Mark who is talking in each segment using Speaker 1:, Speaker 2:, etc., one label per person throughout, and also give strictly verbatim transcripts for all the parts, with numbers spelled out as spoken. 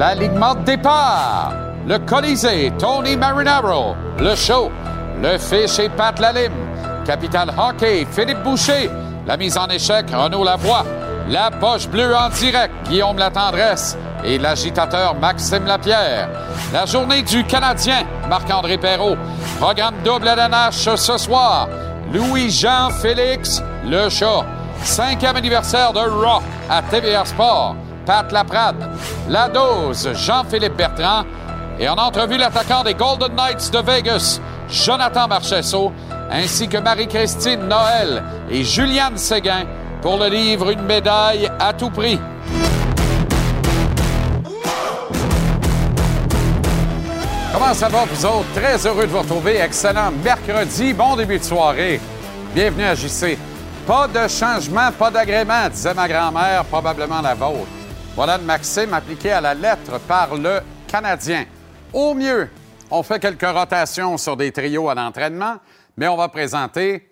Speaker 1: L'alignement de départ. Le Colisée, Tony Marinaro. Le show, le fiche et Pat Lalime. Capital Hockey, Philippe Boucher. La mise en échec, Renaud Lavoie. La poche bleue en direct, Guillaume Latendresse. Et l'agitateur Maxime Lapierre. La journée du Canadien, Marc-André Perrault. Programme double L N H ce soir. Louis-Jean Félix, le chat. Cinquième anniversaire de Raw à T V R Sport. Pat Laprade. La dose, Jean-Philippe Bertrand. Et en entrevue, l'attaquant des Golden Knights de Vegas, Jonathan Marchessault, ainsi que Marie-Christine Noël et Juliane Séguin pour le livre Une médaille à tout prix. Comment ça va, vous autres? Très heureux de vous retrouver. Excellent mercredi. Bon début de soirée. Bienvenue à J C. Pas de changement, pas d'agrément, disait ma grand-mère, probablement la vôtre. Voilà le Maxime appliqué à la lettre par le Canadien. Au mieux, on fait quelques rotations sur des trios à l'entraînement, mais on va présenter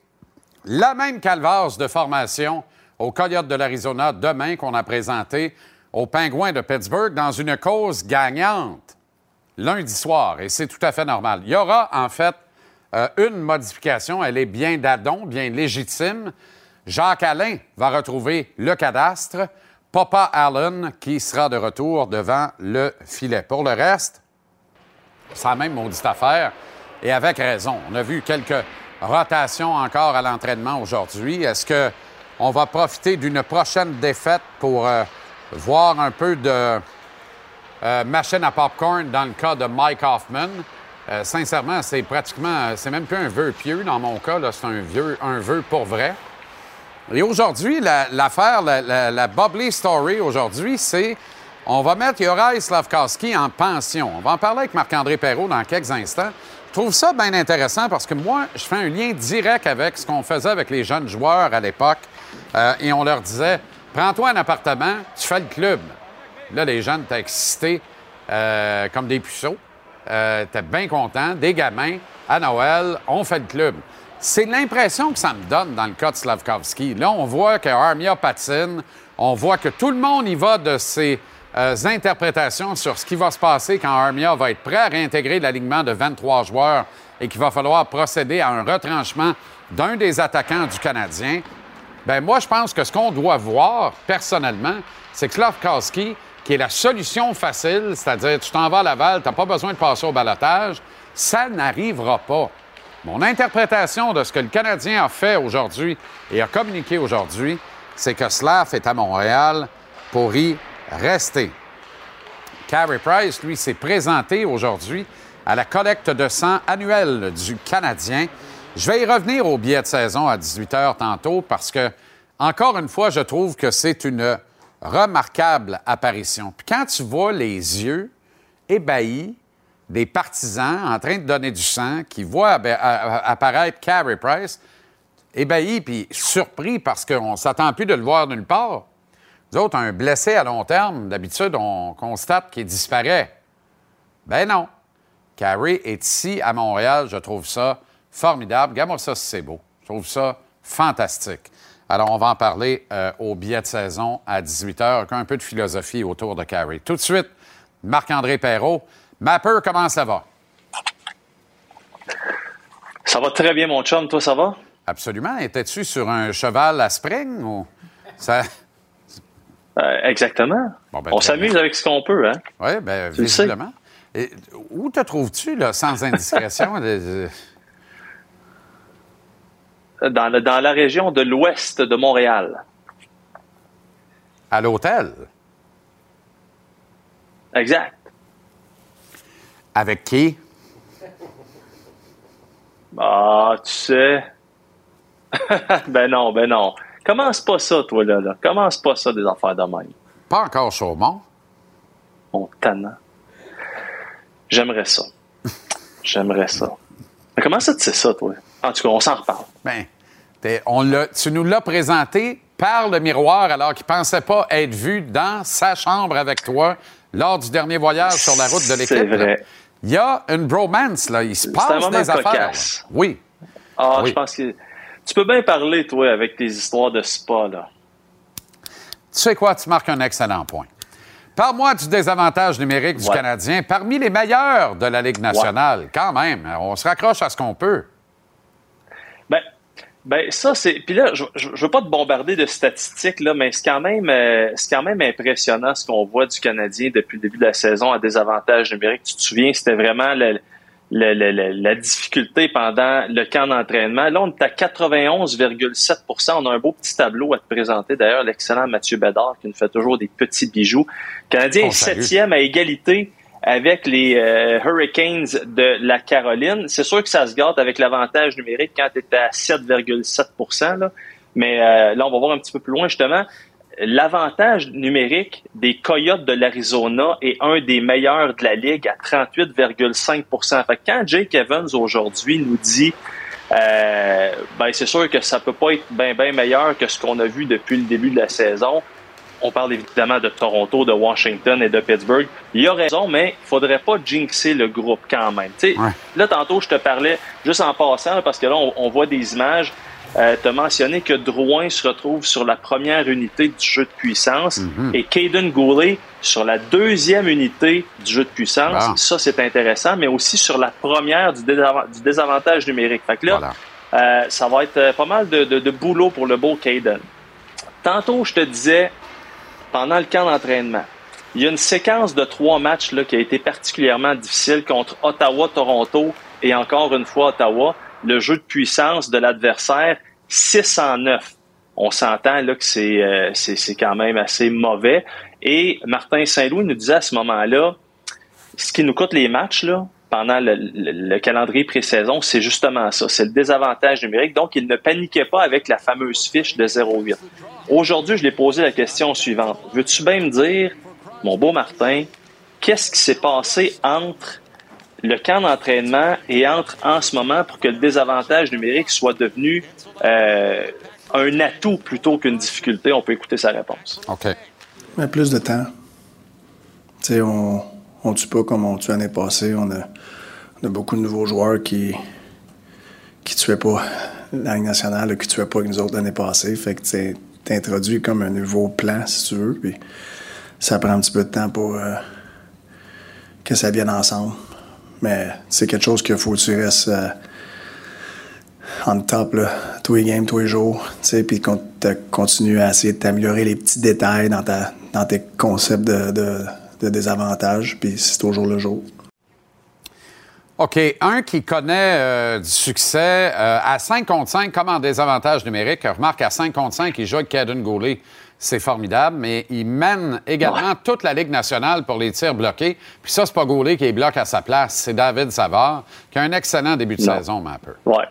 Speaker 1: la même calvasse de formation aux Coyotes de l'Arizona demain qu'on a présenté aux Pingouins de Pittsburgh dans une cause gagnante lundi soir, et c'est tout à fait normal. Il y aura en fait euh, une modification, elle est bien d'adon, bien légitime. Jacques Alain va retrouver le cadastre, Papa Allen qui sera de retour devant le filet. Pour le reste, c'est la même maudite affaire, et avec raison. On a vu quelques rotations encore à l'entraînement aujourd'hui. Est-ce qu'on va profiter d'une prochaine défaite pour euh, voir un peu de euh, machine à popcorn dans le cas de Mike Hoffman? Euh, sincèrement, c'est pratiquement, c'est même plus un vœu pieux dans mon cas, là, c'est un, vieux, un vœu pour vrai. Et aujourd'hui, la, l'affaire, la, la, la bubbly story aujourd'hui, c'est on va mettre Juraj Slafkovský en pension. On va en parler avec Marc-André Perrault dans quelques instants. Je trouve ça bien intéressant parce que moi, je fais un lien direct avec ce qu'on faisait avec les jeunes joueurs à l'époque. Euh, et on leur disait, prends-toi un appartement, tu fais le club. Là, les jeunes étaient excités euh, comme des puceaux. Euh, étaient bien contents. Des gamins, à Noël, on fait le club. C'est l'impression que ça me donne dans le cas de Slafkovský. Là, on voit que Armia patine. On voit que tout le monde y va de ses euh, interprétations sur ce qui va se passer quand Armia va être prêt à réintégrer l'alignement de vingt-trois joueurs et qu'il va falloir procéder à un retranchement d'un des attaquants du Canadien. Bien, moi, je pense que ce qu'on doit voir, personnellement, c'est que Slafkovský, qui est la solution facile, c'est-à-dire tu t'en vas à Laval, tu n'as pas besoin de passer au ballottage, ça n'arrivera pas. Mon interprétation de ce que le Canadien a fait aujourd'hui et a communiqué aujourd'hui, c'est que Slav est à Montréal pour y rester. Carey Price, lui, s'est présenté aujourd'hui à la collecte de sang annuelle du Canadien. Je vais y revenir au billet de saison à dix-huit heures tantôt parce que, encore une fois, je trouve que c'est une remarquable apparition. Puis quand tu vois les yeux ébahis des partisans en train de donner du sang, qui voient apparaître Carey Price, ébahis puis surpris parce qu'on ne s'attend plus de le voir nulle part. Nous autres, un blessé à long terme, d'habitude, on constate qu'il disparaît. Ben non. Carey est ici, à Montréal. Je trouve ça formidable. Regarde-moi ça si c'est beau. Je trouve ça fantastique. Alors, on va en parler euh, au billet de saison à dix-huit heures, avec un peu de philosophie autour de Carey. Tout de suite, Marc-André Perrault. Mapper, comment ça va?
Speaker 2: Ça va très bien, mon chum. Toi, ça va?
Speaker 1: Absolument. Étais-tu sur un cheval à spring ou ça...
Speaker 2: Euh, exactement. Bon, ben, on s'amuse bien avec ce qu'on peut, hein?
Speaker 1: Oui, bien, visiblement. Et où te trouves-tu, là, sans indiscrétion? de...
Speaker 2: dans, le, dans la région de l'ouest de Montréal.
Speaker 1: À l'hôtel?
Speaker 2: Exact.
Speaker 1: Avec qui?
Speaker 2: Ah, tu sais... ben non, ben non. Commence pas ça, toi, là, là. Commence pas ça, des affaires de même.
Speaker 1: Pas encore Chaumont.
Speaker 2: Mon tannant. J'aimerais ça. J'aimerais ça. Mais comment ça, tu sais ça, toi? En tout cas, on s'en reparle.
Speaker 1: Bien, on l'a, tu nous l'as présenté par le miroir alors qu'il ne pensait pas être vu dans sa chambre avec toi lors du dernier voyage sur la route de l'équipe.
Speaker 2: C'est vrai.
Speaker 1: Là. Il y a une bromance, là. Il se passe des affaires. Oui.
Speaker 2: Ah,
Speaker 1: oui.
Speaker 2: Je pense que... Tu peux bien parler, toi, avec tes histoires de spa, là.
Speaker 1: Tu sais quoi? Tu marques un excellent point. Parle-moi du désavantage numérique du
Speaker 2: ouais.
Speaker 1: Canadien, parmi les meilleurs de la Ligue nationale. Ouais. Quand même, on se raccroche à ce qu'on peut.
Speaker 2: Ben, ben ça, c'est... Puis là, je ne veux pas te bombarder de statistiques, là, mais c'est quand même, euh, c'est quand même impressionnant ce qu'on voit du Canadien depuis le début de la saison à désavantage numérique. Tu te souviens, c'était vraiment le, le, le, le, la difficulté pendant le camp d'entraînement. Là, on est à quatre-vingt-onze virgule sept pour cent. On a un beau petit tableau à te présenter. D'ailleurs, l'excellent Mathieu Bédard qui nous fait toujours des petits bijoux. Le Canadien est septième à égalité avec les euh, Hurricanes de la Caroline. C'est sûr que ça se gâte avec l'avantage numérique quand tu es à sept virgule sept pour cent. Là. Mais euh, là, on va voir un petit peu plus loin, justement. L'avantage numérique des Coyotes de l'Arizona est un des meilleurs de la Ligue à trente-huit virgule cinq pour cent. Fait que quand Jake Evans, aujourd'hui, nous dit euh, ben c'est sûr que ça peut pas être bien, bien meilleur que ce qu'on a vu depuis le début de la saison. On parle évidemment de Toronto, de Washington et de Pittsburgh. Il a raison, mais il faudrait pas jinxer le groupe quand même. Ouais. Là, tantôt, je te parlais, juste en passant, parce que là, on, on voit des images. Euh, tu as mentionné que Drouin se retrouve sur la première unité du jeu de puissance mm-hmm. et Caden Goulet sur la deuxième unité du jeu de puissance. Bon. Ça, c'est intéressant, mais aussi sur la première du, désavant- du désavantage numérique. Fait que là, voilà. euh, ça va être pas mal de, de, de boulot pour le beau Caden. Tantôt, je te disais, pendant le camp d'entraînement, il y a une séquence de trois matchs là, qui a été particulièrement difficile contre Ottawa, Toronto et encore une fois Ottawa. Le jeu de puissance de l'adversaire, six en neuf. On s'entend là que c'est, euh, c'est, c'est quand même assez mauvais. Et Martin Saint-Louis nous disait à ce moment-là, ce qui nous coûte les matchs là, pendant le, le, le calendrier pré-saison, c'est justement ça. C'est le désavantage numérique. Donc, il ne paniquait pas avec la fameuse fiche de zéro virgule huit. Aujourd'hui, je lui ai posé la question suivante. Veux-tu bien me dire, mon beau Martin, qu'est-ce qui s'est passé entre le camp d'entraînement et entre en ce moment pour que le désavantage numérique soit devenu euh, un atout plutôt qu'une difficulté? On peut écouter sa réponse.
Speaker 1: OK.
Speaker 3: Mais plus de temps. Tu sais, on ne tue pas comme on tue l'année passée. On a, on a beaucoup de nouveaux joueurs qui qui tuaient pas la Ligue nationale, qui tuaient pas avec nous autres l'année passée. Fait que tu t'introduis comme un nouveau plan, si tu veux. Puis ça prend un petit peu de temps pour euh, que ça vienne ensemble. Mais c'est quelque chose qu'il faut que tu restes euh, on top, là, tous les games, tous les jours, puis qu'on continue à essayer de t'améliorer les petits détails dans, ta, dans tes concepts de, de, de désavantage, puis c'est au jour le jour.
Speaker 1: OK. Un qui connaît euh, du succès euh, à cinq contre cinq, comme en désavantage numérique. Remarque, à cinq contre cinq, il joue avec Caden Goulet. C'est formidable, mais il mène également ouais. toute la Ligue nationale pour les tirs bloqués. Puis ça, c'est pas Goulet qui est bloqué à sa place, c'est David Savard, qui a un excellent début de non. saison, Mapper.
Speaker 2: Ouais.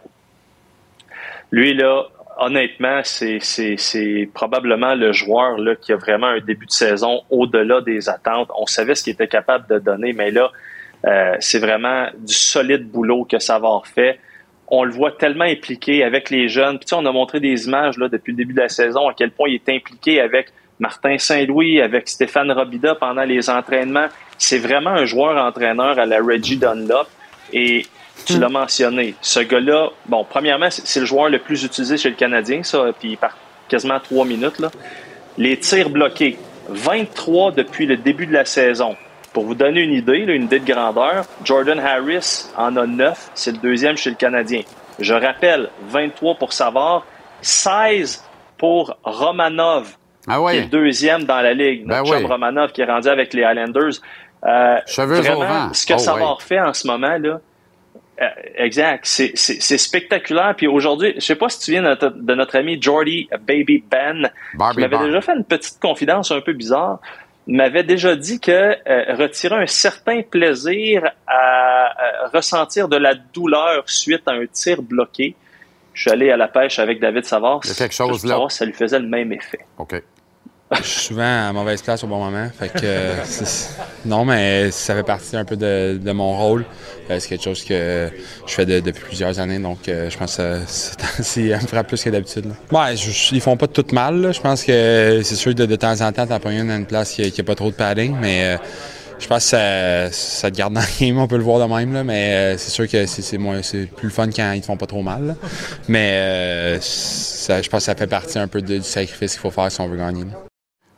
Speaker 2: Lui, là, honnêtement, c'est, c'est, c'est probablement le joueur là, qui a vraiment un début de saison au-delà des attentes. On savait ce qu'il était capable de donner, mais là, euh, c'est vraiment du solide boulot que Savard fait. On le voit tellement impliqué avec les jeunes. Puis tu sais, on a montré des images là, depuis le début de la saison, à quel point il est impliqué avec Martin Saint-Louis, avec Stéphane Robida pendant les entraînements. C'est vraiment un joueur-entraîneur à la Reggie Dunlop. Et tu l'as mentionné, ce gars-là, bon, premièrement, c'est le joueur le plus utilisé chez le Canadien, ça, puis par quasiment trois minutes. Là. Les tirs bloqués, vingt-trois depuis le début de la saison. Pour vous donner une idée, là, une idée de grandeur, Jordan Harris en a neuf, c'est le deuxième chez le Canadien. Je rappelle, vingt-trois pour Savard, seize pour Romanov,
Speaker 1: ah ouais.
Speaker 2: qui est le deuxième dans la Ligue. Notre ben chum oui. Romanov qui est rendu avec les Highlanders. Euh, vraiment, ce que oh, Savard oui. fait en ce moment, là, euh, exact, c'est, c'est, c'est spectaculaire. Puis aujourd'hui, je sais pas si tu viens de notre, de notre ami Jordy Baby Ben, Barbie qui m'avait Bar. déjà fait une petite confidence un peu bizarre. M'avait déjà dit que euh, retirer un certain plaisir à, à ressentir de la douleur suite à un tir bloqué. Je suis allé à la pêche avec David Savard.
Speaker 1: Il y a quelque chose là.
Speaker 2: Savoir si ça lui faisait le même effet.
Speaker 1: OK.
Speaker 4: Je suis souvent à mauvaise place au bon moment. Fait que, euh, c'est... Non, mais ça fait partie un peu de, de mon rôle. Euh, c'est quelque chose que je fais de, depuis plusieurs années. Donc, euh, je pense que ça me frappe plus que d'habitude. Là. Ouais, je, ils font pas tout mal. Là. Je pense que c'est sûr que de, de temps en temps, t'en prends une à une place qui n'a pas trop de padding. Mais euh, je pense que ça, ça te garde dans le game. On peut le voir de même. Là, mais euh, c'est sûr que c'est, c'est, moins, c'est plus le fun quand ils te font pas trop mal. Là. Mais euh, ça, je pense que ça fait partie un peu de, du sacrifice qu'il faut faire si on veut gagner. Là.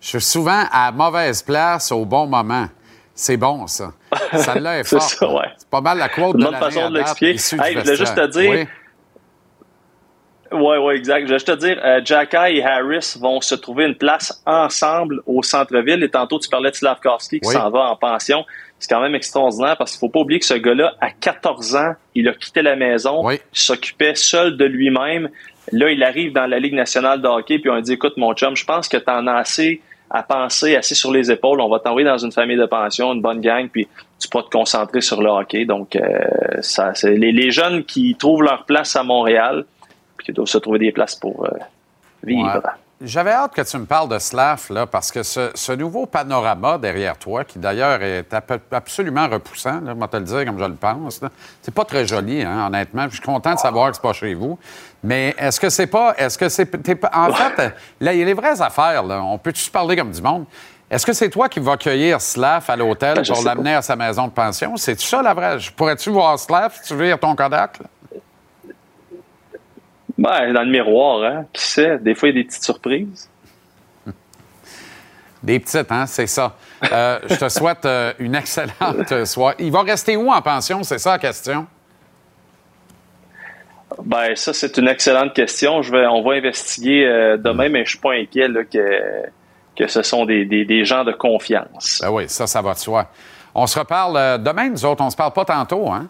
Speaker 1: Je suis souvent à mauvaise place au bon moment. C'est bon, ça. Celle-là est
Speaker 2: c'est
Speaker 1: forte.
Speaker 2: ça, ouais.
Speaker 1: C'est pas mal la quote
Speaker 2: C'est
Speaker 1: de
Speaker 2: une bonne
Speaker 1: l'année
Speaker 2: façon de
Speaker 1: à date,
Speaker 2: l'expliquer.
Speaker 1: issue
Speaker 2: Hey,
Speaker 1: du
Speaker 2: je voulais juste te
Speaker 1: vestiaire.
Speaker 2: dire...
Speaker 1: Oui.
Speaker 2: Oui, oui, exact. Je voulais juste te dire, euh, Xhekaj et Harris vont se trouver une place ensemble au centre-ville. Et tantôt, tu parlais de Slavkovski qui
Speaker 1: Oui.
Speaker 2: s'en va en pension. C'est quand même extraordinaire parce qu'il ne faut pas oublier que ce gars-là, à quatorze ans, il a quitté la maison,
Speaker 1: Oui.
Speaker 2: il s'occupait seul de lui-même. Là, il arrive dans la Ligue nationale de hockey, puis on dit, écoute, mon chum, je pense que tu en as assez à penser, assez sur les épaules. On va t'envoyer dans une famille de pension, une bonne gang, puis tu pourras te concentrer sur le hockey. Donc, euh, ça, c'est les, les jeunes qui trouvent leur place à Montréal, puis qui doivent se trouver des places pour euh, vivre.
Speaker 1: Ouais. J'avais hâte que tu me parles de Slav, là, parce que ce, ce nouveau panorama derrière toi, qui d'ailleurs est ap- absolument repoussant, là, je vais te le dire comme je le pense, là. C'est pas très joli, hein, honnêtement. Je suis content de savoir que c'est pas chez vous. Mais est-ce que c'est pas. Est-ce que c'est. T'es pas, en fait, là, il y a les vraies affaires, là. On peut-tu se parler comme du monde? Est-ce que c'est toi qui vas cueillir Slav à l'hôtel
Speaker 2: Ben, je
Speaker 1: pour
Speaker 2: sais
Speaker 1: l'amener
Speaker 2: pas.
Speaker 1: à sa maison de pension? C'est ça la vraie. Pourrais-tu voir Slav si tu vires ton Kodak, là?
Speaker 2: Ben, dans le miroir, hein? Qui sait? Des fois, il y a des petites surprises.
Speaker 1: Des petites, hein, c'est ça. Euh, je te souhaite euh, une excellente soirée. Il va rester où en pension? C'est ça la question.
Speaker 2: Ben, ça, c'est une excellente question. Je vais, on va investiguer euh, demain, mais je suis pas inquiet là, que, que ce sont des, des, des gens de confiance.
Speaker 1: Ben oui, ça, ça va de soi. On se reparle euh, demain, nous autres. On se parle pas tantôt, hein?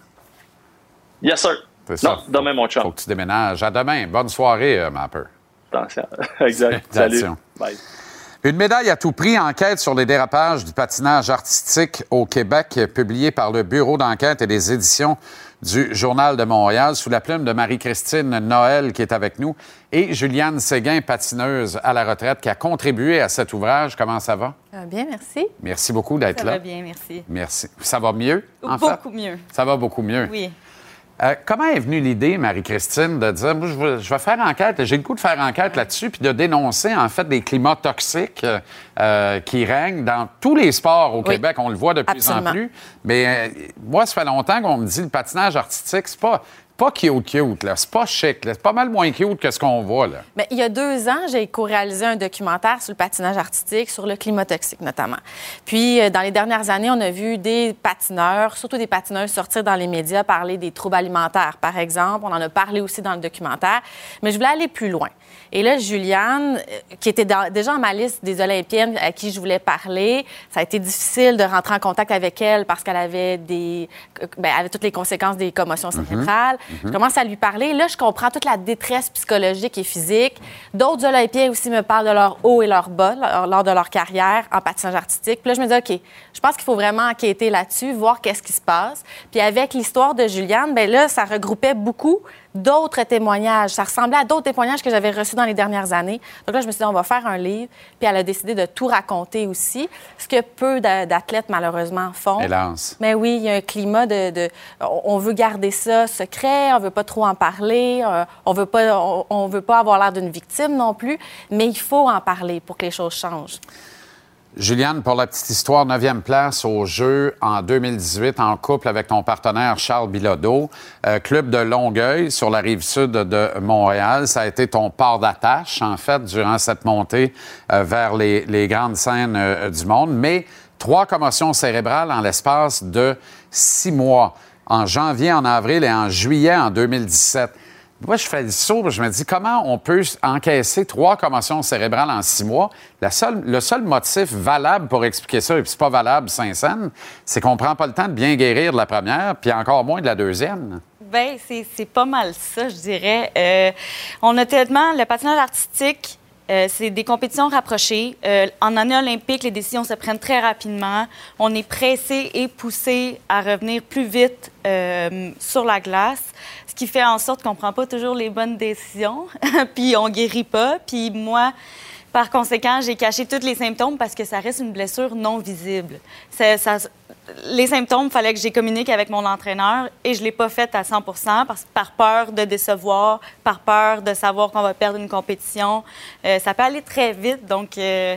Speaker 2: Yes, sir.
Speaker 1: C'est ça.
Speaker 2: Non, demain, mon chum.
Speaker 1: Faut que tu déménages. À demain. Bonne soirée, euh, Mapper.
Speaker 2: Attention. Exact. Salut.
Speaker 1: Attention.
Speaker 2: Bye.
Speaker 1: Une médaille à tout prix, enquête sur les dérapages du patinage artistique au Québec, publiée par le Bureau d'enquête et des éditions du Journal de Montréal, sous la plume de Marie-Christine Noël, qui est avec nous, et Juliane Séguin, patineuse à la retraite, qui a contribué à cet ouvrage. Comment ça va?
Speaker 5: Ça va bien, merci.
Speaker 1: Merci beaucoup d'être
Speaker 5: Ça
Speaker 1: là.
Speaker 5: va bien, merci.
Speaker 1: Merci. Ça va mieux, en
Speaker 5: Beaucoup
Speaker 1: fait?
Speaker 5: mieux.
Speaker 1: Ça va beaucoup mieux.
Speaker 5: Oui.
Speaker 1: Euh, comment est venue l'idée, Marie-Christine, de dire, moi, je vais, je vais faire enquête, j'ai le goût de faire enquête là-dessus, puis de dénoncer, en fait, des climats toxiques euh, euh, qui règnent dans tous les sports au
Speaker 5: Oui.
Speaker 1: Québec. On le voit de plus
Speaker 5: Absolument.
Speaker 1: en plus. Mais euh, moi, ça fait longtemps qu'on me dit le patinage artistique, c'est pas, pas cute, cute, là. C'est pas chic, là. C'est pas mal moins cute que ce qu'on voit, là.
Speaker 5: Mais il y a deux ans, j'ai co-réalisé un documentaire sur le patinage artistique, sur le climat toxique notamment. Puis, euh, dans les dernières années, on a vu des patineurs, surtout des patineuses, sortir dans les médias parler des troubles alimentaires, par exemple. On en a parlé aussi dans le documentaire. Mais je voulais aller plus loin. Et là, Juliane, euh, qui était dans- déjà en ma liste des Olympiennes à qui je voulais parler, ça a été difficile de rentrer en contact avec elle parce qu'elle avait des, ben, elle avait toutes les conséquences des commotions cérébrales. Je commence à lui parler. Là, je comprends toute la détresse psychologique et physique. D'autres Olympiens aussi me parlent de leur haut et leur bas lors- lors de leur carrière en patinage artistique. Puis là, je me dis, OK, je pense qu'il faut vraiment enquêter là-dessus, voir qu'est-ce qui se passe. Puis avec l'histoire de Juliane, ben là, ça regroupait beaucoup d'autres témoignages. Ça ressemblait à d'autres témoignages que j'avais reçus dans les dernières années. Donc là, je me suis dit, on va faire un livre. Puis elle a décidé de tout raconter aussi, ce que peu d'a- d'athlètes, malheureusement, font.
Speaker 1: Hélas.
Speaker 5: Mais oui, il y a un climat de... de- on veut garder ça secret, on veut pas trop en parler, euh, on veut pas, on, on veut pas avoir l'air d'une victime non plus, mais il faut en parler pour que les choses changent.
Speaker 1: Juliane, pour la petite histoire, neuvième place au jeu en deux mille dix-huit en couple avec ton partenaire Charles Bilodeau. Euh, club de Longueuil, sur la rive sud de Montréal. Ça a été ton port d'attache, en fait, durant cette montée euh, vers les, les grandes scènes euh, du monde. Mais trois commotions cérébrales en l'espace de six mois, en janvier, en avril et en juillet en deux mille dix-sept. Moi, je fais le saut, je me dis, comment on peut encaisser trois commotions cérébrales en six mois? La seule, le seul motif valable pour expliquer ça, et puis c'est pas valable, Saint-Saëns, c'est qu'on prend pas le temps de bien guérir de la première, puis encore moins de la deuxième.
Speaker 6: Bien, c'est, c'est pas mal ça, je dirais. Euh, on a tellement... Le patinage artistique, euh, c'est des compétitions rapprochées. Euh, en année olympique, les décisions se prennent très rapidement. On est pressé et poussé à revenir plus vite euh, sur la glace, ce qui fait en sorte qu'on prend pas toujours les bonnes décisions, puis on guérit pas. Puis moi, par conséquent, j'ai caché tous les symptômes parce que ça reste une blessure non visible. Ça, ça, les symptômes, il fallait que j'ai communiqué avec mon entraîneur et je ne l'ai pas fait à cent pour cent parce, par peur de décevoir, par peur de savoir qu'on va perdre une compétition. Euh, ça peut aller très vite, donc euh,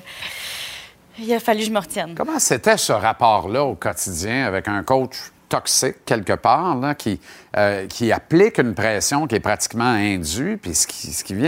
Speaker 6: il a fallu que je me retienne.
Speaker 1: Comment c'était ce rapport-là au quotidien avec un coach toxique, quelque part, là, qui, euh, qui applique une pression qui est pratiquement indue, puis ce qui, ce qui vient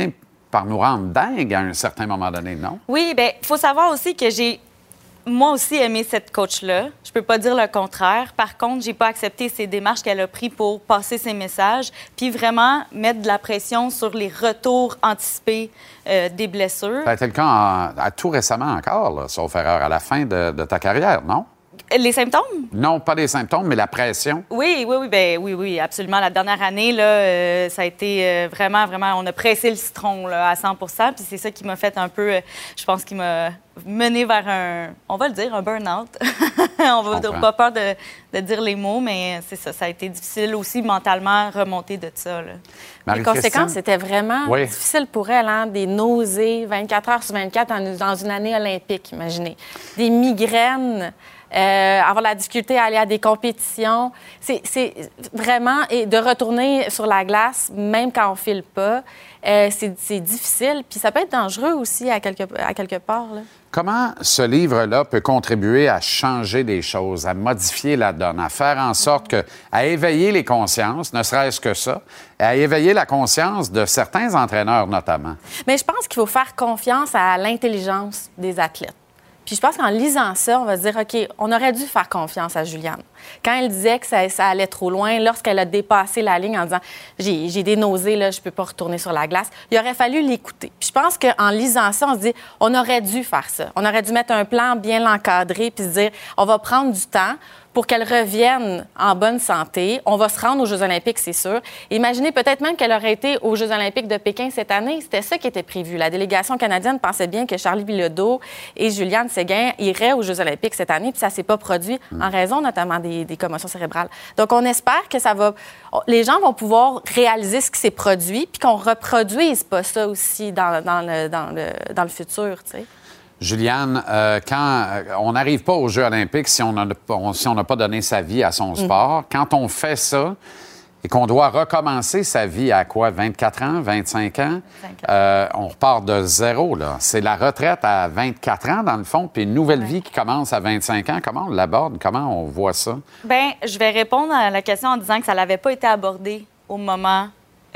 Speaker 1: par nous rendre dingues à un certain moment donné, non?
Speaker 6: Oui, bien, il faut savoir aussi que j'ai, moi aussi, aimé cette coach-là. Je peux pas dire le contraire. Par contre, j'ai pas accepté ces démarches qu'elle a prises pour passer ses messages, puis vraiment mettre de la pression sur les retours anticipés euh, des blessures.
Speaker 1: Ça a été le cas en- à tout récemment encore, là, sauf erreur, à la fin de, de ta carrière, non?
Speaker 6: Les symptômes?
Speaker 1: Non, pas des symptômes, mais la pression.
Speaker 6: Oui, oui, oui, ben, oui, oui, absolument. La dernière année, là, euh, ça a été euh, vraiment, vraiment, on a pressé le citron là, à cent pour cent, puis c'est ça qui m'a fait un peu, euh, je pense, qui m'a mené vers un, on va le dire, un burn-out. On va
Speaker 1: comprends.
Speaker 6: pas peur de, de dire les mots, mais c'est ça, ça a été difficile aussi mentalement remonter de ça. Là.
Speaker 5: Les
Speaker 1: Marie-Christine?
Speaker 5: conséquences, c'était vraiment
Speaker 1: Oui.
Speaker 5: difficile pour elle, hein? Des nausées vingt-quatre heures sur vingt-quatre dans, dans une année olympique, imaginez. Des migraines, euh, avoir la difficulté à aller à des compétitions. C'est, c'est vraiment... Et de retourner sur la glace, même quand on ne file pas, euh, c'est, c'est difficile. Puis ça peut être dangereux aussi à quelque, à quelque part, là.
Speaker 1: Comment ce livre-là peut contribuer à changer des choses, à modifier la donne, à faire en sorte que, à éveiller les consciences, ne serait-ce que ça, et à éveiller la conscience de certains entraîneurs notamment?
Speaker 5: Mais je pense qu'il faut faire confiance à l'intelligence des athlètes. Puis je pense qu'en lisant ça, on va se dire, OK, on aurait dû faire confiance à Juliane. Quand elle disait que ça, ça allait trop loin, lorsqu'elle a dépassé la ligne en disant, j'ai, j'ai des nausées, là, je peux pas retourner sur la glace, il aurait fallu l'écouter. Puis je pense qu'en lisant ça, on se dit, on aurait dû faire ça. On aurait dû mettre un plan bien l'encadrer puis se dire, on va prendre du temps pour qu'elle revienne en bonne santé. On va se rendre aux Jeux olympiques, c'est sûr. Imaginez peut-être même qu'elle aurait été aux Jeux olympiques de Pékin cette année. C'était ça qui était prévu. La délégation canadienne pensait bien que Charlie Bilodeau et Juliane Séguin iraient aux Jeux olympiques cette année, puis ça s'est pas produit en raison notamment des, des commotions cérébrales. Donc, on espère que ça va... Les gens vont pouvoir réaliser ce qui s'est produit, puis qu'on reproduise pas ça aussi dans, dans, le, dans, le, dans le futur, tu sais.
Speaker 1: Juliane, euh, quand euh, on n'arrive pas aux Jeux olympiques si on n'a on, si on n'a pas donné sa vie à son sport, quand on fait ça et qu'on doit recommencer sa vie à quoi, vingt-quatre ans, vingt-cinq ans, euh, on repart de zéro, là. C'est la retraite à vingt-quatre ans, dans le fond, puis une nouvelle vie qui commence à vingt-cinq ans. Comment on l'aborde? Comment on voit ça?
Speaker 6: Bien, je vais répondre à la question en disant que ça n'avait pas été abordé au moment...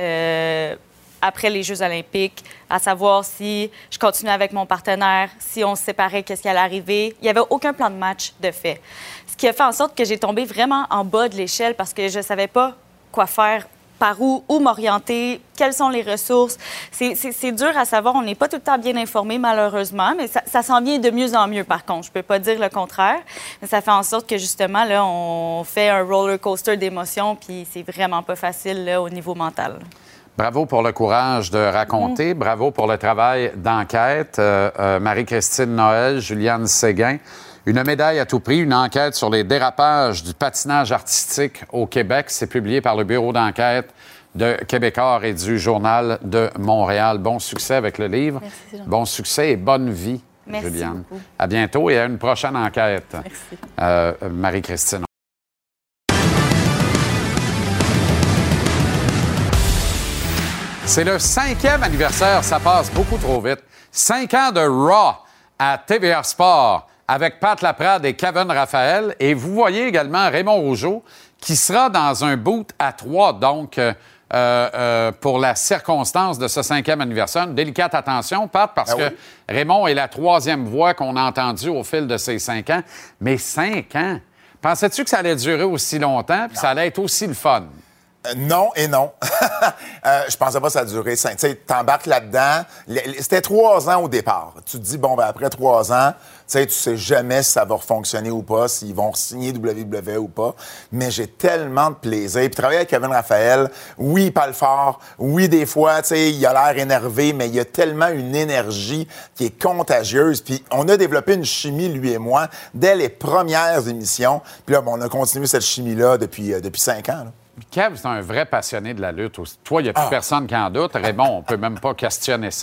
Speaker 6: Euh, après les Jeux olympiques, à savoir si je continuais avec mon partenaire, si on se séparait, qu'est-ce qui allait arriver. Il n'y avait aucun plan de match de fait. Ce qui a fait en sorte que j'ai tombé vraiment en bas de l'échelle parce que je ne savais pas quoi faire, par où, où m'orienter, quelles sont les ressources. C'est, c'est, c'est dur à savoir. On n'est pas tout le temps bien informé, malheureusement, mais ça, ça s'en vient de mieux en mieux, par contre. Je ne peux pas dire le contraire. Mais ça fait en sorte que, justement, là, on fait un roller coaster d'émotions, puis c'est vraiment pas facile là, au niveau mental.
Speaker 1: Bravo pour le courage de raconter. Bravo pour le travail d'enquête. Euh, euh, Marie-Christine Noël, Juliane Séguin. Une médaille à tout prix, une enquête sur les dérapages du patinage artistique au Québec. C'est publié par le bureau d'enquête de Québécois et du Journal de Montréal. Bon succès avec le livre.
Speaker 5: Merci,
Speaker 1: bon succès et bonne vie,
Speaker 6: Merci
Speaker 1: Juliane.
Speaker 6: beaucoup.
Speaker 1: À bientôt et à une prochaine enquête.
Speaker 5: Merci.
Speaker 1: Euh, Marie-Christine. C'est le cinquième anniversaire, ça passe beaucoup trop vite. Cinq ans de Raw à T V R Sport avec Pat Laprade et Kevin Raphaël. Et vous voyez également Raymond Rougeau qui sera dans un boot à trois, donc euh, euh, pour la circonstance de ce cinquième anniversaire. Une délicate attention, Pat, parce
Speaker 7: Ah
Speaker 1: que
Speaker 7: oui.
Speaker 1: Raymond est la troisième voix qu'on a entendue au fil de ces cinq ans. Mais cinq ans, pensais-tu que ça allait durer aussi longtemps puis ça allait être aussi le fun?
Speaker 7: Euh, non et non. euh, je pensais pas que ça allait durer cinq. Tu sais, t'embarques là-dedans. Le- le- C'était trois ans au départ. Tu te dis, bon, ben après trois ans, tu sais, tu sais jamais si ça va fonctionner ou pas, s'ils vont signer W W E ou pas. Mais j'ai tellement de plaisir. Puis travailler avec Kevin Raphaël, oui, il parle fort. Oui, des fois, tu sais, il a l'air énervé, mais il y a tellement une énergie qui est contagieuse. Puis on a développé une chimie, lui et moi, dès les premières émissions. Puis là, bon, on a continué cette chimie-là depuis, euh, depuis cinq ans, là.
Speaker 1: Kev, c'est un vrai passionné de la lutte aussi. Toi, il n'y a plus
Speaker 7: Ah.
Speaker 1: personne qui en doute. Raymond, on peut même pas questionner ça.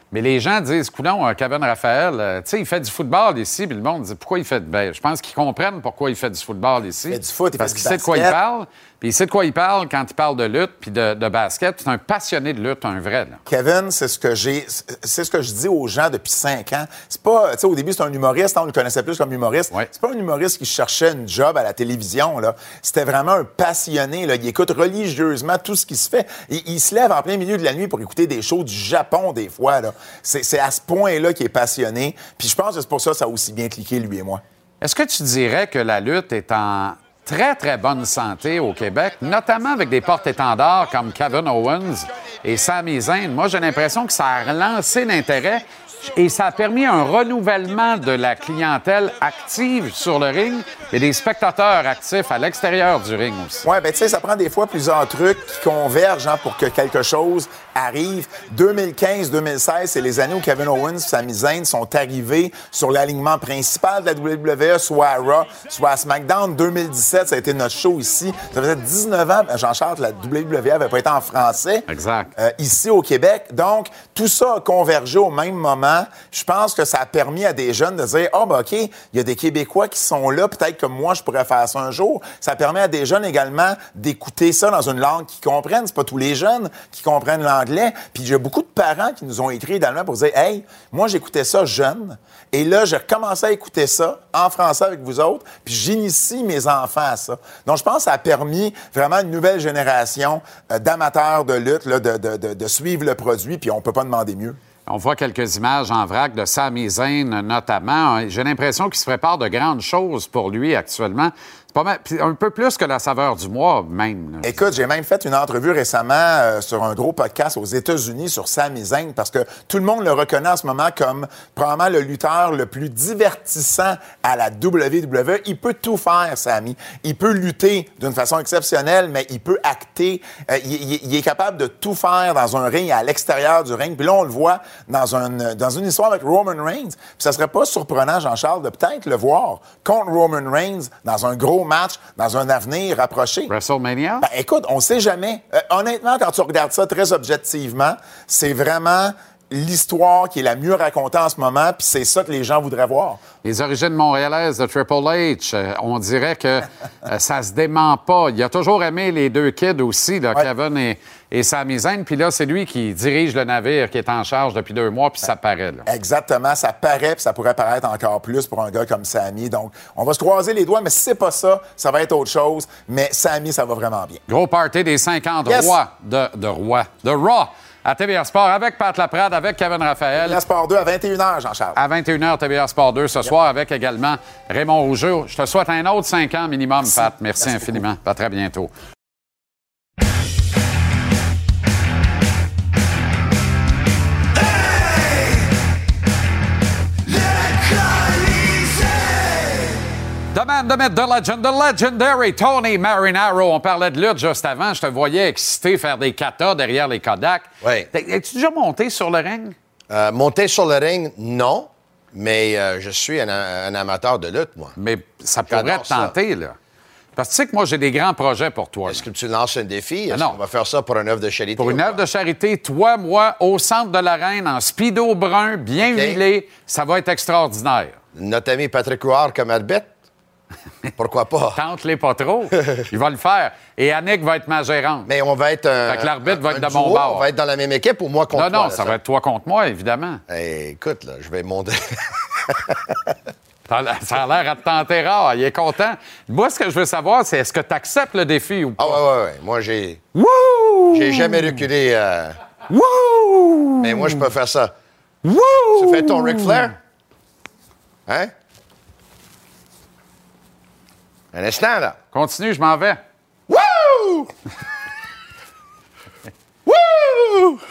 Speaker 1: Mais les gens disent, coudonc, Kevin Raphaël, euh, tu sais, il fait du football ici, puis le monde dit, pourquoi il fait... Ben, je pense qu'ils comprennent pourquoi il fait du football ici.
Speaker 7: Il fait du foot, il
Speaker 1: parce
Speaker 7: fait du
Speaker 1: qu'il sait de quoi il
Speaker 7: basket.
Speaker 1: parle, puis il sait de quoi il parle quand il parle de lutte puis de, de basket. C'est un passionné de lutte, un vrai, là.
Speaker 7: Kevin, c'est ce que j'ai, c'est ce que je dis aux gens depuis cinq ans. C'est pas, tu sais, au début, c'est un humoriste, on le connaissait plus comme humoriste.
Speaker 1: Ouais.
Speaker 7: C'est pas un humoriste qui cherchait une job à la télévision, là. C'était vraiment un passionné, là. Il écoute religieusement tout ce qui se fait. Il, il se lève en plein milieu de la nuit pour écouter des shows du Japon, des fois, là. C'est, c'est à ce point-là qu'il est passionné. Puis je pense que c'est pour ça que ça a aussi bien cliqué, lui et moi.
Speaker 1: Est-ce que tu dirais que la lutte est en très, très bonne santé au Québec, notamment avec des porte-étendards comme Kevin Owens et Sami Zayn? Moi, j'ai l'impression que ça a relancé l'intérêt et ça a permis un renouvellement de la clientèle active sur le ring et des spectateurs actifs à l'extérieur du ring aussi.
Speaker 7: Oui, bien, tu sais, ça prend des fois plusieurs trucs qui convergent hein, pour que quelque chose arrive. deux mille quinze deux mille seize, c'est les années où Kevin Owens et Sami Zayn sont arrivés sur l'alignement principal de la W W E, soit à Raw, soit à SmackDown. deux mille dix-sept, ça a été notre show ici. Ça faisait dix-neuf ans, Jean-Charles, la W W E n'avait pas été en français.
Speaker 1: Exact.
Speaker 7: Euh, ici au Québec. Donc, tout ça a convergé au même moment. Je pense que ça a permis à des jeunes de dire « Ah, oh, ben OK, il y a des Québécois qui sont là, peut-être que moi, je pourrais faire ça un jour. » Ça permet à des jeunes également d'écouter ça dans une langue qu'ils comprennent. C'est pas tous les jeunes qui comprennent l'anglais. Puis il y a beaucoup de parents qui nous ont écrit également pour dire « Hey, moi, j'écoutais ça jeune. Et là, j'ai recommencé à écouter ça en français avec vous autres. Puis j'initie mes enfants à ça. » Donc, je pense que ça a permis vraiment une nouvelle génération euh, d'amateurs de lutte là, de, de, de, de suivre le produit. Puis on peut pas demander mieux.
Speaker 1: On voit quelques images en vrac de Sami Zayn, notamment. J'ai l'impression qu'il se prépare de grandes choses pour lui actuellement. C'est pas mal, puis un peu plus que la saveur du mois, même. Là.
Speaker 7: Écoute, j'ai même fait une entrevue récemment euh, sur un gros podcast aux États-Unis sur Sami Zayn parce que tout le monde le reconnaît en ce moment comme probablement le lutteur le plus divertissant à la W W E. Il peut tout faire, Sami. Il peut lutter d'une façon exceptionnelle, mais il peut acter. Euh, il, il, il est capable de tout faire dans un ring et à l'extérieur du ring. Puis là, on le voit dans, un, dans une histoire avec Roman Reigns. Puis ça serait pas surprenant, Jean-Charles, de peut-être le voir contre Roman Reigns dans un gros match dans un avenir rapproché.
Speaker 1: WrestleMania?
Speaker 7: Ben, écoute, on sait jamais. Euh, honnêtement, quand tu regardes ça très objectivement, c'est vraiment l'histoire qui est la mieux racontée en ce moment, puis c'est ça que les gens voudraient voir.
Speaker 1: Les origines montréalaises de Triple H, euh, on dirait que euh, ça se dément pas. Il a toujours aimé les deux kids aussi, là,
Speaker 7: ouais.
Speaker 1: Kevin et, et Sami Zayn, puis là, c'est lui qui dirige le navire, qui est en charge depuis deux mois, puis ça paraît. Là.
Speaker 7: Exactement, ça paraît, puis ça pourrait paraître encore plus pour un gars comme Sami. Donc, on va se croiser les doigts, mais si c'est pas ça, ça va être autre chose. Mais Sami, ça va vraiment bien.
Speaker 1: Gros party des cinquante
Speaker 7: yes.
Speaker 1: rois de, de rois, de Raw. À T V R Sport, avec Pat Laprade, avec Kevin Raphaël.
Speaker 7: T V R Sport deux à vingt et une heures, Jean-Charles.
Speaker 1: À vingt et une heures, T V R Sport deux ce yep. soir, avec également Raymond Rougeau. Je te souhaite un autre cinq ans minimum, Merci. Pat. Merci, Merci infiniment. Beaucoup. À très bientôt. The man, the myth, the legend, the legendary Tony Marinaro. On parlait de lutte juste avant. Je te voyais excité faire des katas derrière les Kodak.
Speaker 8: Oui.
Speaker 1: Es-tu déjà monté sur le ring?
Speaker 8: Euh, monter sur le ring, non. Mais euh, je suis un, un amateur de lutte, moi.
Speaker 1: Mais ça pourrait te tenter, ça. Là. Parce que tu sais que moi, j'ai des grands projets pour toi.
Speaker 8: Est-ce que tu lances un défi? Est-ce
Speaker 1: non.
Speaker 8: qu'on va faire ça pour une œuvre de charité?
Speaker 1: Pour une œuvre de charité, toi, moi, au centre de l'arène, en speedo brun, bien okay. huilé, ça va être extraordinaire.
Speaker 8: Notre ami Patrick Huard comme arbitre? Pourquoi pas?
Speaker 1: Tente-les pas trop. Il va le faire. Et Annick va être ma gérante.
Speaker 8: Mais on va être un.
Speaker 1: Fait que l'arbitre
Speaker 8: un,
Speaker 1: va être
Speaker 8: un
Speaker 1: de mon bord.
Speaker 8: On va être dans la même équipe ou moi contre
Speaker 1: non,
Speaker 8: toi?
Speaker 1: Non, non, ça, ça va être toi contre moi, évidemment.
Speaker 8: Hey, écoute, là, je vais monter.
Speaker 1: Ça a l'air à te tenter rare. Il est content. Moi, ce que je veux savoir, c'est est-ce que tu acceptes le défi ou pas?
Speaker 8: Ah, ouais, ouais, ouais. Moi, j'ai.
Speaker 1: Wouh!
Speaker 8: J'ai jamais reculé. Euh...
Speaker 1: Wouh!
Speaker 8: Mais moi, je peux faire ça.
Speaker 1: Wouh!
Speaker 8: Tu fais ton Ric Flair? Hein? Un instant, là.
Speaker 1: Continue, je m'en vais.
Speaker 8: Wouh! Wouh!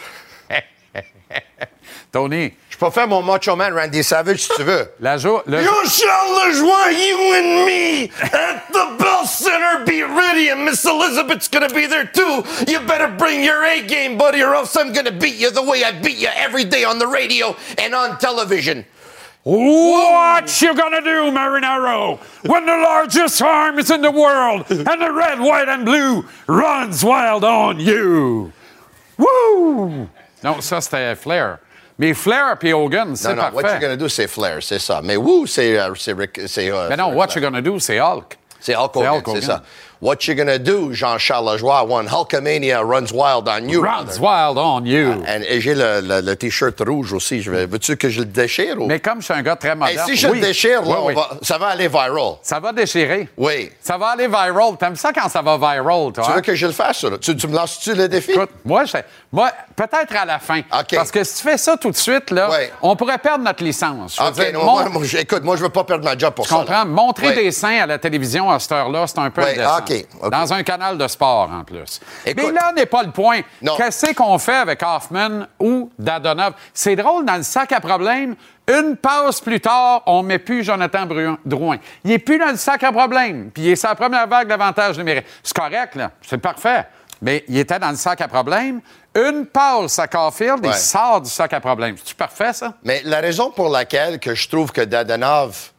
Speaker 1: Tony.
Speaker 8: Je peux faire mon Macho Man Randy Savage si tu veux.
Speaker 1: La joie. Le...
Speaker 9: You shall rejoin you and me at the Bell Center. Be ready, and Miss Elizabeth's gonna be there too. You better bring your A game, buddy, or else I'm gonna beat you the way I beat you every day on the radio and on television.
Speaker 1: What you gonna do, Marinaro, when the largest arm is in the world and the red, white, and blue runs wild on you? Woo! Non, ça, c'était Flair. Mais Flair puis Hogan, c'est
Speaker 8: Non, non,
Speaker 1: parfait.
Speaker 8: What You Gonna Do, c'est Flair, c'est ça. Mais Woo, c'est... Euh, c'est, Rick, c'est euh,
Speaker 1: Mais non,
Speaker 8: c'est
Speaker 1: What
Speaker 8: Flair.
Speaker 1: You Gonna Do, c'est Hulk.
Speaker 8: C'est Hulk Hogan,
Speaker 1: Hulk Hogan.
Speaker 8: c'est ça. What You Gonna Do, Jean-Charles Lajoie, when Hulkamania runs wild on you.
Speaker 1: Runs
Speaker 8: brother.
Speaker 1: wild on you.
Speaker 8: And- et j'ai le, le, le T-shirt rouge aussi. Je vais, veux-tu que je le déchire? Ou...
Speaker 1: Mais comme je suis un gars très
Speaker 8: Hey,
Speaker 1: moderne...
Speaker 8: si je
Speaker 1: oui.
Speaker 8: le déchire, là,
Speaker 1: Oui,
Speaker 8: on
Speaker 1: oui.
Speaker 8: va- ça va aller viral.
Speaker 1: Ça va déchirer.
Speaker 8: Oui.
Speaker 1: Ça va aller viral. T'aimes ça quand ça va viral, toi?
Speaker 8: Tu
Speaker 1: hein?
Speaker 8: veux que je le fasse, ça? Tu, tu me lances-tu le défi?
Speaker 1: Écoute, moi, je- moi peut-être à la fin.
Speaker 8: OK.
Speaker 1: Parce que si tu fais ça tout de suite, là,
Speaker 8: Ouais.
Speaker 1: on pourrait perdre notre licence. Je veux
Speaker 8: OK,
Speaker 1: dire,
Speaker 8: non,
Speaker 1: mon-
Speaker 8: moi, moi, j- écoute, moi, je veux pas perdre ma job pour
Speaker 1: Tu
Speaker 8: ça.
Speaker 1: comprends?
Speaker 8: là.
Speaker 1: Montrer
Speaker 8: Ouais.
Speaker 1: des seins à la télévision à cette heure-là, c'est un peu
Speaker 8: Ouais,
Speaker 1: indécent.
Speaker 8: OK, OK.
Speaker 1: Dans un canal de sport, en plus.
Speaker 8: Écoute.
Speaker 1: Mais là n'est pas le point.
Speaker 8: Non.
Speaker 1: Qu'est-ce qu'on fait avec Hoffman ou Dadonov? C'est drôle, dans le sac à problème, une passe plus tard, on ne met plus Jonathan Bru- Drouin. Il n'est plus dans le sac à problème. Puis il est sa première vague d'avantage numérique. C'est correct, là. C'est parfait. Mais il était dans le sac à problème. Une passe à Caulfield, il
Speaker 8: Ouais.
Speaker 1: sort du sac à problème. C'est-tu parfait, ça?
Speaker 8: Mais la raison pour laquelle que je trouve que Dadonov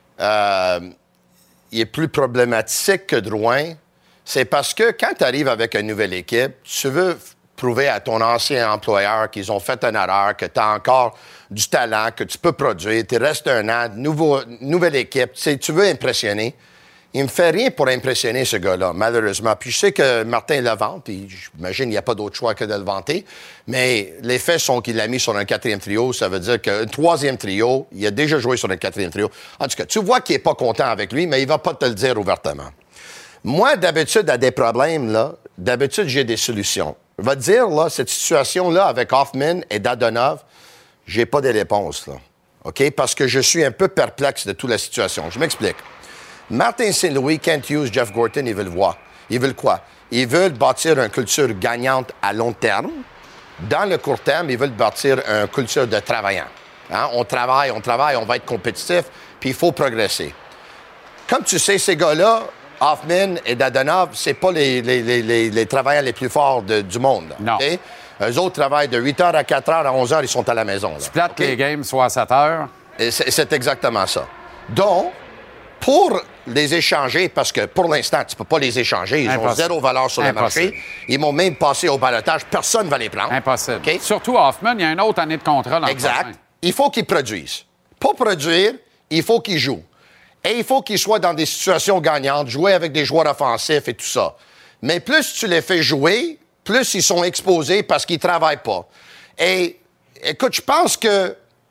Speaker 8: euh, il est plus problématique que Drouin, c'est parce que quand tu arrives avec une nouvelle équipe, tu veux f- prouver à ton ancien employeur qu'ils ont fait une erreur, que tu as encore du talent, que tu peux produire, tu restes un an, nouveau, nouvelle équipe, tu sais, tu veux impressionner. Il me fait rien pour impressionner ce gars-là, malheureusement. Puis je sais que Martin le vante, puis j'imagine qu'il n'y a pas d'autre choix que de le vanter, mais les faits sont qu'il l'a mis sur un quatrième trio, ça veut dire qu'un troisième trio, il a déjà joué sur un quatrième trio. En tout cas, tu vois qu'il n'est pas content avec lui, mais il va pas te le dire ouvertement. Moi, d'habitude, à des problèmes, là, d'habitude, j'ai des solutions. Je vais te dire, là, cette situation-là avec Hoffman et Dadonov, j'ai pas de réponse, là. OK? Parce que je suis un peu perplexe de toute la situation. Je m'explique. Martin Saint-Louis, Kent Hughes, Jeff Gorton, ils veulent voir. Ils veulent quoi? Ils veulent bâtir une culture gagnante à long terme. Dans le court terme, ils veulent bâtir une culture de travaillant. Hein? On travaille, on travaille, on va être compétitif, puis il faut progresser. Comme tu sais, ces gars-là, Hoffman et Dadonov, c'est pas les, les, les, les, les travailleurs les plus forts de- du monde.
Speaker 1: Non.
Speaker 8: OK? Eux autres travaillent de huit heures à quatre heures, à onze heures, ils sont à la maison. Là.
Speaker 1: Tu plates
Speaker 8: OK?
Speaker 1: que les games soient à sept heures.
Speaker 8: Et C'est, c'est exactement ça. Donc, pour les échanger, parce que pour l'instant, tu ne peux pas les échanger, ils
Speaker 1: Impossible.
Speaker 8: ont zéro valeur sur le
Speaker 1: Impossible.
Speaker 8: marché. Ils m'ont même passé au balotage, personne ne va les prendre.
Speaker 1: Impossible.
Speaker 8: OK?
Speaker 1: Surtout Hoffman, il y a une autre année de contrat dans le
Speaker 8: Exact.
Speaker 1: prochain.
Speaker 8: Il faut qu'ils produisent. Pour produire, il faut qu'ils jouent. Et il faut qu'ils soient dans des situations gagnantes, jouer avec des joueurs offensifs et tout ça. Mais plus tu les fais jouer, plus ils sont exposés parce qu'ils ne travaillent pas. Et écoute, je pense que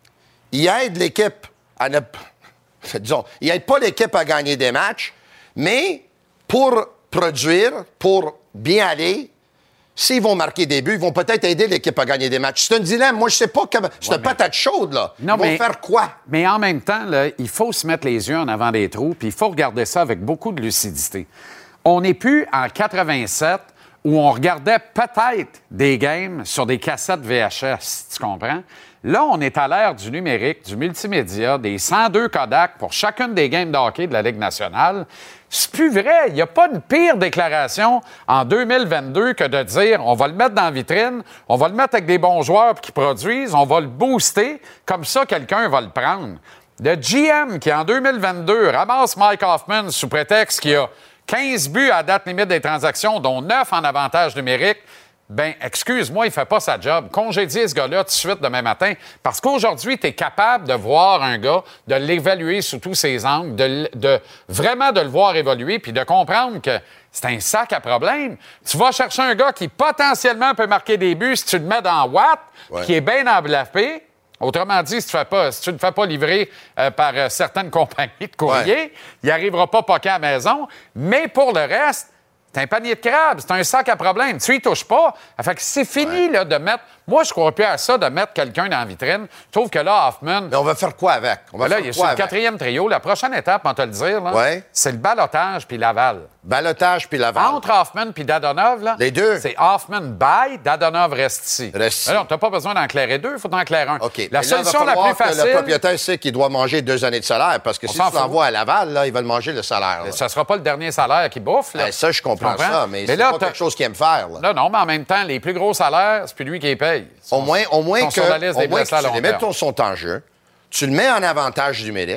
Speaker 8: il aide l'équipe à ne... Disons, il n'aide pas l'équipe à gagner des matchs, mais pour produire, pour bien aller, s'ils vont marquer des buts, ils vont peut-être aider l'équipe à gagner des matchs. C'est un dilemme. Moi, je sais pas comment... C'est une patate chaude, là.
Speaker 1: Non,
Speaker 8: ils vont
Speaker 1: mais-
Speaker 8: faire quoi?
Speaker 1: Mais en même temps, là, il faut se mettre les yeux en avant des trous, puis il faut regarder ça avec beaucoup de lucidité. On n'est plus en quatre-vingt-sept où on regardait peut-être des games sur des cassettes V H S, tu comprends? Là, on est à l'ère du numérique, du multimédia, des cent deux Kodak pour chacune des games de hockey de la Ligue nationale. C'est plus vrai. Il n'y a pas une pire déclaration en deux mille vingt-deux que de dire on va le mettre dans la vitrine, on va le mettre avec des bons joueurs qui produisent, on va le booster, comme ça, quelqu'un va le prendre. Le G M qui, en deux mille vingt-deux, ramasse Mike Hoffman sous prétexte qu'il a quinze buts à date limite des transactions, dont neuf en avantage numérique, ben excuse-moi, il fait pas sa job. Congédier ce gars-là tout de suite demain matin, parce qu'aujourd'hui, tu es capable de voir un gars, de l'évaluer sous tous ses angles, de, l- de vraiment de le voir évoluer, puis de comprendre que c'est un sac à problème. Tu vas chercher un gars qui potentiellement peut marquer des buts si tu le mets dans Watt,
Speaker 8: Ouais.
Speaker 1: qui est bien emblaffé. Autrement dit, si tu ne si tu ne fais pas livrer euh, par euh, certaines compagnies de courrier,
Speaker 8: Ouais.
Speaker 1: il n'arrivera pas poqué à la maison. Mais pour le reste, c'est un panier de crabes, c'est un sac à problème. Tu y touches pas. Fait que c'est fini là, de mettre... Moi, je ne crois plus à ça, de mettre quelqu'un dans la vitrine. Je trouve que là, Hoffman...
Speaker 8: Mais on va faire quoi avec? On va
Speaker 1: là,
Speaker 8: faire
Speaker 1: il est
Speaker 8: quoi
Speaker 1: sur le
Speaker 8: avec?
Speaker 1: quatrième trio. La prochaine étape, on va te le dire, là,
Speaker 8: Ouais.
Speaker 1: c'est le balotage puis Laval.
Speaker 8: Balotage puis Laval.
Speaker 1: Entre Hoffman puis Dadonov, là,
Speaker 8: Les deux.
Speaker 1: c'est Hoffman bye, Dadonov reste ici.
Speaker 8: Reste ici.
Speaker 1: Mais non, t'as pas besoin d'en éclairer deux, il faut en clairer un.
Speaker 8: OK.
Speaker 1: La
Speaker 8: Mais là, il va
Speaker 1: solution la
Speaker 8: falloir
Speaker 1: plus facile,
Speaker 8: que le propriétaire sait qu'il doit manger deux années de salaire, parce que
Speaker 1: On
Speaker 8: si
Speaker 1: s'en
Speaker 8: tu l'envoies
Speaker 1: fout.
Speaker 8: à Laval, là, il va le manger le salaire. là.
Speaker 1: ce ne sera pas le dernier salaire qui bouffe. Là.
Speaker 8: Ben, ça, je comprends,
Speaker 1: Tu comprends?
Speaker 8: ça, mais,
Speaker 1: Mais
Speaker 8: c'est
Speaker 1: là,
Speaker 8: pas
Speaker 1: t'as-
Speaker 8: quelque chose qu'il aime faire. Là.
Speaker 1: Là, non, mais en même temps, les plus gros salaires, c'est plus lui qui les paye.
Speaker 8: Au moins, au moins
Speaker 1: sont
Speaker 8: que,
Speaker 1: sur la liste
Speaker 8: au
Speaker 1: des
Speaker 8: moins
Speaker 1: blessés
Speaker 8: que
Speaker 1: à
Speaker 8: tu
Speaker 1: long
Speaker 8: les mets
Speaker 1: terme.
Speaker 8: ton sont en jeu, tu le mets en avantage numérique,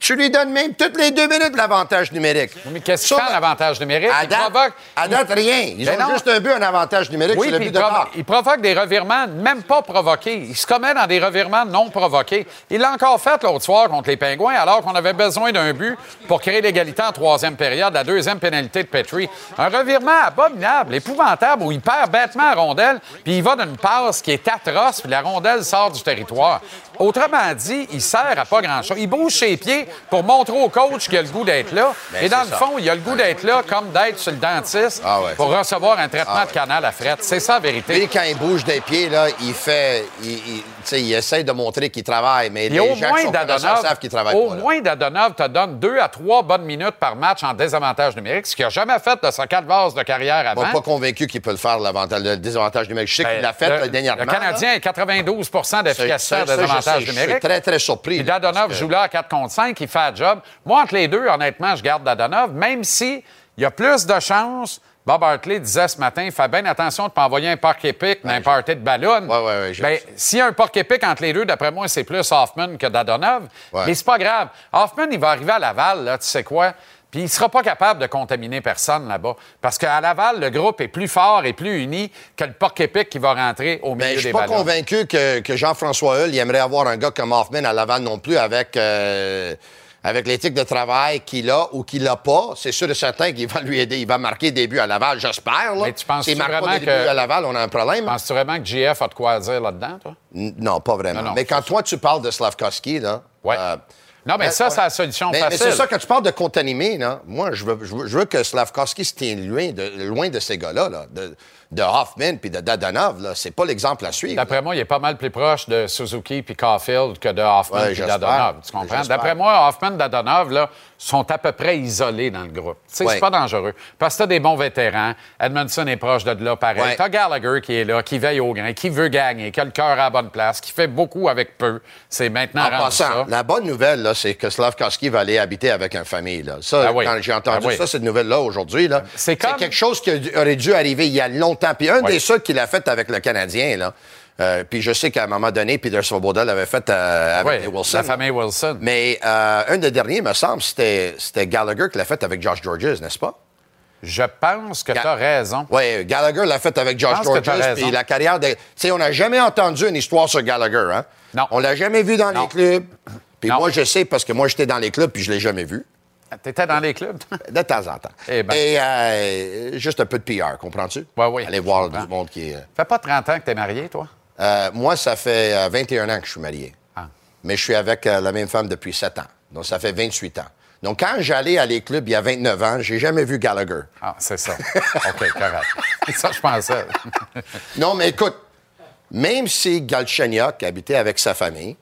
Speaker 8: Tu lui donnes même toutes les deux minutes l'avantage numérique.
Speaker 1: Mais qu'est-ce qu'il fait en avantage numérique?
Speaker 8: À
Speaker 1: Il
Speaker 8: date,
Speaker 1: provoque...
Speaker 8: à date, rien. Ils
Speaker 1: Ben
Speaker 8: ont
Speaker 1: non.
Speaker 8: juste un but en avantage numérique,
Speaker 1: Oui,
Speaker 8: c'est le
Speaker 1: puis
Speaker 8: but
Speaker 1: il,
Speaker 8: de
Speaker 1: provo-
Speaker 8: Bach.
Speaker 1: il provoque des revirements même pas provoqués. Il se commet dans des revirements non provoqués. Il l'a encore fait l'autre soir contre les Pingouins, alors qu'on avait besoin d'un but pour créer l'égalité en troisième période, la deuxième pénalité de Petrie. Un revirement abominable, épouvantable, où il perd bêtement la rondelle, puis il va d'une passe qui est atroce, puis la rondelle sort du territoire. Autrement dit, il sert à pas grand-chose. Il bouge ses pieds pour montrer au coach qu'il a le goût d'être là.
Speaker 8: Ben,
Speaker 1: Et dans
Speaker 8: c'est
Speaker 1: le
Speaker 8: ça.
Speaker 1: fond, il a le goût d'être là comme d'être sur le dentiste
Speaker 8: Ah ouais.
Speaker 1: pour recevoir un traitement
Speaker 8: Ah
Speaker 1: de canal à frette. C'est ça la vérité.
Speaker 8: Lui, quand il bouge des pieds, là, il fait... Il, il, tu sais, il essaie de montrer qu'il travaille, mais
Speaker 1: Et
Speaker 8: les
Speaker 1: au
Speaker 8: gens qui
Speaker 1: moins,
Speaker 8: sont connaisseurs
Speaker 1: Dadonov,
Speaker 8: savent qu'il travaille
Speaker 1: au
Speaker 8: pas. là.
Speaker 1: moins, Dadonov te donne deux à trois bonnes minutes par match en désavantage numérique, ce qu'il n'a jamais fait de sa quatre bases de carrière
Speaker 8: Je
Speaker 1: avant.
Speaker 8: ne suis pas convaincu qu'il peut le faire, l'avantage, le désavantage numérique. Je sais
Speaker 1: Ben,
Speaker 8: qu'il l'a fait
Speaker 1: le,
Speaker 8: là, dernièrement.
Speaker 1: Le Canadien a quatre-vingt-douze pour cent d'efficacité
Speaker 8: Ça,
Speaker 1: en
Speaker 8: ça, je
Speaker 1: désavantage
Speaker 8: sais, je
Speaker 1: numérique.
Speaker 8: suis très, très surpris.
Speaker 1: Puis
Speaker 8: là,
Speaker 1: Dadonov
Speaker 8: parce que-
Speaker 1: joue là à quatre contre cinq, il fait la job. Moi, entre les deux, honnêtement, je garde Dadonov, même si il y a plus de chances. Bob Hartley disait ce matin, fais bien attention de ne pas envoyer un parc épique dans un party de ballon.
Speaker 8: Ouais, ouais, ouais, je
Speaker 1: Ben,
Speaker 8: sais.
Speaker 1: s'il y a un parc épique entre les deux, d'après moi, c'est plus Hoffman que Dadonov.
Speaker 8: Ouais.
Speaker 1: Mais c'est pas grave. Hoffman, il va arriver à Laval, là, tu sais quoi? Puis il sera pas capable de contaminer personne là-bas. Parce qu'à Laval, le groupe est plus fort et plus uni que le parc épique qui va rentrer au milieu
Speaker 8: Mais je
Speaker 1: des
Speaker 8: suis pas
Speaker 1: ballons.
Speaker 8: convaincu que, que Jean-François Hull il aimerait avoir un gars comme Hoffman à Laval non plus avec, euh, avec l'éthique de travail qu'il a ou qu'il n'a pas. C'est sûr et certain qu'il va lui aider. Il va marquer des buts à Laval, j'espère. là.
Speaker 1: Mais tu penses-tu
Speaker 8: S'il marque pas
Speaker 1: vraiment
Speaker 8: des
Speaker 1: que-
Speaker 8: buts à Laval, on a un problème.
Speaker 1: Penses-tu vraiment que J F a de quoi dire là-dedans, toi?
Speaker 8: N- Non, pas vraiment.
Speaker 1: Non, non,
Speaker 8: mais quand
Speaker 1: c'est
Speaker 8: toi, tu parles de Slavkovski, là...
Speaker 1: Ouais.
Speaker 8: euh,
Speaker 1: Non, mais
Speaker 8: euh,
Speaker 1: ça,
Speaker 8: on-
Speaker 1: c'est la solution
Speaker 8: mais, mais
Speaker 1: facile.
Speaker 8: c'est ça, quand tu parles de contaminer, là, moi, je veux, je veux, je veux que Slavkovski se tienne loin de, loin de ces gars-là, là, de, de Hoffman puis de Dadonov. Là. C'est pas l'exemple à suivre.
Speaker 1: D'après moi, il est pas mal plus proche de Suzuki puis Caulfield que de Hoffman
Speaker 8: Ouais,
Speaker 1: puis
Speaker 8: j'espère.
Speaker 1: Dadonov. Tu comprends?
Speaker 8: J'espère.
Speaker 1: D'après moi, Hoffman et Dadonov là, sont à peu près isolés dans le groupe. Tu sais,
Speaker 8: Ouais.
Speaker 1: c'est pas dangereux. Parce que t'as des bons vétérans. Edmondson est proche de là, pareil.
Speaker 8: Ouais.
Speaker 1: T'as Gallagher qui est là, qui veille au grain, qui veut gagner, qui a le cœur à la bonne place, qui fait beaucoup avec peu. C'est maintenant
Speaker 8: En
Speaker 1: rendu
Speaker 8: passant,
Speaker 1: ça.
Speaker 8: la bonne nouvelle, là, c'est que Slavkovski va aller habiter avec une famille. Là. Ça,
Speaker 1: Ah oui.
Speaker 8: quand j'ai entendu
Speaker 1: Ah oui.
Speaker 8: ça, cette nouvelle-là, aujourd'hui, là,
Speaker 1: C'est comme-
Speaker 8: quelque chose qui a- aurait dû arriver il y a longtemps. Puis un
Speaker 1: Oui.
Speaker 8: des seuls qu'il a fait avec le Canadien, là, euh, puis je sais qu'à un moment donné, Peter Svoboda l'avait fait euh, avec
Speaker 1: Oui,
Speaker 8: les Wilson.
Speaker 1: la famille Wilson.
Speaker 8: Mais euh, un des derniers, me semble, c'était, c'était Gallagher qui l'a fait avec Josh Georges, n'est-ce pas?
Speaker 1: Je pense que
Speaker 8: Ga-
Speaker 1: tu as raison.
Speaker 8: Oui, Gallagher l'a fait avec Josh
Speaker 1: Je pense que
Speaker 8: Georges.
Speaker 1: t'as raison.
Speaker 8: Puis la carrière de. Tu sais, on n'a jamais entendu une histoire sur Gallagher, hein?
Speaker 1: Non.
Speaker 8: On l'a jamais vu dans
Speaker 1: Non.
Speaker 8: les clubs. Puis
Speaker 1: Non.
Speaker 8: moi, je sais parce que moi, j'étais dans les clubs puis je l'ai jamais vu.
Speaker 1: T'étais dans les clubs?
Speaker 8: De temps en temps.
Speaker 1: Eh ben.
Speaker 8: Et euh, juste un peu de P R, comprends-tu?
Speaker 1: Oui, oui.
Speaker 8: Aller voir
Speaker 1: Je comprends.
Speaker 8: du monde qui est.
Speaker 1: Ça fait pas trente ans que t'es marié, toi?
Speaker 8: Euh, moi, ça fait euh, vingt et un ans que je suis marié.
Speaker 1: Ah.
Speaker 8: Mais je suis avec euh, la même femme depuis sept ans. Donc, ça fait vingt-huit ans. Donc, quand j'allais à les clubs il y a vingt-neuf ans, j'ai jamais vu Gallagher.
Speaker 1: Ah, c'est ça. OK, correct. Ça, je pensais.
Speaker 8: Non, mais écoute, même si Galchenyuk habitait avec sa famille,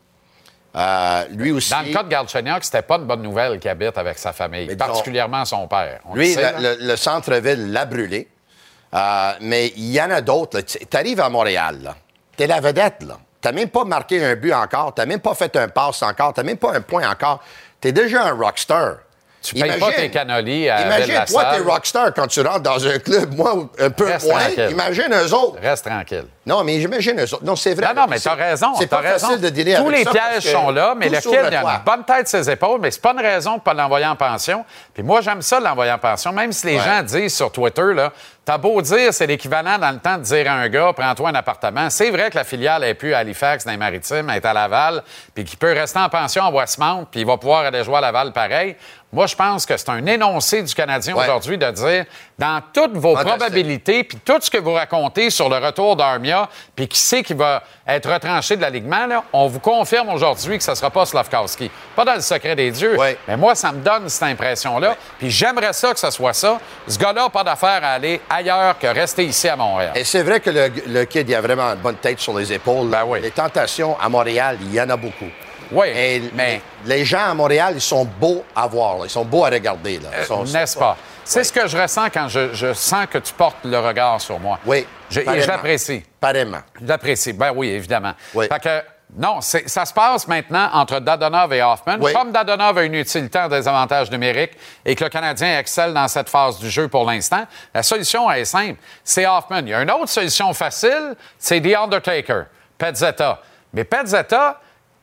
Speaker 8: euh, lui aussi...
Speaker 1: Dans le cas de Galchenyuk, c'était pas une bonne nouvelle qu'il habite avec sa famille,
Speaker 8: Mais disons-
Speaker 1: particulièrement son père. On le
Speaker 8: Lui,
Speaker 1: sait,
Speaker 8: la-
Speaker 1: là.
Speaker 8: le, le centre-ville l'a brûlé. Euh, mais il y en a d'autres. Tu arrives à Montréal, là. T'es la vedette, là. T'as même pas marqué un but encore. T'as même pas fait un pass encore. T'as même pas un point encore. T'es déjà un rockstar.
Speaker 1: Tu payes pas tes cannolis à
Speaker 8: Imagine, toi,
Speaker 1: Ville-la-Salle.
Speaker 8: t'es rockstar quand tu rentres dans un club. Moi, un peu
Speaker 1: Reste
Speaker 8: moins.
Speaker 1: tranquille.
Speaker 8: Imagine eux autres.
Speaker 1: Reste tranquille.
Speaker 8: Non, mais j'imagine eux autres. Non, c'est vrai.
Speaker 1: Non, non, mais t'as raison.
Speaker 8: C'est
Speaker 1: t'as
Speaker 8: pas
Speaker 1: raison.
Speaker 8: facile de dealer
Speaker 1: Tous
Speaker 8: avec
Speaker 1: les
Speaker 8: ça parce
Speaker 1: pièges
Speaker 8: que
Speaker 1: sont là, mais
Speaker 8: tout
Speaker 1: le
Speaker 8: s'ouvre
Speaker 1: kid,
Speaker 8: à
Speaker 1: il a
Speaker 8: toi.
Speaker 1: une bonne tête sur ses épaules, mais c'est pas une raison de pas l'envoyer en pension. Puis moi, j'aime ça, l'envoyer en pension. Même si les
Speaker 8: Ouais.
Speaker 1: gens disent sur Twitter, là, t'as beau dire, c'est l'équivalent dans le temps de dire à un gars, prends-toi un appartement. C'est vrai que la filiale est plus à Halifax, dans les Maritimes, elle est à Laval, puis qu'il peut rester en pension à Westmount, puis il va pouvoir aller jouer à Laval pareil. Moi, je pense que c'est un énoncé du Canadien
Speaker 8: Ouais.
Speaker 1: aujourd'hui de dire, dans toutes vos
Speaker 8: Fantastique.
Speaker 1: probabilités, puis tout ce que vous racontez sur le retour d'Armia, puis qui sait qu'il va être retranché de l'alignement, là, on vous confirme aujourd'hui que ce ne sera pas Slavkovski. Pas dans le secret des dieux.
Speaker 8: Ouais.
Speaker 1: Mais moi, ça me donne cette impression-là. Puis j'aimerais ça que ce soit ça. Ce gars-là n'a pas d'affaire à aller ailleurs que rester ici à Montréal.
Speaker 8: Et c'est vrai que le, le kid, il a vraiment une bonne tête sur les épaules.
Speaker 1: Ben oui.
Speaker 8: Les tentations à Montréal, il y en a beaucoup.
Speaker 1: Oui,
Speaker 8: Et
Speaker 1: mais
Speaker 8: les gens à Montréal, ils sont beaux à voir. là. Ils sont beaux à regarder. Là. Ils sont-
Speaker 1: n'est-ce pas? C'est ce que je ressens quand je, je sens que tu portes le regard sur moi.
Speaker 8: Oui.
Speaker 1: Je, et
Speaker 8: pareillement.
Speaker 1: je l'apprécie.
Speaker 8: Pareillement.
Speaker 1: Je l'apprécie. Ben oui, évidemment.
Speaker 8: Oui.
Speaker 1: Fait que, non, c'est- ça se passe maintenant entre Dadonov et Hoffman.
Speaker 8: Oui.
Speaker 1: Comme Dadonov a une utilité en désavantage numérique et que le Canadien excelle dans cette phase du jeu pour l'instant, la solution est simple. C'est Hoffman. Il y a une autre solution facile, c'est The Undertaker, Pezzetta. Mais Pezzetta,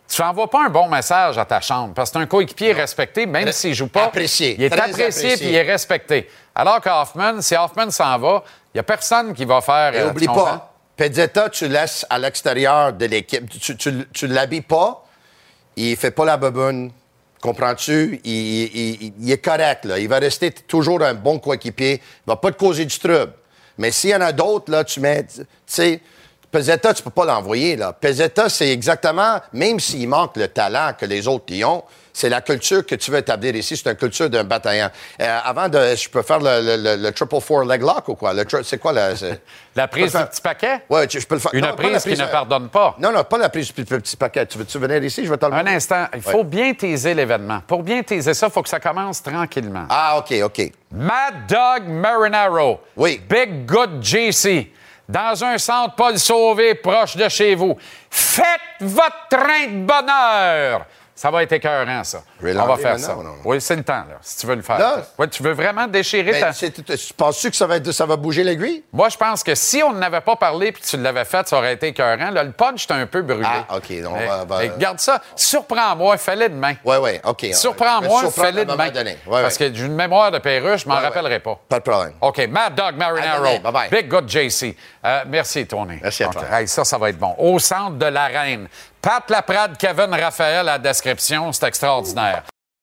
Speaker 1: tu n'envoies pas un bon message à ta chambre parce que c'est un coéquipier non. respecté, même s'il ne joue pas.
Speaker 8: Apprécié.
Speaker 1: Il est
Speaker 8: Très
Speaker 1: apprécié,
Speaker 8: apprécié.
Speaker 1: puis il est respecté. Alors qu'Hoffman, si Hoffman s'en va, il n'y a personne qui va faire...
Speaker 8: Et
Speaker 1: euh,
Speaker 8: oublie pas, Pezzetta, tu laisses à l'extérieur de l'équipe. Tu, tu, tu l'habilles pas, il fait pas la baboune. Comprends-tu? Il, il, il est correct, là. Il va rester toujours un bon coéquipier. Il va pas te causer du trouble. Mais s'il y en a d'autres, là, tu mets... Tu sais, Pezzetta, tu peux pas l'envoyer, là. Pezzetta, c'est exactement... Même s'il manque le talent que les autres y ont, c'est la culture que tu veux établir ici. C'est une culture d'un bataillon. Euh, avant de... Je peux faire le, le, le, le triple four leg lock ou quoi? Le, c'est quoi, la...
Speaker 1: La prise du petit paquet?
Speaker 8: Oui, je peux le faire.
Speaker 1: Une
Speaker 8: non,
Speaker 1: prise,
Speaker 8: prise
Speaker 1: qui ne pardonne pas.
Speaker 8: Non, non, pas la prise du petit paquet. Tu veux-tu venir ici? Je vais t'en
Speaker 1: Un instant. Il faut
Speaker 8: ouais.
Speaker 1: bien taiser l'événement. Pour bien taiser ça, il faut que ça commence tranquillement.
Speaker 8: Ah, OK, OK.
Speaker 1: Mad Dog Marinaro.
Speaker 8: Oui.
Speaker 1: Big Good J C. Dans un centre Paul Sauvé, proche de chez vous. Faites votre train de bonheur. Ça va être écœurant, ça. On va faire ça. Non, non. Oui, c'est le temps, là, si tu veux le faire.
Speaker 8: Là,
Speaker 1: ouais, tu veux vraiment déchirer
Speaker 8: mais
Speaker 1: ta...
Speaker 8: Tu penses-tu que ça va, être, ça va bouger l'aiguille?
Speaker 1: Moi, je pense que si on n'avait pas parlé puis que tu l'avais fait, ça aurait été écœurant. Là, le punch est un peu brûlé.
Speaker 8: Ah, OK. Donc,
Speaker 1: mais,
Speaker 8: va, va...
Speaker 1: mais garde ça. Surprends-moi, fais-le demain.
Speaker 8: Oui, oui, OK.
Speaker 1: Surprends-moi, fais-le demain.
Speaker 8: Ouais,
Speaker 1: Parce
Speaker 8: ouais.
Speaker 1: que j'ai une mémoire de perruche, je m'en
Speaker 8: ouais,
Speaker 1: rappellerai
Speaker 8: ouais.
Speaker 1: pas.
Speaker 8: Pas de problème.
Speaker 1: OK. Mad Dog Marinaro.
Speaker 8: Bye-bye.
Speaker 1: Big Good J C. Euh, merci, Tony.
Speaker 8: Merci à
Speaker 1: okay.
Speaker 8: toi.
Speaker 1: Hey, ça, ça va être bon. Au centre de l'arène. Pat Laprade, Kevin Raphaël, la description, c'est extraordinaire.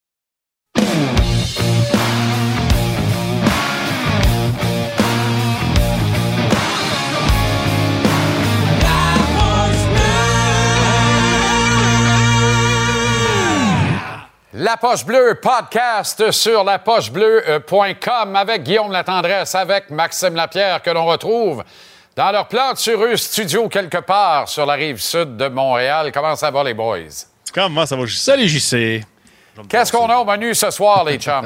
Speaker 1: La Poche Bleue, podcast sur la poche bleue point com avec Guillaume Latendresse, avec Maxime Lapierre, que l'on retrouve dans leur plantureux studio quelque part sur la rive sud de Montréal. Comment ça va, les boys?
Speaker 10: Comment ça va, J C?
Speaker 11: Salut, J C.
Speaker 1: Qu'est-ce qu'on a au menu ce soir, les chums?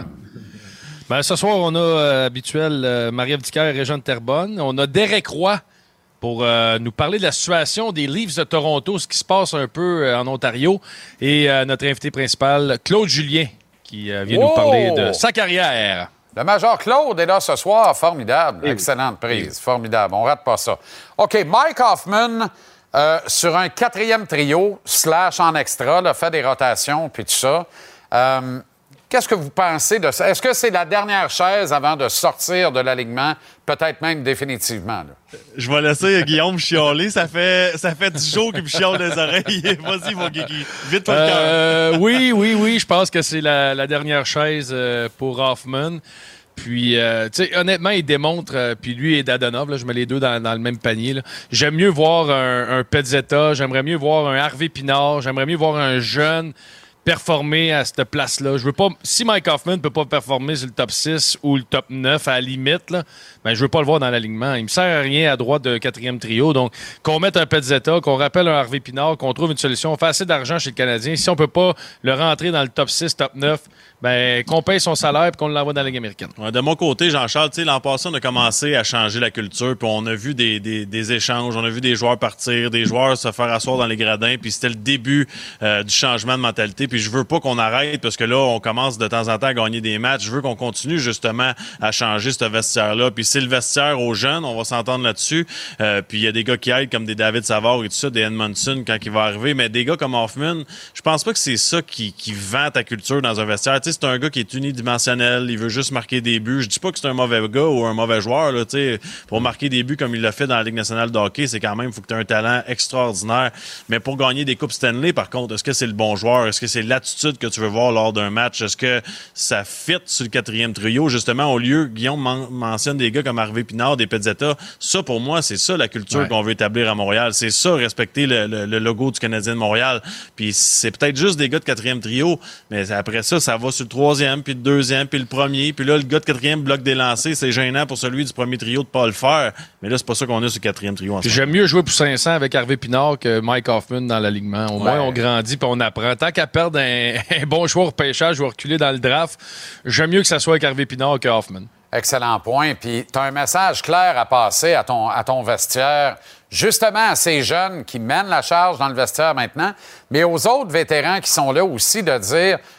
Speaker 11: Ben, ce soir, on a euh, habituel euh, Marie-Ève Dicker et Régent de Terrebonne. On a Derek Roy pour euh, nous parler de la situation des Leafs de Toronto, ce qui se passe un peu euh, en Ontario. Et euh, notre invité principal, Claude Julien, qui euh, vient oh! nous parler de sa carrière.
Speaker 1: Le Major Claude est là ce soir. Formidable. Oui. Excellente prise. Oui. Formidable. On rate pas ça. OK. Mike Hoffman, euh, sur un quatrième trio, slash en extra, là, fait des rotations puis tout ça. Euh, Qu'est-ce que vous pensez de ça? Est-ce que c'est la dernière chaise avant de sortir de l'alignement, peut-être même définitivement? Là?
Speaker 10: Je vais laisser Guillaume chialer. Ça fait, ça fait dix jours qu'il me chiale les oreilles. Vas-y, mon Guigui. Vite toi
Speaker 11: euh,
Speaker 10: le cœur.
Speaker 11: Oui, oui, oui. Je pense que c'est la, la dernière chaise euh, pour Hoffman. Puis, euh, tu sais, honnêtement, il démontre, euh, puis lui et Dadonov, là, je mets les deux dans, dans le même panier. Là. J'aime mieux voir un, un Pezzetta, j'aimerais mieux voir un Harvey Pinard, j'aimerais mieux voir un jeune performer à cette place-là. Je veux pas. Si Mike Hoffman ne peut pas performer sur le top six ou le top neuf à la limite, là, ben, je veux pas le voir dans l'alignement. Il me sert à rien à droite de quatrième trio. Donc, qu'on mette un Pezzetta, qu'on rappelle un Harvey Pinard, qu'on trouve une solution. On fait assez d'argent chez le Canadien. Si on peut pas le rentrer dans le top six, top neuf, ben, qu'on paye son salaire et qu'on l'envoie dans la Ligue américaine.
Speaker 10: Ouais, de mon côté, Jean-Charles, l'an passé, on a commencé à changer la culture, puis on a vu des, des, des échanges, on a vu des joueurs partir, des joueurs se faire asseoir dans les gradins, puis c'était le début euh, du changement de mentalité. Puis je veux pas qu'on arrête, parce que là, on commence de temps en temps à gagner des matchs. Je veux qu'on continue justement à changer ce vestiaire-là. Puis c'est le vestiaire aux jeunes, on va s'entendre là-dessus. Euh, puis il y a des gars qui aident, comme des David Savard et tout ça, des Edmondson quand il va arriver. Mais des gars comme Hoffman, je pense pas que c'est ça qui, qui vend ta culture dans un vestiaire. Tu sais, c'est un gars qui est unidimensionnel, il veut juste marquer des buts. Je dis pas que c'est un mauvais gars ou un mauvais joueur, là, tu sais. Pour marquer des buts comme il l'a fait dans la Ligue nationale de hockey, c'est quand même, il faut que tu aies un talent extraordinaire. Mais pour gagner des Coupes Stanley, par contre, est-ce que c'est le bon joueur? Est-ce que c'est l'attitude que tu veux voir lors d'un match? Est-ce que ça fit sur le quatrième trio? Justement, au lieu, Guillaume men- mentionne des gars comme Harvey Pinard, des Pezzetta. Ça, pour moi, c'est ça la culture ouais. qu'on veut établir à Montréal. C'est ça, respecter le, le, le logo du Canadien de Montréal. Puis c'est peut-être juste des gars de quatrième trio, mais après ça, ça va sur le troisième, puis le deuxième, puis le premier. Puis là, le gars de quatrième bloc des lancers, c'est gênant pour celui du premier trio de pas le faire. Mais là, c'est pas ça qu'on a sur le quatrième trio.
Speaker 11: Puis j'aime mieux jouer pour cinq cents avec Harvey Pinard que Mike Hoffman dans l'alignement. Au moins, ouais. on grandit puis on apprend. Tant qu'à perdre un, un bon choix au repêchage ou reculer dans le draft, j'aime mieux que ça soit avec Harvey Pinard que Hoffman.
Speaker 1: Excellent point. Puis tu as un message clair à passer à ton, à ton vestiaire, justement à ces jeunes qui mènent la charge dans le vestiaire maintenant, mais aux autres vétérans qui sont là aussi de dire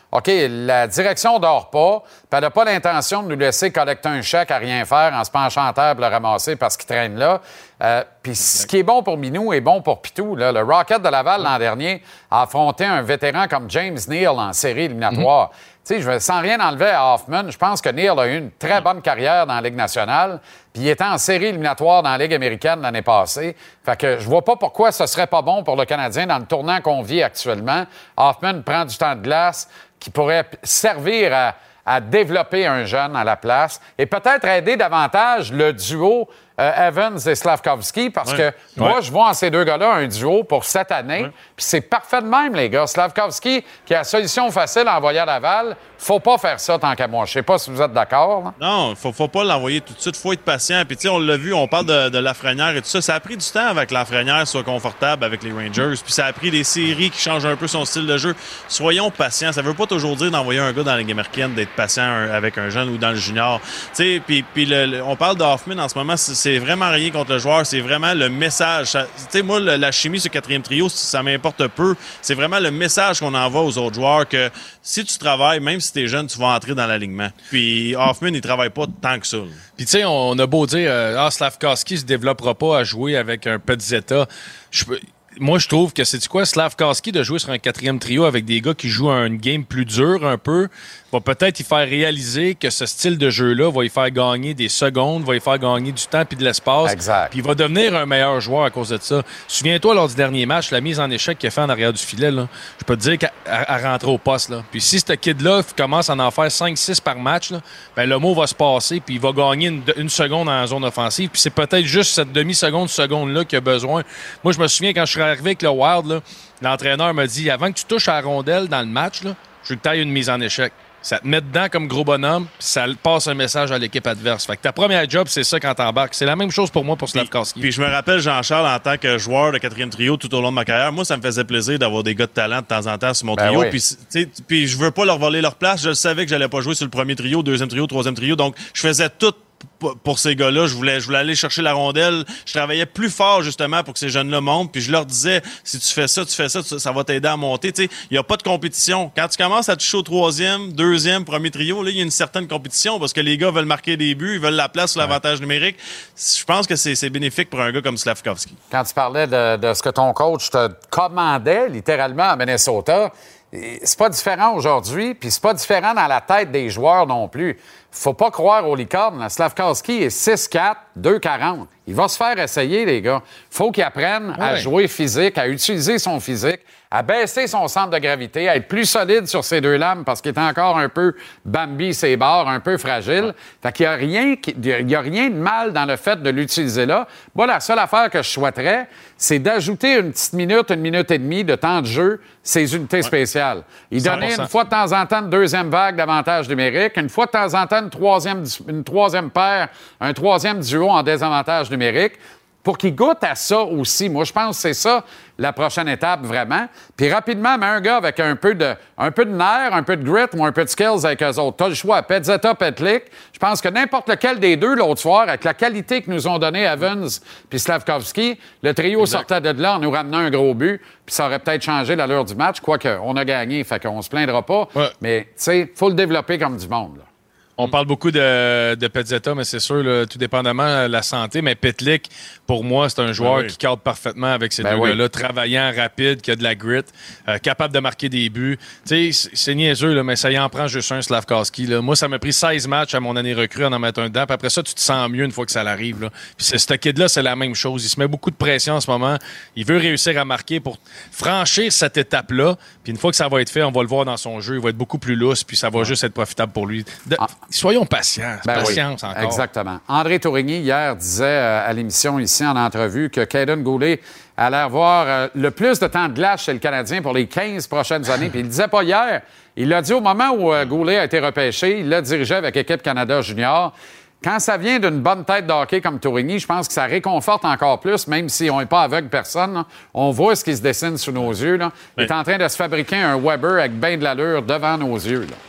Speaker 1: OK, la direction dort pas, puis elle n'a pas l'intention de nous laisser collecter un chèque à rien faire en se penchant à terre pour le ramasser parce qu'il traîne là. Euh, puis ce qui est bon pour Minou est bon pour Pitou. Là. Le Rocket de Laval, l'an dernier, a affronté un vétéran comme James Neal en série éliminatoire. Mm-hmm. Tu sais, sans rien enlever à Hoffman, je pense que Neal a eu une très bonne carrière dans la Ligue nationale, puis il était en série éliminatoire dans la Ligue américaine l'année passée. Fait que je vois pas pourquoi ce serait pas bon pour le Canadien dans le tournant qu'on vit actuellement. Hoffman prend du temps de glace qui pourrait servir à, à développer un jeune à la place et peut-être aider davantage le duo euh, Evans et Slavkovski, parce
Speaker 10: ouais.
Speaker 1: que moi,
Speaker 10: ouais.
Speaker 1: je vois en ces deux gars-là un duo pour cette année.
Speaker 10: Ouais.
Speaker 1: Puis c'est parfait de même, les gars. Slavkovski, qui a la solution facile à envoyer à Laval, faut pas faire ça tant qu'à moi. Je sais pas si vous êtes d'accord. Là.
Speaker 10: Non, faut, faut pas l'envoyer tout de suite. Faut être patient. Puis, tu sais, on l'a vu, on parle de, de Lafrenière et tout ça. Ça a pris du temps avec Lafrenière soit confortable avec les Rangers. Puis, ça a pris des séries qui changent un peu son style de jeu. Soyons patients. Ça veut pas toujours dire d'envoyer un gars dans la Ligue américaine, d'être patient un, avec un jeune ou dans le junior. Tu sais, puis, puis le, le, on parle d'Hoffman en ce moment. C'est, c'est vraiment rien contre le joueur. C'est vraiment le message. Tu sais, moi, le, la chimie sur quatrième trio, ça m'importe peu. C'est vraiment le message qu'on envoie aux autres joueurs que si tu travailles, même si t'es jeune, tu vas entrer dans l'alignement. Puis Hoffman, il travaille pas tant que ça. Là.
Speaker 11: Puis tu sais, on a beau dire euh, ah, Slavkovski se développera pas à jouer avec un Pezzetta. Je peux... Moi, je trouve que c'est quoi, Slavkovski de jouer sur un quatrième trio avec des gars qui jouent un game plus dur un peu, va peut-être y faire réaliser que ce style de jeu-là va y faire gagner des secondes, va y faire gagner du temps puis de l'espace.
Speaker 1: Exact.
Speaker 11: Puis il va devenir un meilleur joueur à cause de ça. Souviens-toi, lors du dernier match, la mise en échec qu'il a fait en arrière du filet, là, je peux te dire qu'à à rentrer au poste. Là. Puis si ce kid-là commence à en faire cinq six par match, là, ben, le mot va se passer puis il va gagner une, une seconde en zone offensive. Puis c'est peut-être juste cette demi-seconde, seconde-là qu'il a besoin. Moi, je me souviens quand je suis arrivé avec le Wild, là, l'entraîneur m'a dit, avant que tu touches à la rondelle dans le match, là, je veux que tu ailles une mise en échec. Ça te met dedans comme gros bonhomme, puis ça passe un message à l'équipe adverse. Fait que ta première job, c'est ça quand t'embarques. C'est la même chose pour moi pour Slavkovski.
Speaker 10: Puis, puis je me rappelle, Jean-Charles, en tant que joueur de quatrième trio tout au long de ma carrière, moi, ça me faisait plaisir d'avoir des gars de talent de temps en temps sur mon
Speaker 1: ben
Speaker 10: trio.
Speaker 1: Oui.
Speaker 10: Puis, puis je veux pas leur voler leur place. Je le savais que j'allais pas jouer sur le premier trio, deuxième trio, troisième trio. Donc, je faisais tout pour ces gars-là. Je voulais, je voulais aller chercher la rondelle. Je travaillais plus fort, justement, pour que ces jeunes-là montent. Puis je leur disais, si tu fais ça, tu fais ça, ça va t'aider à monter. Tu sais, il n'y a pas de compétition. Quand tu commences à toucher au troisième, deuxième, premier trio, là, il y a une certaine compétition parce que les gars veulent marquer des buts, ils veulent la place sur l'avantage numérique. Je pense que c'est, c'est bénéfique pour un gars comme Slavkovski.
Speaker 1: Quand tu parlais de, de ce que ton coach te commandait, littéralement, à Minnesota, c'est pas différent aujourd'hui, puis c'est pas différent dans la tête des joueurs non plus. Faut pas croire aux licornes. Slavkovski est six quatre, deux quarante. Il va se faire essayer, les gars. Faut qu'il apprenne ouais. à jouer physique, à utiliser son physique, à baisser son centre de gravité, à être plus solide sur ses deux lames parce qu'il est encore un peu Bambi, ses bords, un peu fragile. Ouais. Fait qu'il y a rien, il y a rien de mal dans le fait de l'utiliser là. Moi, la seule affaire que je souhaiterais, c'est d'ajouter une petite minute, une minute et demie de temps de jeu, ces unités ouais. spéciales. Il donnait une fois de temps en temps une deuxième vague d'avantage numérique, une fois de temps en temps une troisième, une troisième paire, un troisième duo en désavantage numérique, pour qu'il goûte à ça aussi. Moi, je pense que c'est ça la prochaine étape, vraiment. Puis rapidement, mais un gars avec un peu de, un peu de nerf, un peu de grit ou un peu de skills avec eux autres. T'as le choix, Pezzetta, Petlik. Je pense que n'importe lequel des deux l'autre soir, avec la qualité que nous ont donné Evans puis Slavkovski, le trio exact. Sortait de là en nous ramenant un gros but, puis ça aurait peut-être changé l'allure du match, quoique on a gagné, fait qu'on se plaindra pas. Ouais. Mais, tu sais, il faut le développer comme du monde, là.
Speaker 11: On parle beaucoup de, de Pezzetta, mais c'est sûr, là, tout dépendamment de la santé. Mais Petlik, pour moi, c'est un joueur ben oui. qui cadre parfaitement avec ces ben deux oui. gars-là, travaillant, rapide, qui a de la grit, euh, capable de marquer des buts. Tu sais, c'est niaiseux, là, mais ça y en prend juste un, Slavkovski. Là. Moi, ça m'a pris seize matchs à mon année recrue en en mettre un dedans. Puis après ça, tu te sens mieux une fois que ça l'arrive. Là. Puis ce kid-là, c'est la même chose. Il se met beaucoup de pression en ce moment. Il veut réussir à marquer pour franchir cette étape-là. Puis une fois que ça va être fait, on va le voir dans son jeu. Il va être beaucoup plus lousse, puis ça va ouais. juste être profitable pour lui. De... Ah. Soyons patients. Ben Patience oui, encore.
Speaker 1: Exactement. André Tourigny, hier, disait euh, à l'émission ici en entrevue que Caden Goulet allait avoir euh, le plus de temps de glace chez le Canadien pour les quinze prochaines années. Puis il ne disait pas hier. Il l'a dit au moment où euh, Goulet a été repêché. Il l'a dirigé avec l'équipe Canada Junior. Quand ça vient d'une bonne tête de hockey comme Tourigny, je pense que ça réconforte encore plus, même si on n'est pas aveugle personne. Là. On voit ce qui se dessine sous nos yeux. Là. Il oui. est en train de se fabriquer un Weber avec bien de l'allure devant nos yeux. Là.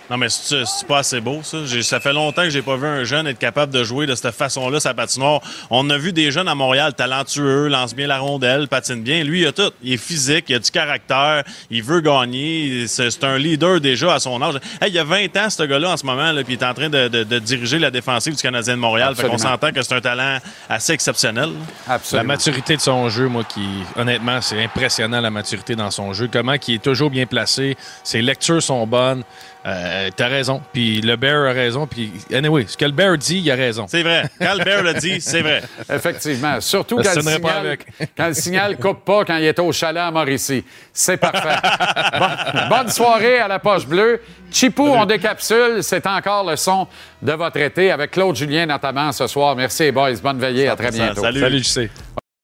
Speaker 10: Non, mais c'est, c'est pas assez beau, ça. J'ai, ça fait longtemps que j'ai pas vu un jeune être capable de jouer de cette façon-là sa patinoire. On a vu des jeunes à Montréal talentueux, lance bien la rondelle, patine bien. Lui, il a tout. Il est physique, il a du caractère, il veut gagner. C'est, c'est un leader déjà à son âge. Hey, il y a vingt ans, ce gars-là, en ce moment, là, puis il est en train de, de, de diriger la défensive du Canadien de Montréal. Absolument. Fait qu'on s'entend que c'est un talent assez exceptionnel.
Speaker 11: Absolument. La maturité de son jeu, moi, qui, honnêtement, c'est impressionnant, la maturité dans son jeu. Comment il est toujours bien placé. Ses lectures sont bonnes. Euh, t'as raison. Puis le Bear a raison. Puis, anyway, ce que le Bear dit, il a raison.
Speaker 10: C'est vrai. Quand le Bear l'a dit, c'est vrai.
Speaker 1: Effectivement. Surtout quand le, signal, quand le signal coupe pas quand il est au chalet à Mauricie. C'est parfait. Bon, bonne soirée à la Poche Bleue. Chipou, on décapsule. C'est encore le son de votre été avec Claude Julien notamment ce soir. Merci, boys. Bonne veillée. À très bientôt.
Speaker 11: Salut. Salut, J C.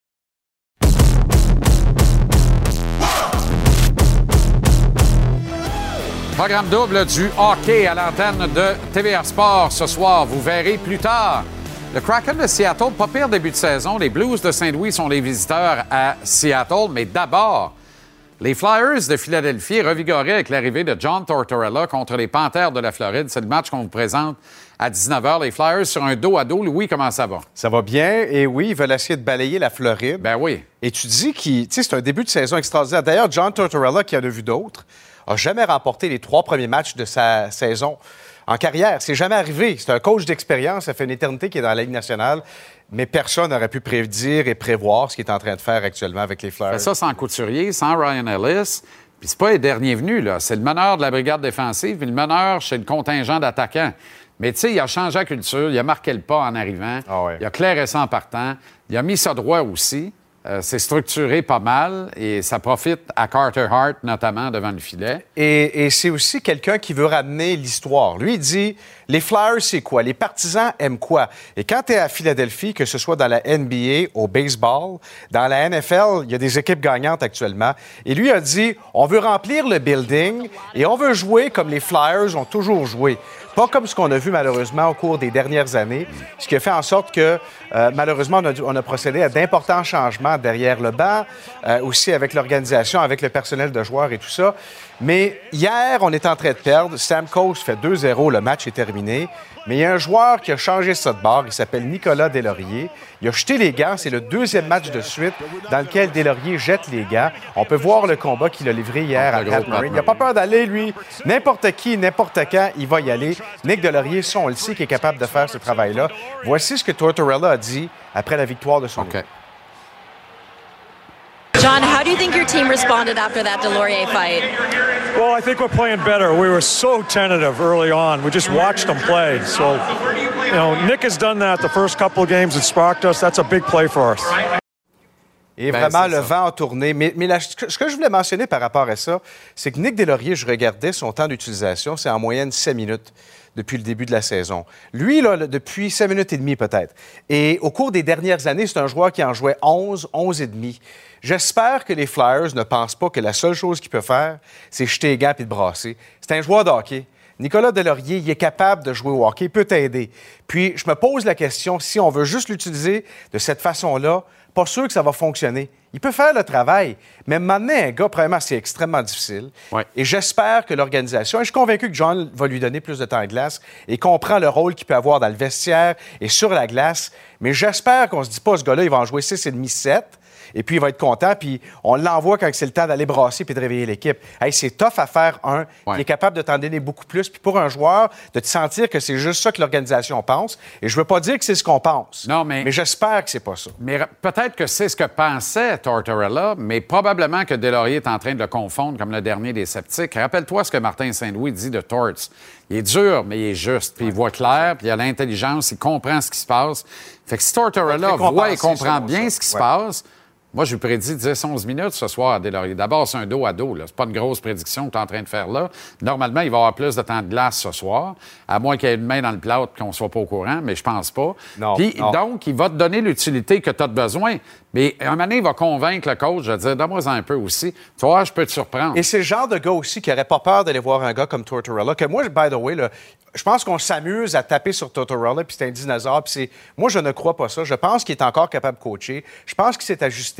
Speaker 1: Programme double du hockey à l'antenne de T V R Sport ce soir. Vous verrez plus tard. Le Kraken de Seattle, pas pire début de saison. Les Blues de Saint-Louis sont les visiteurs à Seattle. Mais d'abord, les Flyers de Philadelphie revigorés avec l'arrivée de John Tortorella contre les Panthères de la Floride. C'est le match qu'on vous présente à dix-neuf heures. Les Flyers sur un dos à dos. Louis, comment ça va?
Speaker 12: Ça va bien. Et oui, ils veulent essayer de balayer la Floride.
Speaker 1: Ben oui.
Speaker 12: Et tu dis que c'est un début de saison extraordinaire. D'ailleurs, John Tortorella, qui en a vu d'autres, n'a jamais remporté les trois premiers matchs de sa saison en carrière. C'est jamais arrivé. C'est un coach d'expérience. Ça fait une éternité qu'il est dans la Ligue nationale. Mais personne n'aurait pu prédire et prévoir ce qu'il est en train de faire actuellement avec les Flyers.
Speaker 1: Fait ça sans Couturier, sans Ryan Ellis. Puis c'est pas les derniers venus, là. C'est le meneur de la brigade défensive puis le meneur chez le contingent d'attaquants. Mais tu sais, il a changé la culture. Il a marqué le pas en arrivant.
Speaker 12: Ah ouais.
Speaker 1: Il a clairé ça en partant. Il a mis ça droit aussi. Euh, c'est structuré pas mal et ça profite à Carter Hart, notamment, devant le filet.
Speaker 12: Et, et c'est aussi quelqu'un qui veut ramener l'histoire. Lui, il dit, les Flyers, c'est quoi? Les partisans aiment quoi? Et quand tu es à Philadelphie, que ce soit dans la N B A, au baseball, dans la N F L, il y a des équipes gagnantes actuellement. Et lui a dit, on veut remplir le building et on veut jouer comme les Flyers ont toujours joué. Pas comme ce qu'on a vu malheureusement au cours des dernières années, ce qui a fait en sorte que euh, malheureusement on a, dû, on a procédé à d'importants changements derrière le banc, euh, aussi avec l'organisation, avec le personnel de joueurs et tout ça. Mais hier, on est en train de perdre. Stamkos fait deux zéro, le match est terminé. Mais il y a un joueur qui a changé ça de bord, il s'appelle Nicolas Deslauriers. Il a jeté les gants, c'est le deuxième match de suite dans lequel Deslauriers jette les gants. On peut voir le combat qu'il a livré hier à Pat Murray. Il n'a pas peur d'aller, lui. N'importe qui, n'importe quand, il va y aller. Nick Deslauriers, ça, on le sait, qui est capable de faire ce travail-là. Voici ce que Tortorella a dit après la victoire de son équipe.
Speaker 13: John, how do you think your team responded after that Deslauriers fight?
Speaker 14: Well, I think we're playing better. We were so tentative early on. We just watched them play. So, you know, Nick has done that the first couple of games that sparked us. That's a big play for us.
Speaker 12: Et ben, vraiment, le ça. vent a tourné. Mais, mais la, ce que je voulais mentionner par rapport à ça, c'est que Nick Deslauriers, je regardais son temps d'utilisation, c'est en moyenne sept minutes depuis le début de la saison. Lui, là, depuis cinq minutes et demie peut-être. Et au cours des dernières années, c'est un joueur qui en jouait onze, onze et demi. J'espère que les Flyers ne pensent pas que la seule chose qu'il peut faire, c'est jeter les gants et de brasser. C'est un joueur de hockey. Nicolas Deslauriers, il est capable de jouer au hockey, il peut t'aider. Puis, je me pose la question, si on veut juste l'utiliser de cette façon-là, pas sûr que ça va fonctionner. Il peut faire le travail, mais m'amener un gars, premièrement, c'est extrêmement difficile. Ouais. Et j'espère que l'organisation, et je suis convaincu que John va lui donner plus de temps à glace et comprend le rôle qu'il peut avoir dans le vestiaire et sur la glace, mais j'espère qu'on se dit pas, ce gars-là, il va en jouer six et demi, sept. Et puis, il va être content, puis on l'envoie quand c'est le temps d'aller brasser puis de réveiller l'équipe. Hey, c'est tough à faire, un. Ouais. Il est capable de t'en donner beaucoup plus. Puis pour un joueur, de te sentir que c'est juste ça que l'organisation pense. Et je veux pas dire que c'est ce qu'on pense.
Speaker 1: Non, mais...
Speaker 12: Mais j'espère que c'est pas ça.
Speaker 1: Mais peut-être que c'est ce que pensait Tortorella, mais probablement que Deslauriers est en train de le confondre comme le dernier des sceptiques. Rappelle-toi ce que Martin Saint-Louis dit de Torts. Il est dur, mais il est juste. Puis il voit clair, puis il a l'intelligence, il comprend ce qui se passe. Fait que si Tortorella voit et comprend bien ce qui se passe... Moi, je lui prédis dix à onze minutes ce soir à Deslauriers. D'abord, c'est un dos à dos. Là. C'est pas une grosse prédiction que tu es en train de faire là. Normalement, il va avoir plus de temps de glace ce soir, à moins qu'il y ait une main dans le plâtre et qu'on ne soit pas au courant, mais je pense pas.
Speaker 12: Non,
Speaker 1: Puis,
Speaker 12: non.
Speaker 1: donc, il va te donner l'utilité que tu as besoin. Mais un moment donné, il va convaincre le coach de dire, donne-moi un peu aussi. Tu vois, je peux te surprendre.
Speaker 12: Et c'est le genre de gars aussi qui n'aurait pas peur d'aller voir un gars comme Tortorella, que moi, by the way, là, je pense qu'on s'amuse à taper sur Tortorella, puis c'est un dinosaure. Puis c'est... Moi, je ne crois pas ça. Je pense qu'il est encore capable de coacher. Je pense qu'il s'est ajusté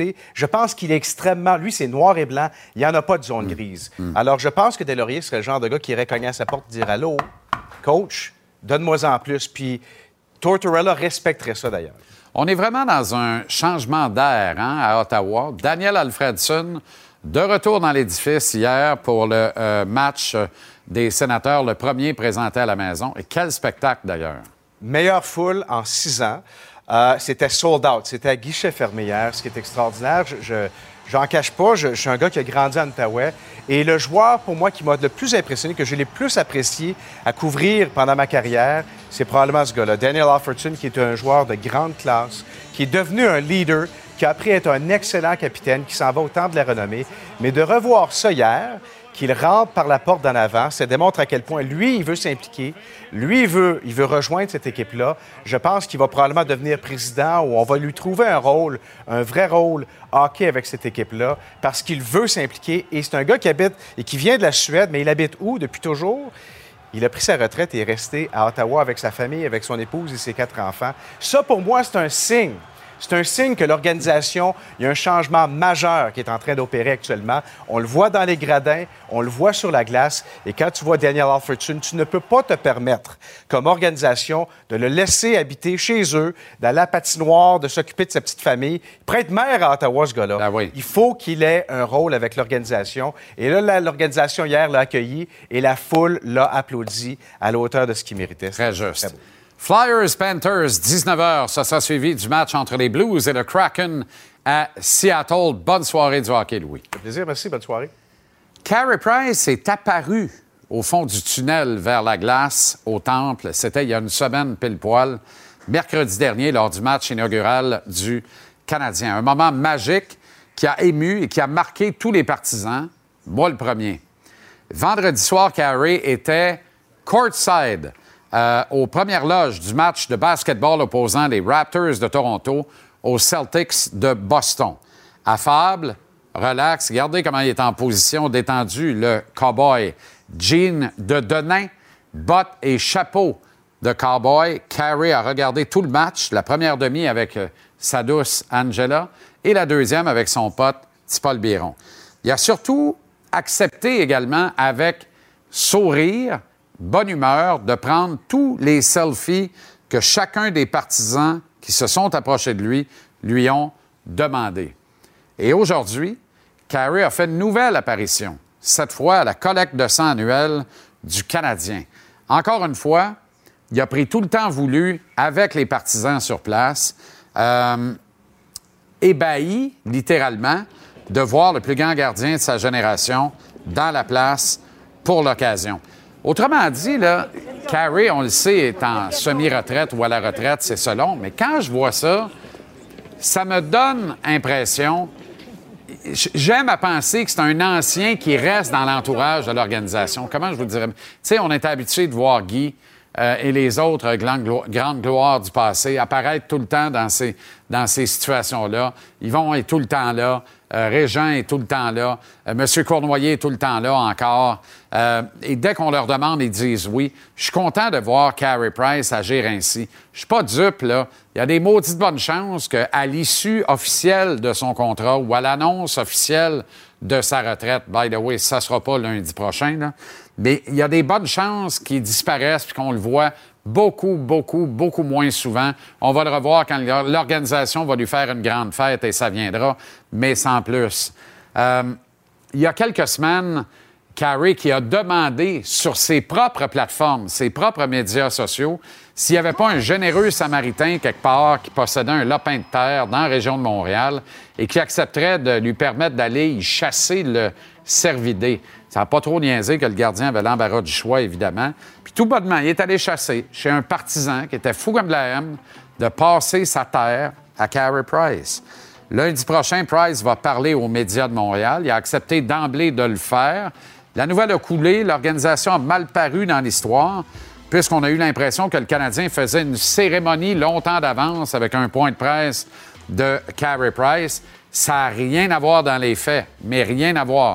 Speaker 12: d'intensité. Je pense qu'il est extrêmement... Lui, c'est noir et blanc. Il n'y en a pas de zone grise. Mm. Alors, je pense que Deslauriers serait le genre de gars qui irait cogner à sa porte et dire « Allô, coach, donne-moi en plus. » Puis Tortorella respecterait ça, d'ailleurs.
Speaker 1: On est vraiment dans un changement d'air hein, à Ottawa. Daniel Alfredson, de retour dans l'édifice hier pour le euh, match des Sénateurs, le premier présenté à la maison. Et quel spectacle, d'ailleurs.
Speaker 12: Meilleure foule en six ans. Euh, c'était sold out. C'était à guichet fermé hier, ce qui est extraordinaire. Je, je, j'en cache pas, je, je suis un gars qui a grandi en Outaouais. Et le joueur, pour moi, qui m'a le plus impressionné, que je l'ai plus apprécié à couvrir pendant ma carrière, c'est probablement ce gars-là. Daniel Alfredson, qui est un joueur de grande classe, qui est devenu un leader, qui a appris à être un excellent capitaine, qui s'en va au temps de la renommée. Mais de revoir ça hier, qu'il rentre par la porte d'en avant, ça démontre à quel point lui, il veut s'impliquer. Lui, il veut, il veut rejoindre cette équipe-là. Je pense qu'il va probablement devenir président ou on va lui trouver un rôle, un vrai rôle hockey avec cette équipe-là parce qu'il veut s'impliquer. Et c'est un gars qui habite et qui vient de la Suède, mais il habite où depuis toujours? Il a pris sa retraite et est resté à Ottawa avec sa famille, avec son épouse et ses quatre enfants. Ça, pour moi, c'est un signe. C'est un signe que l'organisation, il y a un changement majeur qui est en train d'opérer actuellement. On le voit dans les gradins, on le voit sur la glace. Et quand tu vois Daniel Alfredson, tu ne peux pas te permettre, comme organisation, de le laisser habiter chez eux, dans la patinoire, de s'occuper de sa petite famille. Il pourrait être maire à Ottawa, ce gars-là.
Speaker 1: Ah oui.
Speaker 12: Il faut qu'il ait un rôle avec l'organisation. Et là, l'organisation, hier, l'a accueilli et la foule l'a applaudi à la hauteur de ce qu'il méritait.
Speaker 1: Très juste. Très Flyers-Panthers, dix-neuf heures. Ça sera suivi du match entre les Blues et le Kraken à Seattle. Bonne soirée du hockey, Louis.
Speaker 12: Ça fait plaisir, merci. Bonne soirée.
Speaker 1: Carey Price est apparu au fond du tunnel vers la glace au Temple. C'était il y a une semaine pile poil, mercredi dernier, lors du match inaugural du Canadien. Un moment magique qui a ému et qui a marqué tous les partisans. Moi, le premier. Vendredi soir, Carey était courtside. Euh, aux premières loges du match de basketball opposant les Raptors de Toronto aux Celtics de Boston. Affable, relax, regardez comment il est en position détendue, le cowboy. Jean de Denain, bottes et chapeau de cowboy. Carey a regardé tout le match, la première demi avec euh, sa douce Angela et la deuxième avec son pote Paul Biron. Il a surtout accepté également avec sourire, bonne humeur, de prendre tous les selfies que chacun des partisans qui se sont approchés de lui lui ont demandé. Et aujourd'hui, Carey a fait une nouvelle apparition, cette fois à la collecte de sang annuelle du Canadien. Encore une fois, il a pris tout le temps voulu avec les partisans sur place, euh, ébahi, littéralement, de voir le plus grand gardien de sa génération dans la place pour l'occasion. Autrement dit, là, Carey, on le sait, est en semi-retraite ou à la retraite, c'est selon. Mais quand je vois ça, ça me donne impression... J'aime à penser que c'est un ancien qui reste dans l'entourage de l'organisation. Comment je vous dirais? Tu sais, on était habitué de voir Guy euh, et les autres grandes, glo- grandes gloires du passé apparaître tout le temps dans ces, dans ces situations-là. Yvon est tout le temps là. Euh, Régent est tout le temps là. Euh, Monsieur Cournoyer est tout le temps là encore. Euh, et dès qu'on leur demande, ils disent oui. Je suis content de voir Carey Price agir ainsi. Je suis pas dupe, là. Il y a des maudites bonnes chances qu'à l'issue officielle de son contrat ou à l'annonce officielle de sa retraite, by the way, ça sera pas lundi prochain, là, mais il y a des bonnes chances qu'il disparaisse puis qu'on le voit beaucoup, beaucoup, beaucoup moins souvent. On va le revoir quand l'organisation va lui faire une grande fête et ça viendra, mais sans plus. Euh, il y a quelques semaines, Carey qui a demandé sur ses propres plateformes, ses propres médias sociaux, s'il n'y avait pas un généreux Samaritain quelque part qui possédait un lopin de terre dans la région de Montréal et qui accepterait de lui permettre d'aller y chasser le cervidé. Ça n'a pas trop niaisé que le gardien avait l'embarras du choix, évidemment. Puis tout bonnement, il est allé chasser chez un partisan qui était fou comme de la haine de passer sa terre à Carey Price. Lundi prochain, Price va parler aux médias de Montréal. Il a accepté d'emblée de le faire. La nouvelle a coulé. L'organisation a mal paru dans l'histoire, puisqu'on a eu l'impression que le Canadien faisait une cérémonie longtemps d'avance avec un point de presse de Carey Price. Ça n'a rien à voir dans les faits, mais rien à voir.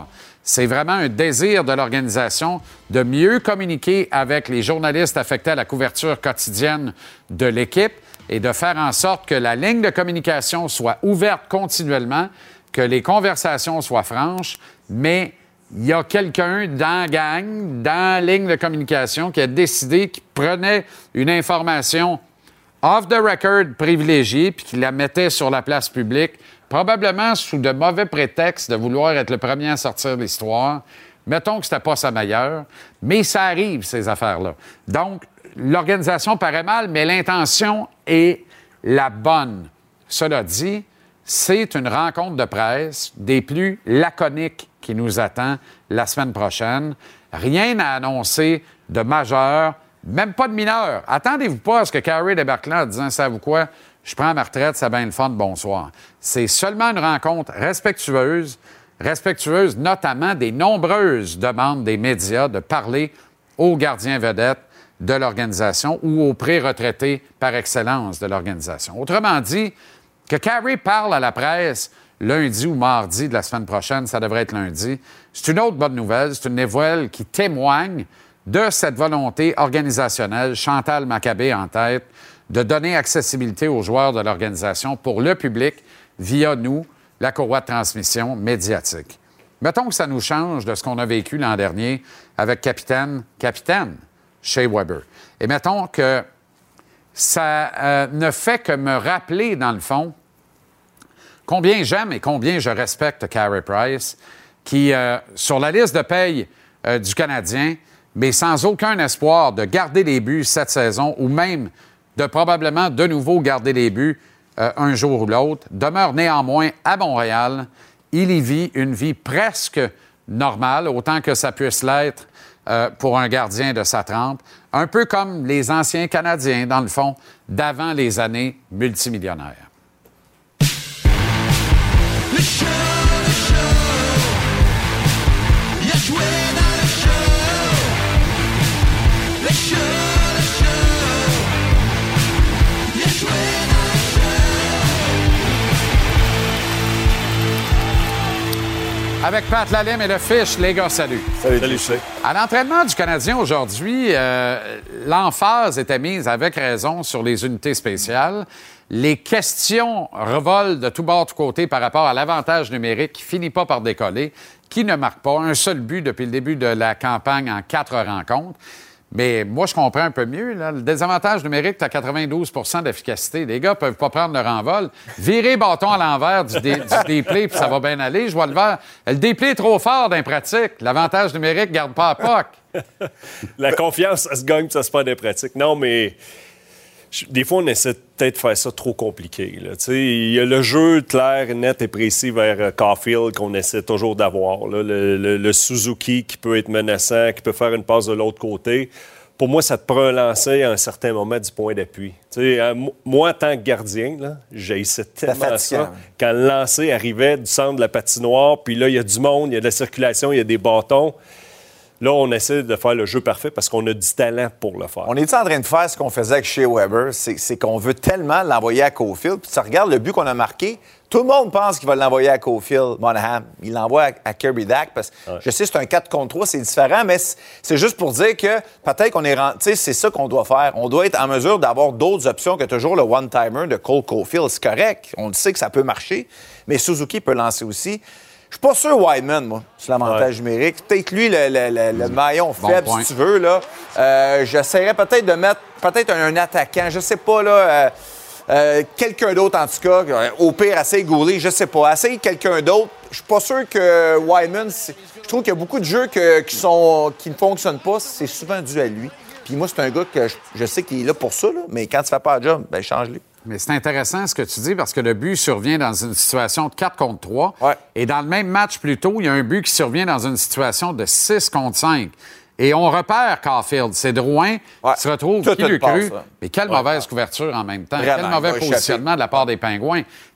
Speaker 1: C'est vraiment un désir de l'organisation de mieux communiquer avec les journalistes affectés à la couverture quotidienne de l'équipe et de faire en sorte que la ligne de communication soit ouverte continuellement, que les conversations soient franches, mais il y a quelqu'un dans la gang, dans la ligne de communication, qui a décidé qu'il prenait une information off the record privilégiée puis qui la mettait sur la place publique, probablement sous de mauvais prétextes de vouloir être le premier à sortir l'histoire. Mettons que c'était pas sa meilleure, mais ça arrive, ces affaires-là. Donc, l'organisation paraît mal, mais l'intention est la bonne. Cela dit, c'est une rencontre de presse des plus laconiques qui nous attend la semaine prochaine. Rien à annoncer de majeur, même pas de mineur. Attendez-vous pas à ce que Carey débarque là en disant « Savez-vous quoi? Je prends ma retraite, ça va bien le fun, bonsoir. » C'est seulement une rencontre respectueuse, respectueuse notamment des nombreuses demandes des médias de parler aux gardiens vedettes de l'organisation ou aux pré-retraités par excellence de l'organisation. Autrement dit, que Carey parle à la presse lundi ou mardi de la semaine prochaine, ça devrait être lundi, c'est une autre bonne nouvelle. C'est une nouvelle qui témoigne de cette volonté organisationnelle, Chantal Maccabé en tête, de donner accessibilité aux joueurs de l'organisation pour le public via nous, la courroie de transmission médiatique. Mettons que ça nous change de ce qu'on a vécu l'an dernier avec capitaine, capitaine Shea Weber. Et mettons que ça euh, ne fait que me rappeler, dans le fond, combien j'aime et combien je respecte Carey Price, qui, euh, sur la liste de paye euh, du Canadien, mais sans aucun espoir de garder les buts cette saison ou même de probablement de nouveau garder les buts euh, un jour ou l'autre, demeure néanmoins à Montréal. Il y vit une vie presque normale, autant que ça puisse l'être euh, pour un gardien de sa trempe, un peu comme les anciens Canadiens, dans le fond, d'avant les années multimillionnaires. Avec Pat Lalime et le Fish, les gars, salut.
Speaker 15: Salut, salut.
Speaker 1: À l'entraînement du Canadien aujourd'hui, euh, l'emphase était mise avec raison sur les unités spéciales. Les questions revolent de tous bords, de tous côtés par rapport à l'avantage numérique qui finit pas par décoller, qui ne marque pas un seul but depuis le début de la campagne en quatre rencontres. Mais moi, je comprends un peu mieux. Là. Le désavantage numérique, tu as quatre-vingt-douze pour cent d'efficacité. Les gars peuvent pas prendre leur envol. Virer bâton à l'envers du, dé, du déplay, puis ça va bien aller. Je vois le vert. Le déplay est trop fort dans pratique. L'avantage numérique garde pas à P O C.
Speaker 15: La confiance, ça se gagne, puis ça se perd dans les pratiques. Non, mais des fois, on essaie peut-être de faire ça trop compliqué. Il y a le jeu clair, net et précis vers Caulfield qu'on essaie toujours d'avoir. Là. Le, le, le Suzuki qui peut être menaçant, qui peut faire une passe de l'autre côté. Pour moi, ça te prend un lancer à un certain moment du point d'appui. Euh, moi, en tant que gardien, là, j'haïssais tellement ça. Quand le lancer arrivait du centre de la patinoire, puis là, il y a du monde, il y a de la circulation, il y a des bâtons. Là, on essaie de faire le jeu parfait parce qu'on a du talent pour le faire.
Speaker 16: On est en train de faire ce qu'on faisait avec Shea Weber? C'est, c'est qu'on veut tellement l'envoyer à Caulfield. Puis tu regardes le but qu'on a marqué, tout le monde pense qu'il va l'envoyer à Caulfield, Monahan. Il l'envoie à, à Kirby Dach parce que ouais. Je sais que c'est un quatre contre trois, c'est différent, mais c'est, c'est juste pour dire que peut-être qu'on est rentré. Tu sais, c'est ça qu'on doit faire. On doit être en mesure d'avoir d'autres options que toujours le one-timer de Cole Caulfield. C'est correct. On le sait que ça peut marcher, mais Suzuki peut lancer aussi. Je suis pas sûr Wideman, moi, sur l'avantage ouais. numérique. Peut-être lui, le, le, le, le maillon bon faible, point. Si tu veux. Là. Euh, j'essaierais peut-être de mettre peut-être un, un attaquant, je sais pas, là, euh, euh, quelqu'un d'autre en tout cas. Au pire, essaye Goulet, je sais pas. Essaye quelqu'un d'autre. Je suis pas sûr que Wideman... Je trouve qu'il y a beaucoup de jeux que, qui, sont, qui ne fonctionnent pas. C'est souvent dû à lui. Puis moi, c'est un gars que je, je sais qu'il est là pour ça, là, mais quand tu fais pas le job, ben change-le.
Speaker 1: Mais c'est intéressant ce que tu dis parce que le but survient dans une situation de quatre contre trois.
Speaker 16: Ouais.
Speaker 1: Et dans le même match plus tôt, il y a un but qui survient dans une situation de six contre cinq. Et on repère Caulfield. C'est Drouin
Speaker 16: ouais.
Speaker 1: qui se retrouve
Speaker 16: Tout
Speaker 1: qui l'eût cru.
Speaker 16: Passe,
Speaker 1: mais quelle
Speaker 16: ouais.
Speaker 1: mauvaise couverture en même temps.
Speaker 16: Vraiment,
Speaker 1: quel mauvais
Speaker 16: ouais,
Speaker 1: positionnement de la part des Pingouins.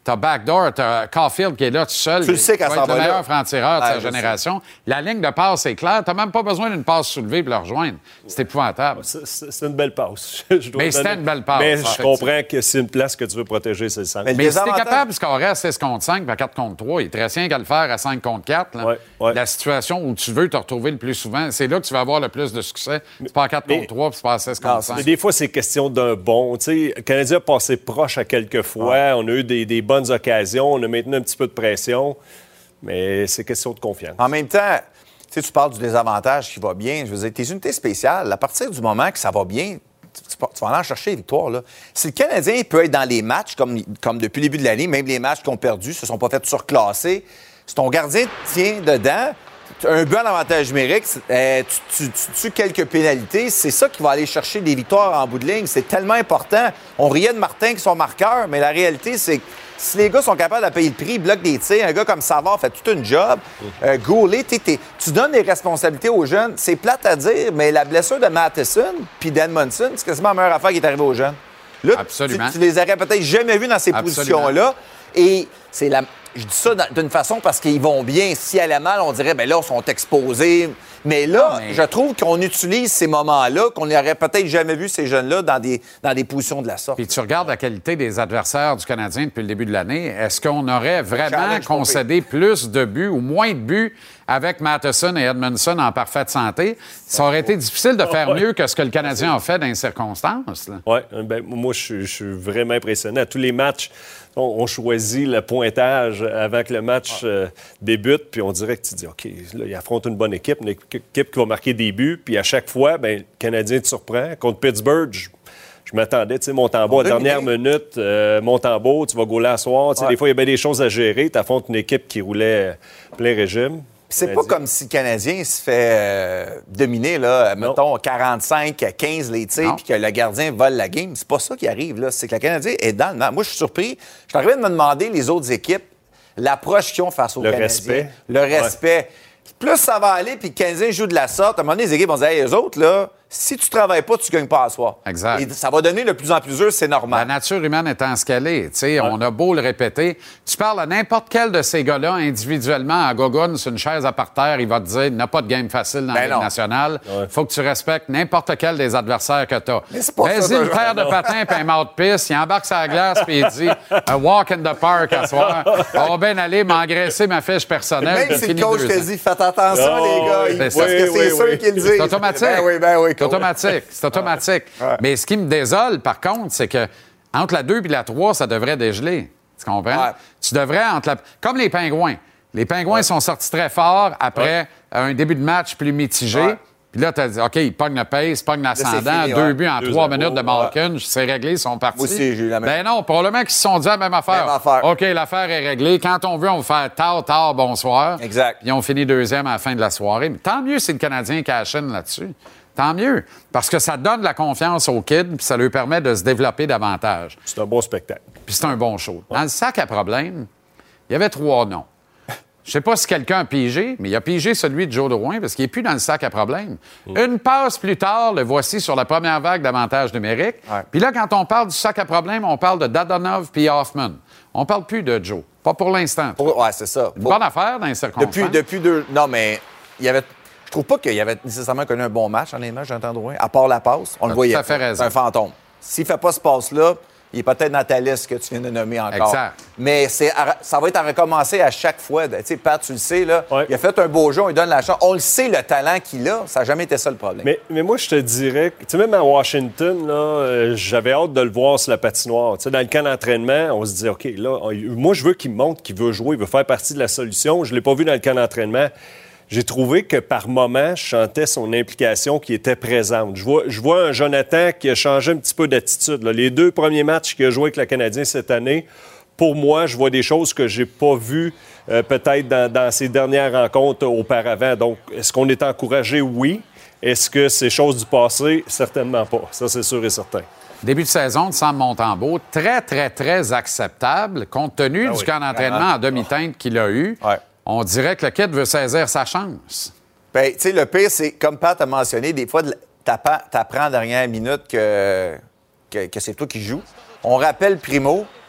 Speaker 1: T'as backdoor, t'as Caulfield qui est là tout seul.
Speaker 16: Tu le sais qu'à
Speaker 1: va
Speaker 16: s'en
Speaker 1: être le
Speaker 16: va
Speaker 1: meilleur
Speaker 16: là.
Speaker 1: franc-tireur de
Speaker 16: Ouais,
Speaker 1: sa
Speaker 16: je
Speaker 1: génération. La ligne de passe est claire. T'as même pas besoin d'une passe soulevée pour le rejoindre. C'est épouvantable.
Speaker 15: C'est, c'est une belle passe. Je dois
Speaker 1: Mais
Speaker 15: donner...
Speaker 1: c'était une belle passe.
Speaker 15: Mais je comprends que c'est une place que tu veux protéger, c'est le centre.
Speaker 1: Mais, Mais si t'es capable de scorer à six contre cinq, à quatre contre trois, il te reste rien qu'à le faire à cinq contre quatre. Là.
Speaker 15: Ouais, ouais.
Speaker 1: La situation où tu veux te retrouver le plus souvent, c'est là que tu vas avoir le plus de succès. C'est pas à quatre contre trois, puis c'est pas à six contre cinq.
Speaker 15: Mais des fois, c'est question d'un bon. Tu sais, le Canadien a passé proche à quelques fois. Ouais. On a eu des, des bonnes occasions. On a maintenu un petit peu de pression. Mais c'est question de confiance.
Speaker 16: En même temps, tu sais, tu parles du désavantage qui va bien. Je veux dire, tes unités spéciales, à partir du moment que ça va bien, tu, tu vas aller en chercher les victoires. Là. Si le Canadien peut être dans les matchs, comme, comme depuis le début de l'année, même les matchs qu'ils ont perdus ne se sont pas fait surclasser, si ton gardien tient dedans, un but en avantage numérique, euh, tu, tu, tu tues quelques pénalités, c'est ça qui va aller chercher des victoires en bout de ligne. C'est tellement important. On riait de Martin qui sont marqueurs, mais la réalité, c'est que si les gars sont capables de payer le prix, ils bloquent des tirs, un gars comme Savard fait tout un job. Euh, Goulet, t'es, t'es, tu donnes des responsabilités aux jeunes. C'est plate à dire, mais la blessure de Matheson puis d'Edmondson, c'est quasiment la meilleure affaire qui est arrivée aux jeunes. Là,
Speaker 1: Absolument.
Speaker 16: Tu, tu les aurais peut-être jamais vus dans ces
Speaker 1: Absolument.
Speaker 16: positions-là. Et c'est la... Je dis ça d'une façon parce qu'ils vont bien. Si elle allait mal, on dirait, bien là, ils sont exposés. Mais là, mais... je trouve qu'on utilise ces moments-là, qu'on n'aurait peut-être jamais vu ces jeunes-là dans des, dans des positions de la sorte.
Speaker 1: Puis tu regardes la qualité des adversaires du Canadien depuis le début de l'année. Est-ce qu'on aurait vraiment concédé plus de buts ou moins de buts avec Matheson et Edmondson en parfaite santé? Ça aurait été difficile de faire mieux que ce que le Canadien a fait dans les circonstances.
Speaker 15: Oui, ben, moi, je, je suis vraiment impressionné. À tous les matchs, on, on choisit le pointage avant que le match euh, débute, puis on dirait que tu dis, OK, là, il affronte une bonne équipe, une équipe qui va marquer des buts, puis à chaque fois, bien, le Canadien te surprend. Contre Pittsburgh, je, je m'attendais, tu sais, Montembeau, à la dernière minute, euh, Montembeau, tu vas gauler à soir. Ouais. Des fois, il y a bien des choses à gérer. Tu affrontes une équipe qui roulait plein régime.
Speaker 16: C'est pas comme si le Canadien se fait euh, dominer, là,
Speaker 15: non.
Speaker 16: mettons, quarante-cinq à quinze les tirs, puis que le gardien vole la game. C'est pas ça qui arrive, là. C'est que le Canadien est dans le match. Moi, je suis surpris. Je suis arrivé de me demander, les autres équipes, l'approche qu'ils ont face aux
Speaker 15: le
Speaker 16: Canadiens.
Speaker 15: Respect.
Speaker 16: Le respect. Ouais. Plus ça va aller, puis le Canadien joue de la sorte, à un moment donné, les équipes vont dire, hey, eux autres, là, si tu travailles pas, tu gagnes pas à soir.
Speaker 1: Exact.
Speaker 16: Et ça va donner de plus en plus dur, c'est normal.
Speaker 1: La nature humaine étant ce qu'elle est, tu sais, ouais. On a beau le répéter. Tu parles à n'importe quel de ces gars-là individuellement à Gogun sur une chaise à parterre, il va te dire, il n'a pas de game facile dans ben la Ligue nationale. Ouais. Faut que tu respectes n'importe quel des adversaires que tu as. Vas-y, une paire de patins puis un mouthpiece, il embarque sur la glace puis il dit a walk in the park à soir. On va bien aller m'engraisser ma fiche personnelle.
Speaker 16: Même si le coach te dit, faites attention, oh, les gars, il... parce
Speaker 1: oui,
Speaker 16: que c'est
Speaker 1: oui,
Speaker 16: sûr
Speaker 1: oui.
Speaker 16: qu'il le dit.
Speaker 1: C'est automatique.
Speaker 16: Ben oui, ben oui,
Speaker 1: c'est automatique. C'est automatique. Ouais. Mais ce qui me désole, par contre, c'est que entre la deux et la trois, ça devrait dégeler. Tu comprends? Ouais. Tu devrais, entre la... comme les Pingouins. Les Pingouins ouais. sont sortis très forts après ouais. un début de match plus mitigé. Ouais. Puis là, tu as dit, OK, ils pognent le pace, ils pognent l'ascendant, deux ouais. buts en deux trois minutes oh, de Malkin, ouais. c'est réglé, ils sont partis.
Speaker 16: Moi aussi, j'ai eu la même.
Speaker 1: Ben non, probablement qu'ils se sont dit la même affaire.
Speaker 16: Même affaire.
Speaker 1: OK, l'affaire est réglée. Quand on veut, on va faire tard, tard, bonsoir.
Speaker 16: Exact.
Speaker 1: Puis ils ont fini deuxième à la fin de la soirée. Mais tant mieux si le Canadien cash-in là-dessus. Tant mieux. Parce que ça donne de la confiance aux kids, puis ça leur permet de se développer davantage.
Speaker 15: C'est un bon spectacle.
Speaker 1: Puis c'est un bon show. Ouais. Dans le sac à problème, il y avait trois noms. Je sais pas si quelqu'un a pigé, mais il a pigé celui de Joe Drouin parce qu'il n'est plus dans le sac à problème. Mm. Une passe plus tard, le voici sur la première vague d'avantage numérique. Ouais. Puis là, quand on parle du sac à problème, on parle de Dadonov puis Hoffman. On parle plus de Joe. Pas pour l'instant.
Speaker 16: Pour... Ouais, c'est ça.
Speaker 1: Une pour... bonne affaire dans les circonstances.
Speaker 16: Depuis, depuis deux... Non, mais il y avait... Je trouve pas qu'il y avait nécessairement connu un bon match dans les matchs d'Antoine Drouin. À part la passe, on le voyait.
Speaker 1: Tout à fait raison.
Speaker 16: C'est un fantôme. S'il fait pas ce passe-là, il est peut-être dans ta liste que tu viens de nommer encore.
Speaker 1: Exact.
Speaker 16: Mais c'est à, ça va être à recommencer à chaque fois. Tu sais, Pat, tu le sais, là, ouais. il a fait un beau jeu, on lui donne la chance. On le sait, le talent qu'il a. Ça n'a jamais été ça le problème.
Speaker 15: Mais, mais moi, je te dirais, tu sais, même à Washington, là, euh, j'avais hâte de le voir sur la patinoire. Tu sais, dans le camp d'entraînement, on se dit, OK, là, on, moi, je veux qu'il me montre qu'il veut jouer, il veut faire partie de la solution. Je ne l'ai pas vu dans le camp d'entraînement. J'ai trouvé que par moments, je sentais son implication qui était présente. Je vois, je vois un Jonathan qui a changé un petit peu d'attitude. Là. Les deux premiers matchs qu'il a joué avec le Canadien cette année, pour moi, je vois des choses que j'ai pas vues euh, peut-être dans, dans ses dernières rencontres auparavant. Donc, est-ce qu'on est encouragé? Oui. Est-ce que c'est chose du passé? Certainement pas. Ça, c'est sûr et certain.
Speaker 1: Début de saison de Sam Montembeau, très, très, très acceptable, compte tenu ah du oui. camp d'entraînement en demi-teinte qu'il a eu. Ouais. On dirait que le kid veut saisir sa chance.
Speaker 16: Bien, tu sais, le pire, c'est, comme Pat a mentionné, des fois, t'apprends à la dernière minute que, que, que c'est toi qui joues. On rappelle Primo.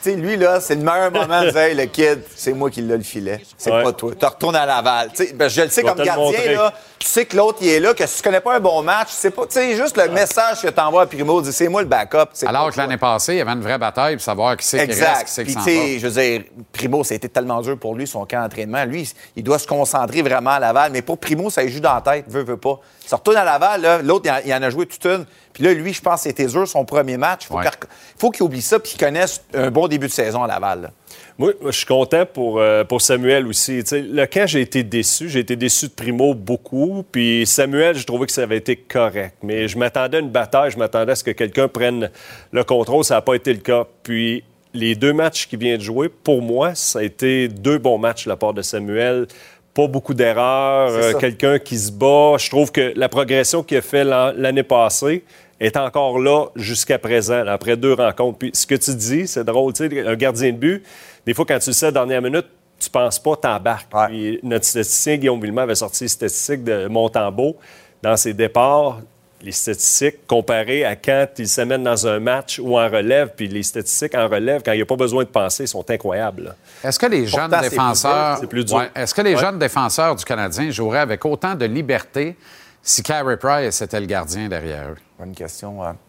Speaker 16: sais, lui, là, c'est le meilleur moment de dire, hey, le kid, c'est moi qui l'ai le filet. C'est
Speaker 15: ouais.
Speaker 16: pas toi. Tu retournes à Laval. T'sais, ben, je le sais
Speaker 15: Je vais
Speaker 16: comme
Speaker 15: te le
Speaker 16: gardien,
Speaker 15: montrer.
Speaker 16: là. Tu sais que l'autre, il est là, que si tu connais pas un bon match, c'est pas, tu sais, juste le message que t'envoies à Primo, dis, c'est moi le backup.
Speaker 1: Alors que l'année passée, il y avait une vraie bataille pour savoir qui c'est qui reste,
Speaker 16: exact.
Speaker 1: qui c'est qui
Speaker 16: Puis,
Speaker 1: s'en
Speaker 16: tu
Speaker 1: va.
Speaker 16: sais, je veux dire, Primo, ça a été tellement dur pour lui, son camp d'entraînement. Lui, il doit se concentrer vraiment à Laval. Mais pour Primo, ça lui joue dans la tête, veut, veut pas. Il se retourne à Laval, là, l'autre, il en, il en a joué toute une. Puis là, lui, je pense que c'était dur, son premier match. Il faut,
Speaker 1: Ouais.
Speaker 16: qu'il, faut qu'il oublie ça puis qu'il connaisse un bon début de saison à Laval. Là.
Speaker 15: Moi, je suis content pour, euh, pour Samuel aussi. Tu sais, là, quand j'ai été déçu, j'ai été déçu de Primo beaucoup. Puis Samuel, j'ai trouvé que ça avait été correct. Mais je m'attendais à une bataille. Je m'attendais à ce que quelqu'un prenne le contrôle. Ça n'a pas été le cas. Puis les deux matchs qu'il vient de jouer, pour moi, ça a été deux bons matchs de la part de Samuel. Pas beaucoup d'erreurs. Euh, quelqu'un qui se bat. Je trouve que la progression qu'il a fait l'an- l'année passée est encore là jusqu'à présent, là, après deux rencontres. Puis ce que tu dis, c'est drôle. Tu sais, un gardien de but, des fois, quand tu le sais à la dernière minute, tu penses pas, t'embarques.
Speaker 16: Ouais.
Speaker 15: Puis notre statisticien, Guillaume Villemot, avait sorti les statistiques de Montembeault dans ses départs. Les statistiques comparées à quand il s'amène dans un match ou en relève, puis les statistiques en relève, quand il n'y a pas besoin de penser, sont incroyables. Là.
Speaker 1: Est-ce que les jeunes
Speaker 16: Pourtant, c'est
Speaker 1: défenseurs.
Speaker 15: c'est plus dur.
Speaker 1: Ouais, est-ce que les
Speaker 15: Ouais.
Speaker 1: jeunes défenseurs du Canadien joueraient avec autant de liberté si Carey Price était le gardien derrière eux?
Speaker 16: Bonne question, ouais.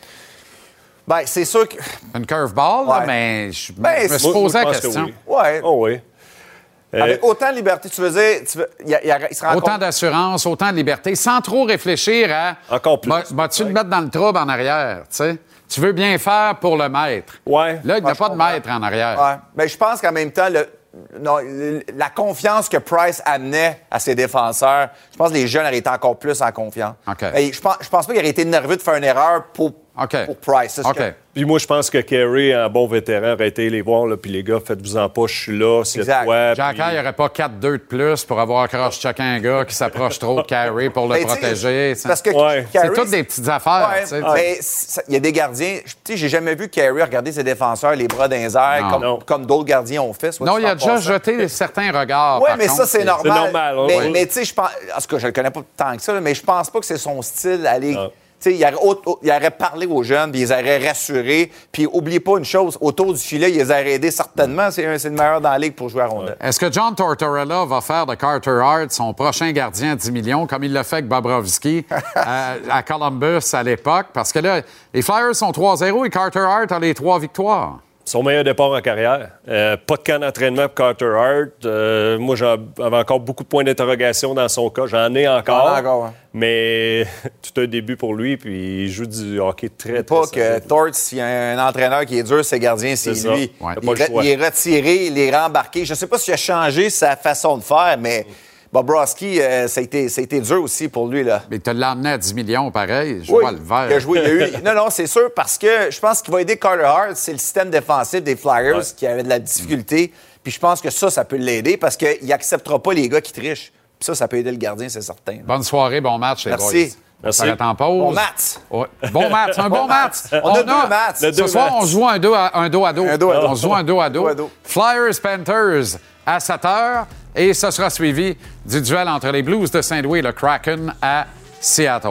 Speaker 16: Ben, c'est sûr que.
Speaker 1: Une curveball, là,
Speaker 16: Ouais.
Speaker 1: mais je,
Speaker 16: Ben,
Speaker 1: je me suis
Speaker 15: Moi-
Speaker 1: posé
Speaker 15: moi,
Speaker 1: la
Speaker 15: je pense que
Speaker 1: question.
Speaker 15: oui.
Speaker 16: Ouais.
Speaker 15: Oh oui. Euh,
Speaker 16: Avec autant de liberté, tu veux dire, tu veux, il, y a- il y a- il se rend
Speaker 1: Autant
Speaker 16: compte-
Speaker 1: d'assurance, autant de liberté, sans trop réfléchir à.
Speaker 15: Encore plus.
Speaker 1: Va- Vas-tu le mettre dans le trouble en arrière, tu sais? Tu veux bien faire pour le maître.
Speaker 15: Ouais.
Speaker 1: Là, il n'y a
Speaker 16: Ouais, je
Speaker 1: pas de
Speaker 16: comprends.
Speaker 1: maître en arrière.
Speaker 16: Ouais. Ben, je pense qu'en même temps, le, non, le- la confiance que Price amenait à ses défenseurs, je pense que les jeunes auraient été encore plus en confiance.
Speaker 1: OK.
Speaker 16: Et je pense, je pense pas qu'ils auraient été nerveux de faire une erreur pour,
Speaker 1: OK.
Speaker 16: pour Price. Ça, c'est
Speaker 1: OK.
Speaker 16: que-
Speaker 15: Puis moi, je pense que Carey, un bon vétéran, aurait été les voir, là, puis les gars, faites-vous-en pas, je suis là, c'est
Speaker 16: Exact.
Speaker 15: toi.
Speaker 1: Jacques,
Speaker 15: puis-
Speaker 1: il n'y aurait pas quatre deux de plus pour avoir cross-checké un gars qui s'approche trop de Carey pour le
Speaker 16: Ben, tu sais,
Speaker 1: protéger. ça.
Speaker 16: Parce que
Speaker 15: Ouais.
Speaker 1: C'est
Speaker 16: Carey,
Speaker 1: toutes des petites affaires.
Speaker 16: Ouais,
Speaker 1: tu sais.
Speaker 16: mais ça- il y a des gardiens. Tu sais, j'ai jamais vu Carey regarder ses défenseurs les bras dans les airs
Speaker 1: Non.
Speaker 16: comme,
Speaker 15: Non.
Speaker 16: comme d'autres gardiens ont fait. soit
Speaker 1: Non,
Speaker 16: dit
Speaker 1: il a
Speaker 16: en
Speaker 1: déjà
Speaker 16: passant.
Speaker 1: jeté certains regards.
Speaker 16: Oui,
Speaker 1: par
Speaker 16: mais
Speaker 1: contre,
Speaker 16: ça, c'est normal.
Speaker 15: C'est normal,
Speaker 16: Mais,
Speaker 15: oui.
Speaker 16: mais tu sais, je pense. En tout cas, je le connais pas tant que ça, là, mais je pense pas que c'est son style d'aller.
Speaker 15: Non.
Speaker 16: Tu sais, il aurait, au- il aurait parlé aux jeunes, puis ils auraient rassuré. Puis, oubliez pas une chose, autour du filet, ils les auraient aidés certainement. C'est, un- c'est le meilleur dans la ligue pour jouer à rondelle.
Speaker 1: Est-ce que John Tortorella va faire de Carter Hart son prochain gardien à dix millions, comme il l'a fait avec Bobrovsky à, à Columbus à l'époque? Parce que là, les Flyers sont trois zéro et Carter Hart a les trois victoires.
Speaker 15: Son meilleur départ en carrière. Euh, pas de camp d'entraînement pour Carter Hart. Euh, moi, j'avais encore beaucoup de points d'interrogation dans son cas. J'en ai encore.
Speaker 16: J'en ai encore, ouais.
Speaker 15: Mais tout un début pour lui, puis il joue du hockey très, très
Speaker 16: Pas que
Speaker 15: solide.
Speaker 16: Torts, s'il y a un entraîneur qui est dur, ses gardiens, c'est,
Speaker 15: C'est ça.
Speaker 16: lui.
Speaker 15: Ouais.
Speaker 16: Il,
Speaker 15: Pas le
Speaker 16: est-
Speaker 15: choix.
Speaker 16: il est retiré, il est rembarqué. Je sais pas s'il a changé sa façon de faire, mais Bobrovsky, euh, ça, a été, ça a été dur aussi pour lui, là.
Speaker 1: Mais tu l'as emmené à dix millions, pareil. Je
Speaker 16: Oui,
Speaker 1: vois le vert.
Speaker 16: il a joué, il a eu- Non, non, c'est sûr, parce que je pense qu'il va aider Carter Hart. C'est le système défensif des Flyers
Speaker 15: Ouais.
Speaker 16: qui avait de la difficulté. Puis je pense que ça, ça peut l'aider parce qu'il n'acceptera pas les gars qui trichent. Puis ça, ça peut aider le gardien, c'est certain.
Speaker 1: Bonne soirée, bon match, les
Speaker 16: Merci.
Speaker 1: boys. On
Speaker 15: Merci.
Speaker 1: s'arrête en pause.
Speaker 16: Bon match.
Speaker 1: Ouais. Bon match, un bon match.
Speaker 16: On a deux matchs.
Speaker 15: Le
Speaker 1: Ce
Speaker 15: deux
Speaker 1: soir,
Speaker 15: matchs.
Speaker 1: on joue un dos à, un dos à dos.
Speaker 16: Un dos à dos.
Speaker 1: On se joue un dos à dos.
Speaker 16: Dos à dos.
Speaker 1: Flyers-Panthers à sept heures. Et ce sera suivi du duel entre les Blues de Saint-Louis et le Kraken à Seattle.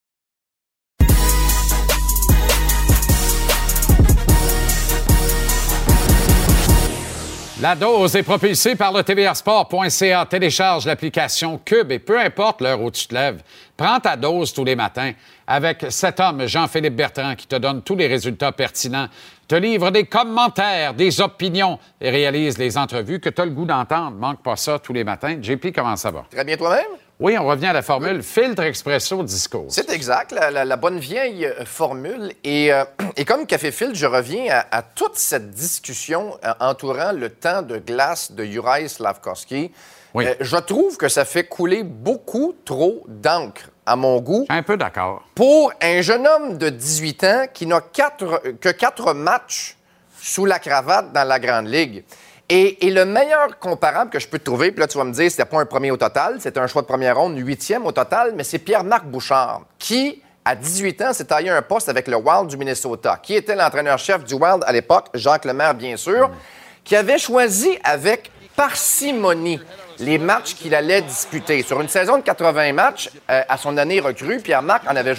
Speaker 1: La dose est propulsée par le T V R sport point C A. Télécharge l'application Cube et peu importe l'heure où tu te lèves, prends ta dose tous les matins avec cet homme, Jean-Philippe Bertrand, qui te donne tous les résultats pertinents, te livre des commentaires, des opinions et réalise les entrevues que tu as le goût d'entendre. Manque pas ça tous les matins. J P, comment ça va?
Speaker 17: Très bien toi-même.
Speaker 1: Oui, on revient à la formule filtre expresso discours.
Speaker 17: C'est exact, la, la- la bonne vieille euh, formule. Et, euh, et comme Café Filtre, je reviens à, à toute cette discussion euh, entourant le temps de glace de Juraj Slafkovský.
Speaker 1: Oui.
Speaker 17: Euh, je trouve que ça fait couler beaucoup trop d'encre, à mon goût,
Speaker 1: Un peu d'accord.
Speaker 17: pour un jeune homme de dix-huit ans qui n'a quatre- que quatre matchs sous la cravate dans la Grande Ligue. Et, et le meilleur comparable que je peux te trouver, puis là, tu vas me dire, c'était pas un premier au total, c'était un choix de première ronde, huitième au total, mais c'est Pierre-Marc Bouchard, qui, à dix-huit ans, s'est taillé un poste avec le Wild du Minnesota. Qui était l'entraîneur-chef du Wild à l'époque? Jacques Lemaire, bien sûr, qui avait choisi avec parcimonie les matchs qu'il allait disputer. Sur une saison de quatre-vingts matchs, euh, à son année recrue, Pierre-Marc en avait joué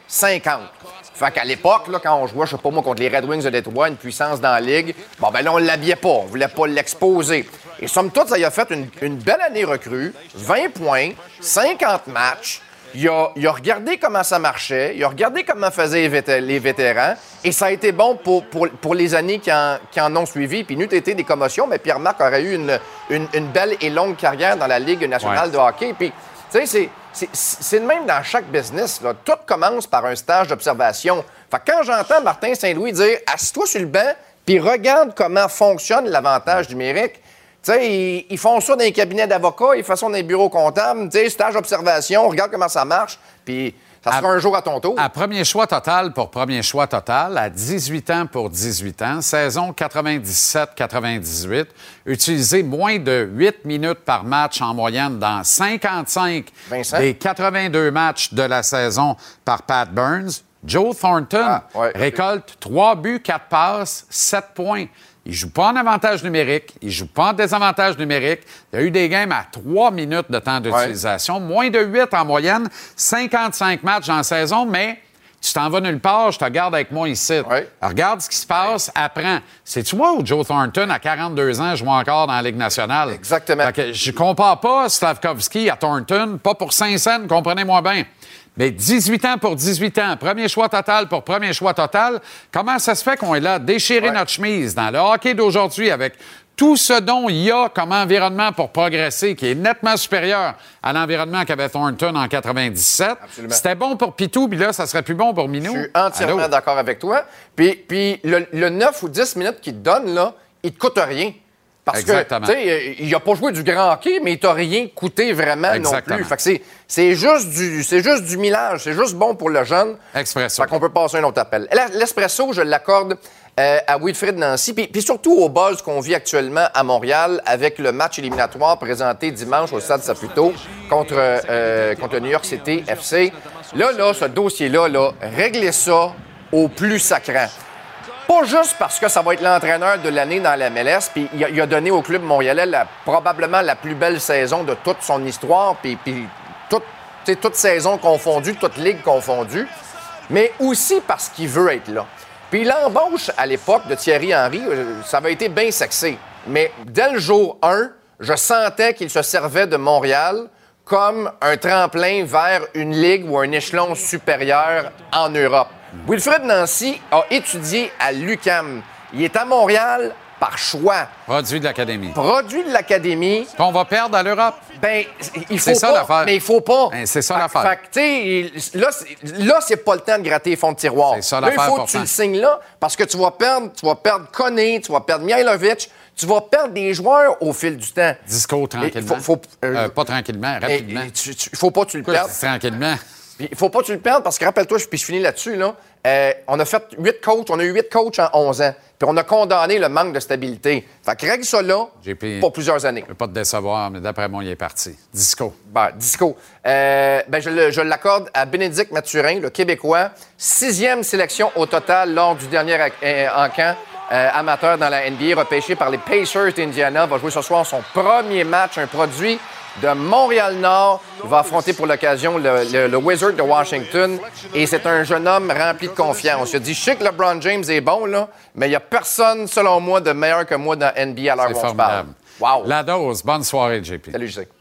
Speaker 17: cinquante. Fait qu'à l'époque, là, quand on jouait, je sais pas moi, contre les Red Wings de Détroit, une puissance dans la Ligue, bon, ben là, on l'habillait pas. On voulait pas l'exposer. Et somme toute, ça y a fait une, une belle année recrue. vingt points, cinquante matchs. Il a, il a regardé comment ça marchait. Il a regardé comment faisaient les, vété- les vétérans. Et ça a été bon pour, pour, pour les années qui en, qui en ont suivi. Puis, n'eût été des commotions, mais Pierre-Marc aurait eu une, une, une belle et longue carrière dans la Ligue nationale ouais. de hockey. Puis, tu sais, c'est... C'est, c'est le même dans chaque business. Là. Tout commence par un stage d'observation. Fait que quand j'entends Martin Saint-Louis dire « Assis-toi sur le banc puis regarde comment fonctionne l'avantage numérique », tu sais, ils, ils font ça dans les cabinets d'avocats, ils font ça dans les bureaux comptables, tu sais, stage d'observation, regarde comment ça marche, puis ça sera à, un jour à ton tour.
Speaker 1: À premier choix total pour premier choix total, à dix-huit ans pour dix-huit ans, saison quatre-vingt-dix-sept quatre-vingt-dix-huit, utilisé moins de huit minutes par match en moyenne dans cinquante-cinq
Speaker 17: Vincent?
Speaker 1: des quatre-vingt-deux matchs de la saison par Pat Burns. Joe Thornton
Speaker 17: ah, ouais,
Speaker 1: récolte trois buts, quatre passes, sept points. Il ne joue pas en avantage numérique, il ne joue pas en désavantage numérique. Il y a eu des games à trois minutes de temps d'utilisation, ouais. moins de huit en moyenne, cinquante-cinq matchs en saison, mais tu t'en vas nulle part, je te garde avec moi ici.
Speaker 17: Ouais.
Speaker 1: Regarde ce qui se passe, apprends. C'est-tu moi ou Joe Thornton, à quarante-deux ans, joue encore dans la Ligue nationale?
Speaker 17: Exactement.
Speaker 1: Fait que je compare pas Slavkovski à Thornton, pas pour Saint-Saëns, comprenez-moi bien. Mais dix-huit ans pour dix-huit ans, premier choix total pour premier choix total. Comment ça se fait qu'on est là, déchirer ouais. notre chemise dans le hockey d'aujourd'hui avec tout ce dont il y a comme environnement pour progresser, qui est nettement supérieur à l'environnement qu'avait Thornton en quatre-vingt-dix-sept.
Speaker 17: Absolument.
Speaker 1: C'était bon pour Pitou, puis là, ça serait plus bon pour Minou.
Speaker 17: Je suis entièrement Allô? d'accord avec toi. Puis, puis le, le neuf ou dix minutes qu'il te donne, là, il te coûte rien. Parce
Speaker 1: Exactement.
Speaker 17: que, tu sais, il n'a pas joué du grand hockey, mais il t'a rien coûté vraiment
Speaker 1: Exactement.
Speaker 17: non plus. Fait que c'est, c'est, juste du, c'est juste du millage. C'est juste bon pour le jeune.
Speaker 1: Expresso.
Speaker 17: Fait qu'on peut passer un autre appel. L'espresso, je l'accorde euh, à Wilfrid Nancy, puis, puis surtout au buzz qu'on vit actuellement à Montréal avec le match éliminatoire présenté dimanche au Stade Saputo contre, euh, contre le New York City F C. Là, là, ce dossier-là, là, réglez ça au plus sacrant. Pas juste parce que ça va être l'entraîneur de l'année dans la M L S, puis il a, il a donné au club montréalais la, probablement la plus belle saison de toute son histoire, puis, puis toute, toute saison confondue, toute ligue confondue, mais aussi parce qu'il veut être là. Puis l'embauche à l'époque de Thierry Henry, ça avait été bien sexy, mais dès le jour un, je sentais qu'il se servait de Montréal comme un tremplin vers une ligue ou un échelon supérieur en Europe. Wilfrid Nancy a étudié à l'U Q A M. Il est à Montréal par choix.
Speaker 1: Produit de l'Académie.
Speaker 17: Produit de l'Académie.
Speaker 1: Qu'on va perdre à l'Europe.
Speaker 17: Ben, il faut
Speaker 1: c'est ça
Speaker 17: pas,
Speaker 1: l'affaire.
Speaker 17: mais il faut pas.
Speaker 1: Ben, c'est ça
Speaker 17: fait,
Speaker 1: l'affaire.
Speaker 17: Fait que, tu sais, là, c'est, là, c'est pas le temps de gratter les fonds de tiroir.
Speaker 1: C'est ça
Speaker 17: là,
Speaker 1: l'affaire
Speaker 17: il faut
Speaker 1: pourtant.
Speaker 17: que tu le signes là, parce que tu vas perdre, tu vas perdre Koné, tu vas perdre Mihailovic, tu vas perdre des joueurs au fil du temps.
Speaker 1: Disco tranquillement.
Speaker 17: Faut, faut, euh,
Speaker 1: euh, pas tranquillement, rapidement.
Speaker 17: Il faut pas que tu le perdes.
Speaker 1: Tranquillement.
Speaker 17: Il faut pas que tu le perdes, parce que rappelle-toi, puis je finis là-dessus, là. Euh, on a fait huit coachs, on a eu huit coachs en onze ans. Puis on a condamné le manque de stabilité. Fait que règle ça là
Speaker 1: J P,
Speaker 17: pour plusieurs années.
Speaker 1: Je ne veux pas te décevoir, mais d'après moi, il est parti. Disco.
Speaker 17: Ben, Disco. Euh, ben, je, le, je l'accorde à Bénédicte Mathurin, le Québécois. Sixième sélection au total lors du dernier euh, encamp euh, amateur dans la N B A, repêché par les Pacers d'Indiana. Va jouer ce soir son premier match, un produit de Montréal-Nord. Il va affronter pour l'occasion le, le, le Wizard de Washington. Et c'est un jeune homme rempli de confiance. On se dit, je sais que LeBron James est bon, là, mais il n'y a personne, selon moi, de meilleur que moi dans N B A à l'heure où on se parle. Wow.
Speaker 1: La dose. Bonne soirée, J P.
Speaker 17: Salut, J C.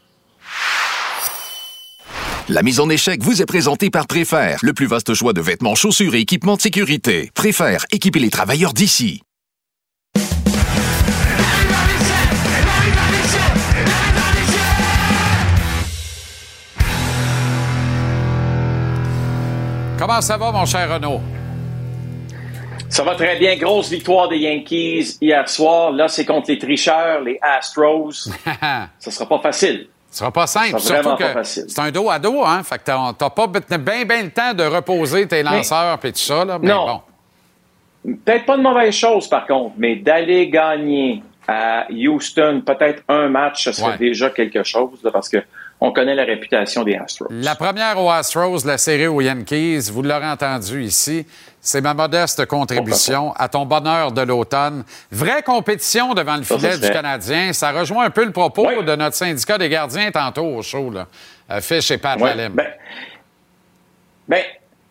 Speaker 18: La mise en échec vous est présentée par Préfère, le plus vaste choix de vêtements, chaussures et équipements de sécurité. Préfère, équipez les travailleurs d'ici.
Speaker 1: Comment ça va, mon cher Renaud?
Speaker 19: Ça va très bien. Grosse victoire des Yankees hier soir. Là, c'est contre les tricheurs, les Astros. Ça sera pas facile.
Speaker 1: Ce sera pas simple.
Speaker 19: Ça sera
Speaker 1: Surtout
Speaker 19: vraiment
Speaker 1: que
Speaker 19: pas facile.
Speaker 1: c'est un dos à dos, hein? Fait que t'as, t'as pas bien, bien le temps de reposer tes lanceurs et tout ça, là. Mais
Speaker 19: non.
Speaker 1: Bon.
Speaker 19: Peut-être pas de mauvaise chose, par contre, mais d'aller gagner à Houston, peut-être un match, ce serait
Speaker 1: ouais.
Speaker 19: déjà quelque chose, là, parce que on connaît la réputation des Astros.
Speaker 1: La première aux Astros, la série aux Yankees, vous l'aurez entendu ici, c'est ma modeste contribution à ton bonheur de l'automne. Vraie compétition devant le filet ça, ça du Canadien. Ça rejoint un peu le propos oui. de notre syndicat des gardiens tantôt au show, là. Euh, Fish et Pat
Speaker 19: oui.
Speaker 1: Lalime.
Speaker 19: Ben, ben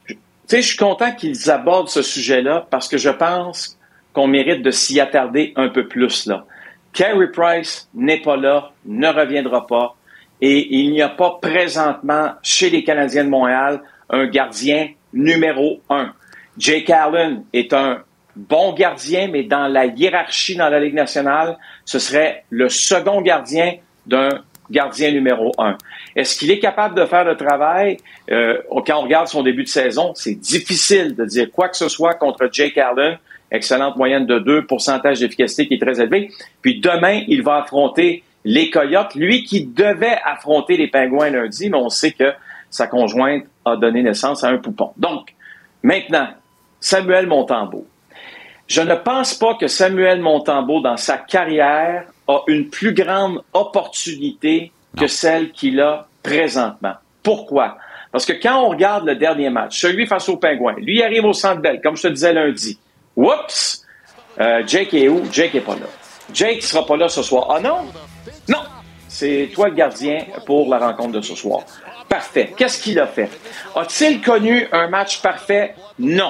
Speaker 19: sais, je suis content qu'ils abordent ce sujet-là parce que je pense qu'on mérite de s'y attarder un peu plus, là. Carey Price n'est pas là, ne reviendra pas, et il n'y a pas présentement chez les Canadiens de Montréal un gardien numéro un. Jake Allen est un bon gardien, mais dans la hiérarchie dans la Ligue nationale, ce serait le second gardien d'un gardien numéro un. Est-ce qu'il est capable de faire le travail? Euh, quand on regarde son début de saison, c'est difficile de dire quoi que ce soit contre Jake Allen. Excellente moyenne de deux, pourcentage d'efficacité qui est très élevé. Puis demain, il va affronter les Coyotes, lui qui devait affronter les Pingouins lundi, mais on sait que sa conjointe a donné naissance à un poupon. Donc, maintenant, Samuel Montembeault. Je ne pense pas que Samuel Montembeault, dans sa carrière, a une plus grande opportunité que celle qu'il a présentement. Pourquoi? Parce que quand on regarde le dernier match, celui face aux Pingouins, lui il arrive au Centre Bell, comme je te disais lundi. Oups! Euh, Jake est où? Jake est pas là. Jake sera pas là ce soir. Ah non? Non! C'est toi le gardien pour la rencontre de ce soir. Parfait. Qu'est-ce qu'il a fait? A-t-il connu un match parfait? Non.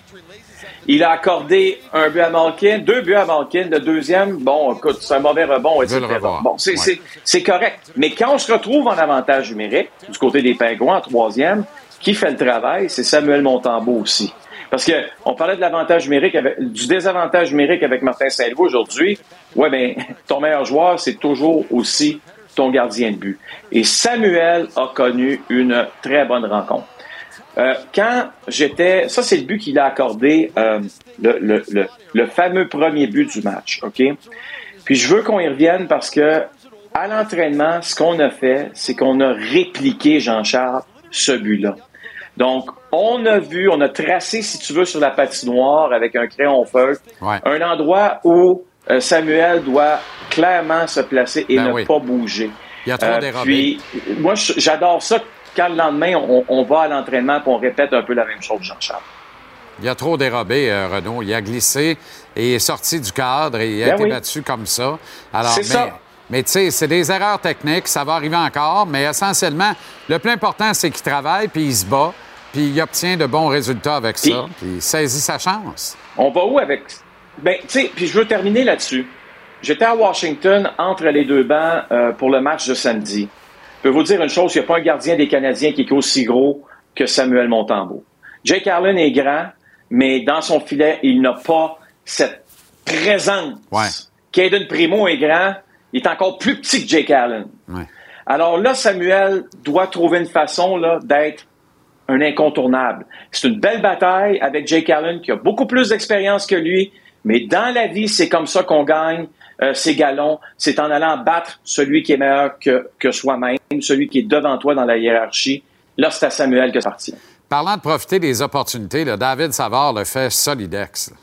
Speaker 19: Il a accordé un but à Malkin, deux buts à Malkin. Le deuxième, bon, écoute, c'est un mauvais rebond, et cetera. Bon, c'est, ouais. c'est, c'est correct. Mais quand on se retrouve en avantage numérique, du côté des Pingouins en troisième, qui fait le travail? C'est Samuel Montembeault aussi. Parce que on parlait de l'avantage numérique, avec, du désavantage numérique avec Martin Saint-Louis aujourd'hui. Ouais, ben, ton meilleur joueur, c'est toujours aussi ton gardien de but. Et Samuel a connu une très bonne rencontre. Euh, quand j'étais... Ça, c'est le but qu'il a accordé, euh, le, le, le, le fameux premier but du match, OK? Puis je veux qu'on y revienne parce que à l'entraînement, ce qu'on a fait, c'est qu'on a répliqué, Jean-Charles, ce but-là. Donc, on a vu, on a tracé, si tu veux, sur la patinoire avec un crayon feutre, ouais. un endroit où euh, Samuel doit clairement se placer et ben ne oui. pas bouger.
Speaker 1: Il y a trop euh, dérobé.
Speaker 19: Puis, moi, j'adore ça quand le lendemain, on, on va à l'entraînement et on répète un peu la même chose, Jean-Charles.
Speaker 1: Il a trop dérobé, euh, Renaud. Il a glissé et est sorti du cadre et il a ben été oui. battu comme ça. Alors,
Speaker 19: c'est
Speaker 1: mais,
Speaker 19: ça.
Speaker 1: Mais tu sais, c'est des erreurs techniques, ça va arriver encore, mais essentiellement, le plus important, c'est qu'il travaille, puis il se bat, puis il obtient de bons résultats avec
Speaker 19: puis,
Speaker 1: ça, puis il saisit sa chance.
Speaker 19: On va où avec... Ben, tu sais, puis je veux terminer là-dessus. J'étais à Washington, entre les deux bancs, euh, pour le match de samedi. Je peux vous dire une chose, il n'y a pas un gardien des Canadiens qui est aussi gros que Samuel Montembeault. Jake Allen est grand, mais dans son filet, il n'a pas cette présence.
Speaker 1: Ouais.
Speaker 19: Caden Primo est grand, il est encore plus petit que Jake Allen.
Speaker 1: Ouais.
Speaker 19: Alors là, Samuel doit trouver une façon là, d'être un incontournable. C'est une belle bataille avec Jake Allen qui a beaucoup plus d'expérience que lui, mais dans la vie, c'est comme ça qu'on gagne euh, ses galons. C'est en allant battre celui qui est meilleur que, que soi-même, celui qui est devant toi dans la hiérarchie. Là, c'est à Samuel que ça appartient.
Speaker 1: Parlant de profiter des opportunités, là, David Savard le fait solidex. Là.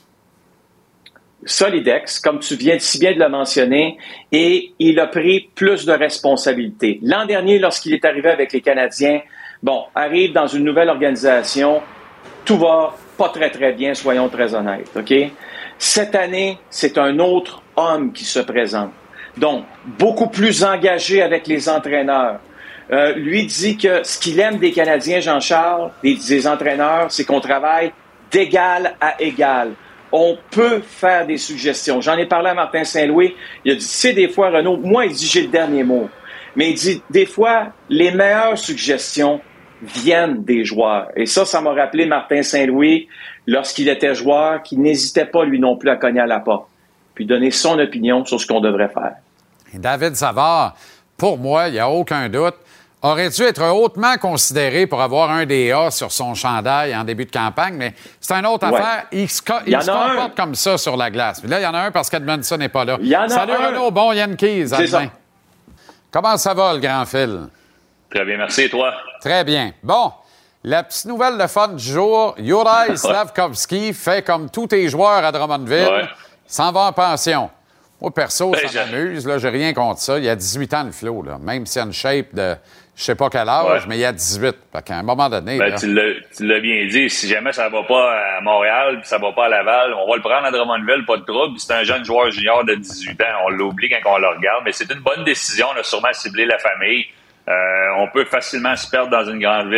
Speaker 19: Solidex, comme tu viens si bien de le mentionner, et il a pris plus de responsabilités. L'an dernier, lorsqu'il est arrivé avec les Canadiens, bon, arrive dans une nouvelle organisation, tout va pas très, très bien, soyons très honnêtes, OK? Cette année, c'est un autre homme qui se présente. Donc, beaucoup plus engagé avec les entraîneurs. Euh, lui dit que ce qu'il aime des Canadiens, Jean-Charles, des, des entraîneurs, c'est qu'on travaille d'égal à égal. On peut faire des suggestions. J'en ai parlé à Martin Saint-Louis. Il a dit, tu sais, des fois, Renaud, moi, il dit, j'ai le dernier mot. Mais il dit, des fois, les meilleures suggestions viennent des joueurs. Et ça, ça m'a rappelé Martin Saint-Louis lorsqu'il était joueur, qui n'hésitait pas, lui non plus, à cogner à la porte, puis donner son opinion sur ce qu'on devrait faire.
Speaker 1: Et David Savard, pour moi, il n'y a aucun doute, aurait dû être hautement considéré pour avoir un des A sur son chandail en début de campagne, mais c'est une autre ouais. affaire. Il se, co- il il se comporte un. comme ça sur la glace. Puis là, il y en a un parce qu'Edmondson n'est pas là. Salut Renaud, bon Yankees. À demain. Comment ça va, le grand Phil?
Speaker 20: Très bien, merci. Et toi?
Speaker 1: Très bien. Bon, la petite nouvelle de fun du jour, Juraj Slafkovský fait comme tous tes joueurs à Drummondville, ouais. il s'en va en pension. Moi, perso, ben, ça j'ai... m'amuse. Là, j'ai rien contre ça. Il y a dix-huit ans, le Flo. Là. Même s'il y a une shape de je sais pas quel âge, ouais. mais il y a dix-huit. Fait qu'à un moment donné...
Speaker 20: Ben,
Speaker 1: là...
Speaker 20: tu, l'as, tu l'as bien dit. Si jamais ça va pas à Montréal puis ça va pas à Laval, on va le prendre à Drummondville, pas de trouble. C'est un jeune joueur junior de dix-huit ans. On l'oublie quand on le regarde. Mais c'est une bonne décision. On a sûrement ciblé la famille. Euh, on peut facilement se perdre dans une grande ville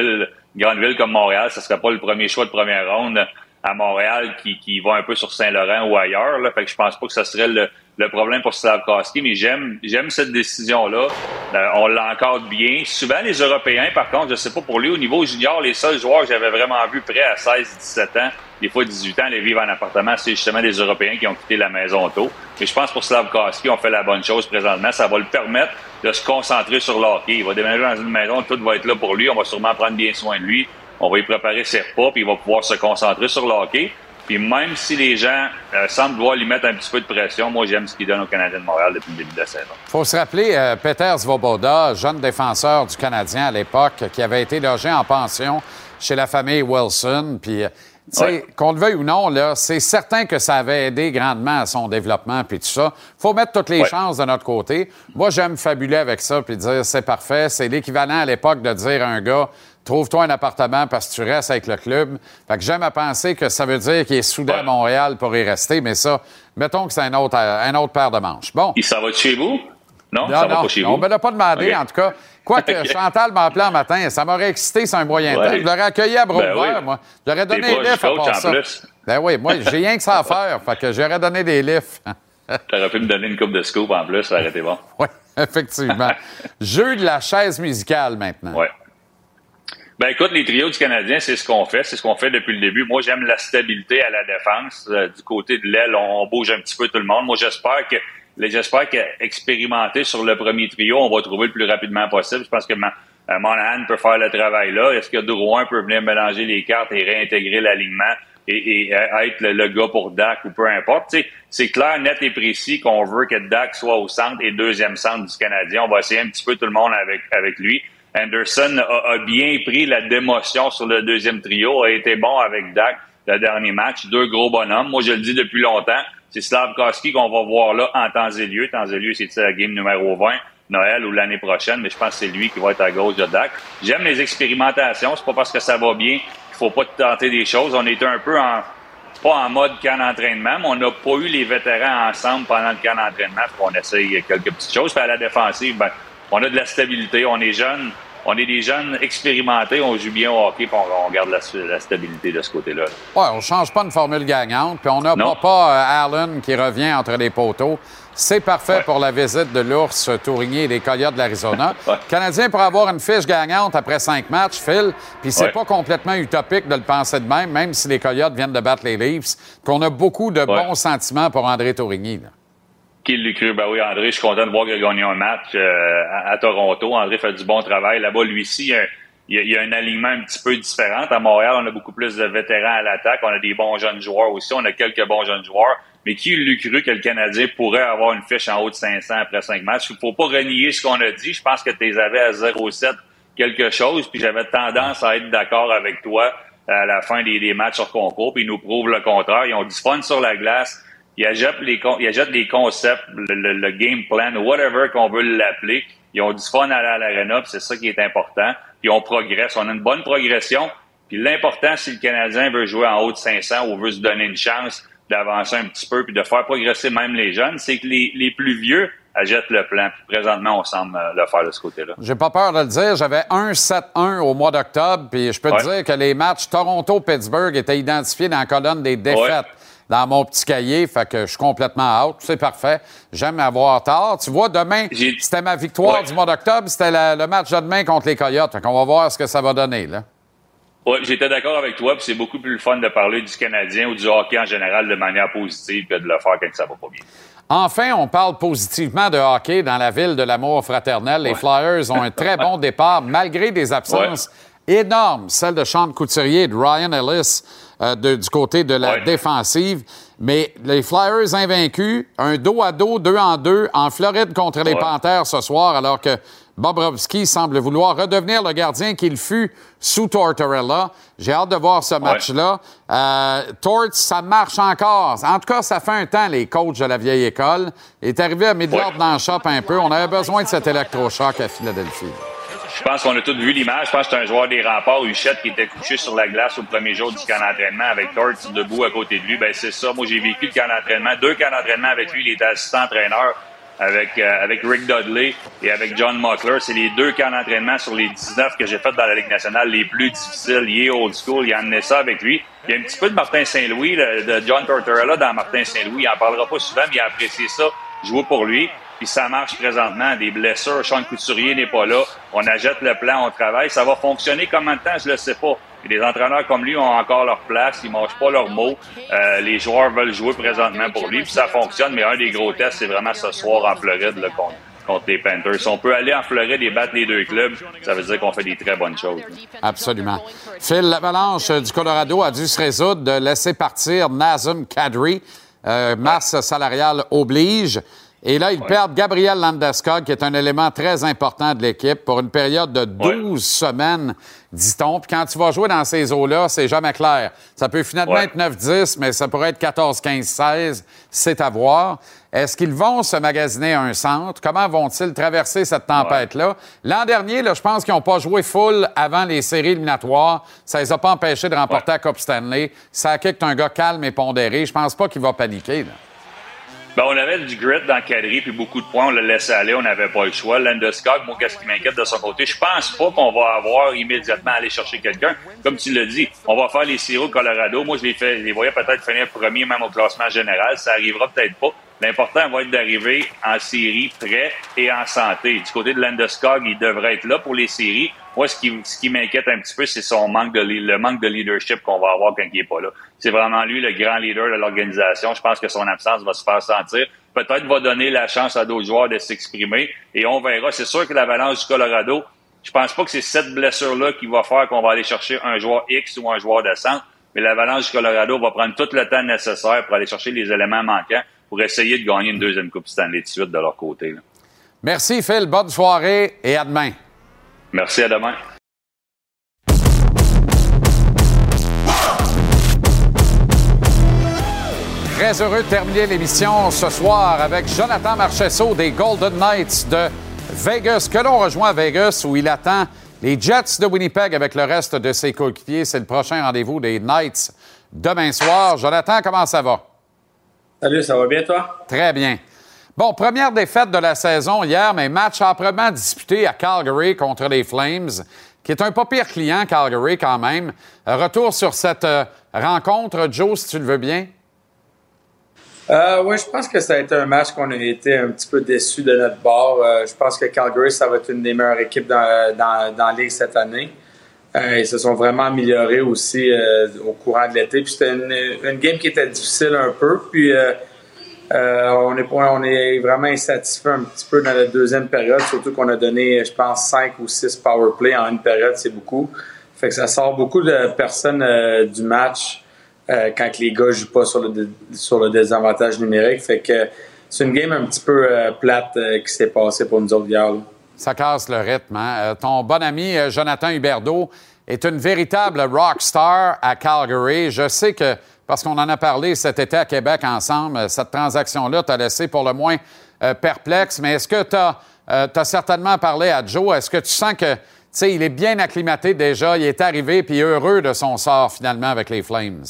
Speaker 20: une grande ville comme Montréal, ce serait pas le premier choix de première ronde à Montréal qui, qui va un peu sur Saint-Laurent ou ailleurs. Là. Fait que je pense pas que ce serait le, le problème pour Slafkovský, mais j'aime j'aime cette décision-là. Euh, on l'encadre bien. Souvent, les Européens, par contre, je sais pas pour lui, au niveau junior, les seuls joueurs que j'avais vraiment vus près à seize dix-sept ans, des fois dix-huit ans, les vivre en appartement, c'est justement des Européens qui ont quitté la maison tôt. Mais je pense pour Slafkovský, on fait la bonne chose présentement. Ça va le permettre de se concentrer sur le hockey. Il va déménager dans une maison, tout va être là pour lui. On va sûrement prendre bien soin de lui. On va y préparer ses repas, puis il va pouvoir se concentrer sur le hockey. Puis même si les gens euh, semblent devoir lui mettre un petit peu de pression, moi, j'aime ce qu'il donne au Canadien de Montréal depuis le début de la saison.
Speaker 1: Il faut se rappeler, euh, Peter Svoboda, jeune défenseur du Canadien à l'époque, qui avait été logé en pension chez la famille Wilson. Puis, tu sais, ouais. qu'on le veuille ou non, là, c'est certain que ça avait aidé grandement à son développement, puis tout ça. Il faut mettre toutes les ouais. chances de notre côté. Moi, j'aime fabuler avec ça, puis dire c'est parfait. C'est l'équivalent à l'époque de dire à un gars, trouve-toi un appartement parce que tu restes avec le club. Fait que j'aime à penser que ça veut dire qu'il est soudé à Montréal pour y rester, mais ça, mettons que c'est un autre, un autre paire de manches. Bon.
Speaker 20: Il s'en va de chez vous? Non,
Speaker 1: non,
Speaker 20: ça
Speaker 1: non,
Speaker 20: va pas chez
Speaker 1: on
Speaker 20: vous.
Speaker 1: me l'a pas demandé, okay. en tout cas. Quoique
Speaker 20: okay.
Speaker 1: Chantal m'a appelé un matin, ça m'aurait excité sur un moyen
Speaker 20: ouais.
Speaker 1: temps. Je l'aurais accueilli à bras
Speaker 20: ben
Speaker 1: ouverts,
Speaker 20: oui.
Speaker 1: moi. J'aurais donné des lifts à part ça.
Speaker 20: Plus.
Speaker 1: Ben oui, moi, j'ai rien que ça à faire. Fait que j'aurais donné des lifts.
Speaker 20: T'aurais pu me donner une coupe de scoop en plus, ça aurait été bon.
Speaker 1: Oui, effectivement. Jeu de la chaise musicale maintenant.
Speaker 20: Oui. Ben écoute, les trios du Canadien, c'est ce qu'on fait, c'est ce qu'on fait depuis le début. Moi, j'aime la stabilité à la défense. Euh, du côté de l'aile, on, on bouge un petit peu tout le monde. Moi, j'espère que j'espère qu'expérimenter sur le premier trio, on va trouver le plus rapidement possible. Je pense que Ma, euh, Monahan peut faire le travail là. Est-ce que Drouin peut venir mélanger les cartes et réintégrer l'alignement et, et euh, être le, le gars pour Dak ou peu importe? T'sais, c'est clair, net et précis qu'on veut que Dak soit au centre et deuxième centre du Canadien. On va essayer un petit peu tout le monde avec, avec lui. Anderson a, a bien pris la démotion sur le deuxième trio, a été bon avec Dak le dernier match. Deux gros bonhommes. Moi, je le dis depuis longtemps, c'est Slafkovský qu'on va voir là en temps et lieu. Temps et lieu, c'est la game numéro vingt, Noël ou l'année prochaine, mais je pense que c'est lui qui va être à gauche de Dak. J'aime les expérimentations. C'est pas parce que ça va bien qu'il faut pas tenter des choses. On était un peu en pas en mode camp d'entraînement, mais on n'a pas eu les vétérans ensemble pendant le camp d'entraînement. On essaye quelques petites choses. Puis à la défensive, ben, on a de la stabilité, on est jeunes, on est des jeunes expérimentés, on joue bien au hockey, puis on, on garde la, la stabilité de ce côté-là.
Speaker 1: Oui, on ne change pas une formule gagnante, puis on n'a pas, pas euh, Allen qui revient entre les poteaux. C'est parfait ouais. pour la visite de l'Ours, Tourigny et des Coyotes de l'Arizona. ouais. Le Canadien pourrait avoir une fiche gagnante après cinq matchs, Phil, puis c'est ouais. pas complètement utopique de le penser de même, même si les Coyotes viennent de battre les Leafs, qu'on a beaucoup de ouais. bons sentiments pour André Tourigny, là.
Speaker 20: Qui l'a cru? Ben oui, André, je suis content de voir qu'il a gagné un match euh, à, à Toronto. André fait du bon travail. Là-bas, lui aussi, il y, a, il, y a, il y a un alignement un petit peu différent. À Montréal, on a beaucoup plus de vétérans à l'attaque. On a des bons jeunes joueurs aussi. On a quelques bons jeunes joueurs. Mais qui l'a cru que le Canadien pourrait avoir une fiche en haut de cinq cents après cinq matchs? Il faut pas renier ce qu'on a dit. Je pense que tu les avais à zéro sept quelque chose. Puis j'avais tendance à être d'accord avec toi à la fin des, des matchs sur concours. Puis ils nous prouvent le contraire. Ils ont du fun sur la glace. Ils achètent les, ils achètent les concepts, le, le, le game plan, whatever qu'on veut l'appeler. Ils ont du fun à aller à l'aréna, puis c'est ça qui est important. Puis on progresse, on a une bonne progression. Puis l'important, si le Canadien veut jouer en haut de cinq cents ou veut se donner une chance d'avancer un petit peu puis de faire progresser même les jeunes, c'est que les, les plus vieux achètent le plan. Puis présentement, on semble le faire de ce côté-là.
Speaker 1: J'ai pas peur de le dire. J'avais un sept un au mois d'octobre, puis je peux ouais. te dire que les matchs Toronto-Pittsburgh étaient identifiés dans la colonne des défaites. Ouais. Dans mon petit cahier, fait que je suis complètement out. C'est parfait. J'aime avoir tort. Tu vois, demain, J'ai... c'était ma victoire ouais. du mois d'octobre. C'était la, le match de demain contre les Coyotes. Fait qu'on va voir ce que ça va donner, là.
Speaker 20: Oui, j'étais d'accord avec toi. Puis c'est beaucoup plus le fun de parler du Canadien ou du hockey en général de manière positive que de le faire quand ça va pas bien.
Speaker 1: Enfin, on parle positivement de hockey dans la ville de l'amour fraternel. Les ouais. Flyers ont un très bon départ, malgré des absences ouais. énormes. Celle de Sean Couturier et de Ryan Ellis. Euh, de, du côté de la ouais. défensive. Mais les Flyers invaincus, un dos à dos, deux en deux, en Floride contre les ouais. Panthères ce soir, alors que Bobrovsky semble vouloir redevenir le gardien qu'il fut sous Tortorella. J'ai hâte de voir ce match-là. Ouais. Euh, Tort, ça marche encore. En tout cas, ça fait un temps, les coachs de la vieille école. Il est arrivé à mettre de l'ordre dans le shop un peu. On avait besoin de cet électrochoc à Philadelphie.
Speaker 20: Je pense qu'on a tous vu l'image. Je pense que c'est un joueur des Remparts, Huchette, qui était couché sur la glace au premier jour du camp d'entraînement avec Torts debout à côté de lui. Ben c'est ça. Moi, j'ai vécu le camp d'entraînement. Deux camps d'entraînement avec lui. Il était assistant entraîneur avec, euh, avec Rick Dudley et avec John Muckler. C'est les deux camps d'entraînement sur les dix-neuf que j'ai fait dans la Ligue nationale les plus difficiles. Il est old school, il a amené ça avec lui. Il y a un petit peu de Martin Saint-Louis, le, de John Tortorella dans Martin Saint-Louis. Il en parlera pas souvent, mais il a apprécié ça, jouer pour lui. Puis ça marche présentement. Des blessures, Sean Couturier n'est pas là. On achète le plan, on travaille. Ça va fonctionner combien de temps, je le sais pas. Et les entraîneurs comme lui ont encore leur place. Ils mangent pas leurs mots. Euh, les joueurs veulent jouer présentement pour lui. Puis ça fonctionne. Mais un des gros tests, c'est vraiment ce soir en Floride là, contre, contre les Panthers. Si on peut aller en Floride et battre les deux clubs, ça veut dire qu'on fait des très bonnes choses. Là.
Speaker 1: Absolument. Phil, l'Avalanche du Colorado a dû se résoudre de laisser partir Nazem Kadri. Euh, masse salariale oblige. Et là, ils ouais. perdent Gabriel Landeskog, qui est un élément très important de l'équipe, pour une période de douze ouais. semaines, dit-on. Puis quand tu vas jouer dans ces eaux-là, c'est jamais clair. Ça peut finalement ouais. être neuf dix, mais ça pourrait être quatorze quinze seize. C'est à voir. Est-ce qu'ils vont se magasiner un centre? Comment vont-ils traverser cette tempête-là? Ouais. L'an dernier, là, je pense qu'ils n'ont pas joué full avant les séries éliminatoires. Ça ne les a pas empêchés de remporter ouais. la Coupe Stanley. Sakic est un gars calme et pondéré. Je pense pas qu'il va paniquer, là.
Speaker 20: Ben, on avait du grit dans le quadri, puis beaucoup de points, on l'a laissé aller, on n'avait pas le choix. Landeskog, moi, qu'est-ce qui m'inquiète de son côté? Je pense pas qu'on va avoir immédiatement à aller chercher quelqu'un. Comme tu l'as dit, on va faire les séries au Colorado. Moi, je les, fais, je les voyais peut-être finir premier, même au classement général. Ça arrivera peut-être pas. L'important va être d'arriver en série prêt et en santé. Du côté de Landeskog, il devrait être là pour les séries. Moi, ce qui, ce qui m'inquiète un petit peu, c'est son manque de le manque de leadership qu'on va avoir quand il n'est pas là. C'est vraiment lui le grand leader de l'organisation. Je pense que son absence va se faire sentir. Peut-être va donner la chance à d'autres joueurs de s'exprimer et on verra. C'est sûr que l'Avalanche du Colorado, je pense pas que c'est cette blessure-là qui va faire qu'on va aller chercher un joueur X ou un joueur de centre, mais l'Avalanche du Colorado va prendre tout le temps nécessaire pour aller chercher les éléments manquants pour essayer de gagner une deuxième Coupe Stanley de suite de leur côté. Là.
Speaker 1: Merci, Phil. Bonne soirée et à demain.
Speaker 20: Merci, à demain.
Speaker 1: Très heureux de terminer l'émission ce soir avec Jonathan Marchessault des Golden Knights de Vegas, que l'on rejoint à Vegas où il attend les Jets de Winnipeg avec le reste de ses coéquipiers. C'est le prochain rendez-vous des Knights demain soir. Jonathan, comment ça va?
Speaker 21: Salut, ça va bien, toi?
Speaker 1: Très bien. Bon, première défaite de la saison hier, mais match âprement disputé à Calgary contre les Flames, qui est un pas pire client, Calgary, quand même. Retour sur cette euh, rencontre, Joe, si tu le veux bien.
Speaker 21: Euh, oui, je pense que ça a été un match qu'on a été un petit peu déçus de notre bord. Euh, je pense que Calgary, ça va être une des meilleures équipes dans, dans, dans la Ligue cette année. Euh, ils se sont vraiment améliorés aussi euh, au courant de l'été. Puis c'était une, une game qui était difficile un peu. Puis euh, euh, on est on est vraiment insatisfait un petit peu dans la deuxième période, surtout qu'on a donné, je pense, cinq ou six power play en une période, c'est beaucoup. Fait que ça sort beaucoup de personnes euh, du match euh, quand les gars jouent pas sur le sur le désavantage numérique. Fait que c'est une game un petit peu euh, plate euh, qui s'est passée pour nous autres hier. Là.
Speaker 1: Ça casse le rythme. Hein? Euh, ton bon ami euh, Jonathan Huberdeau est une véritable rock star à Calgary. Je sais que, parce qu'on en a parlé cet été à Québec ensemble, cette transaction-là t'a laissé pour le moins euh, perplexe. Mais est-ce que tu as euh, certainement parlé à Joe? Est-ce que tu sens que, tu sais, il est bien acclimaté déjà, il est arrivé puis heureux de son sort finalement avec les Flames?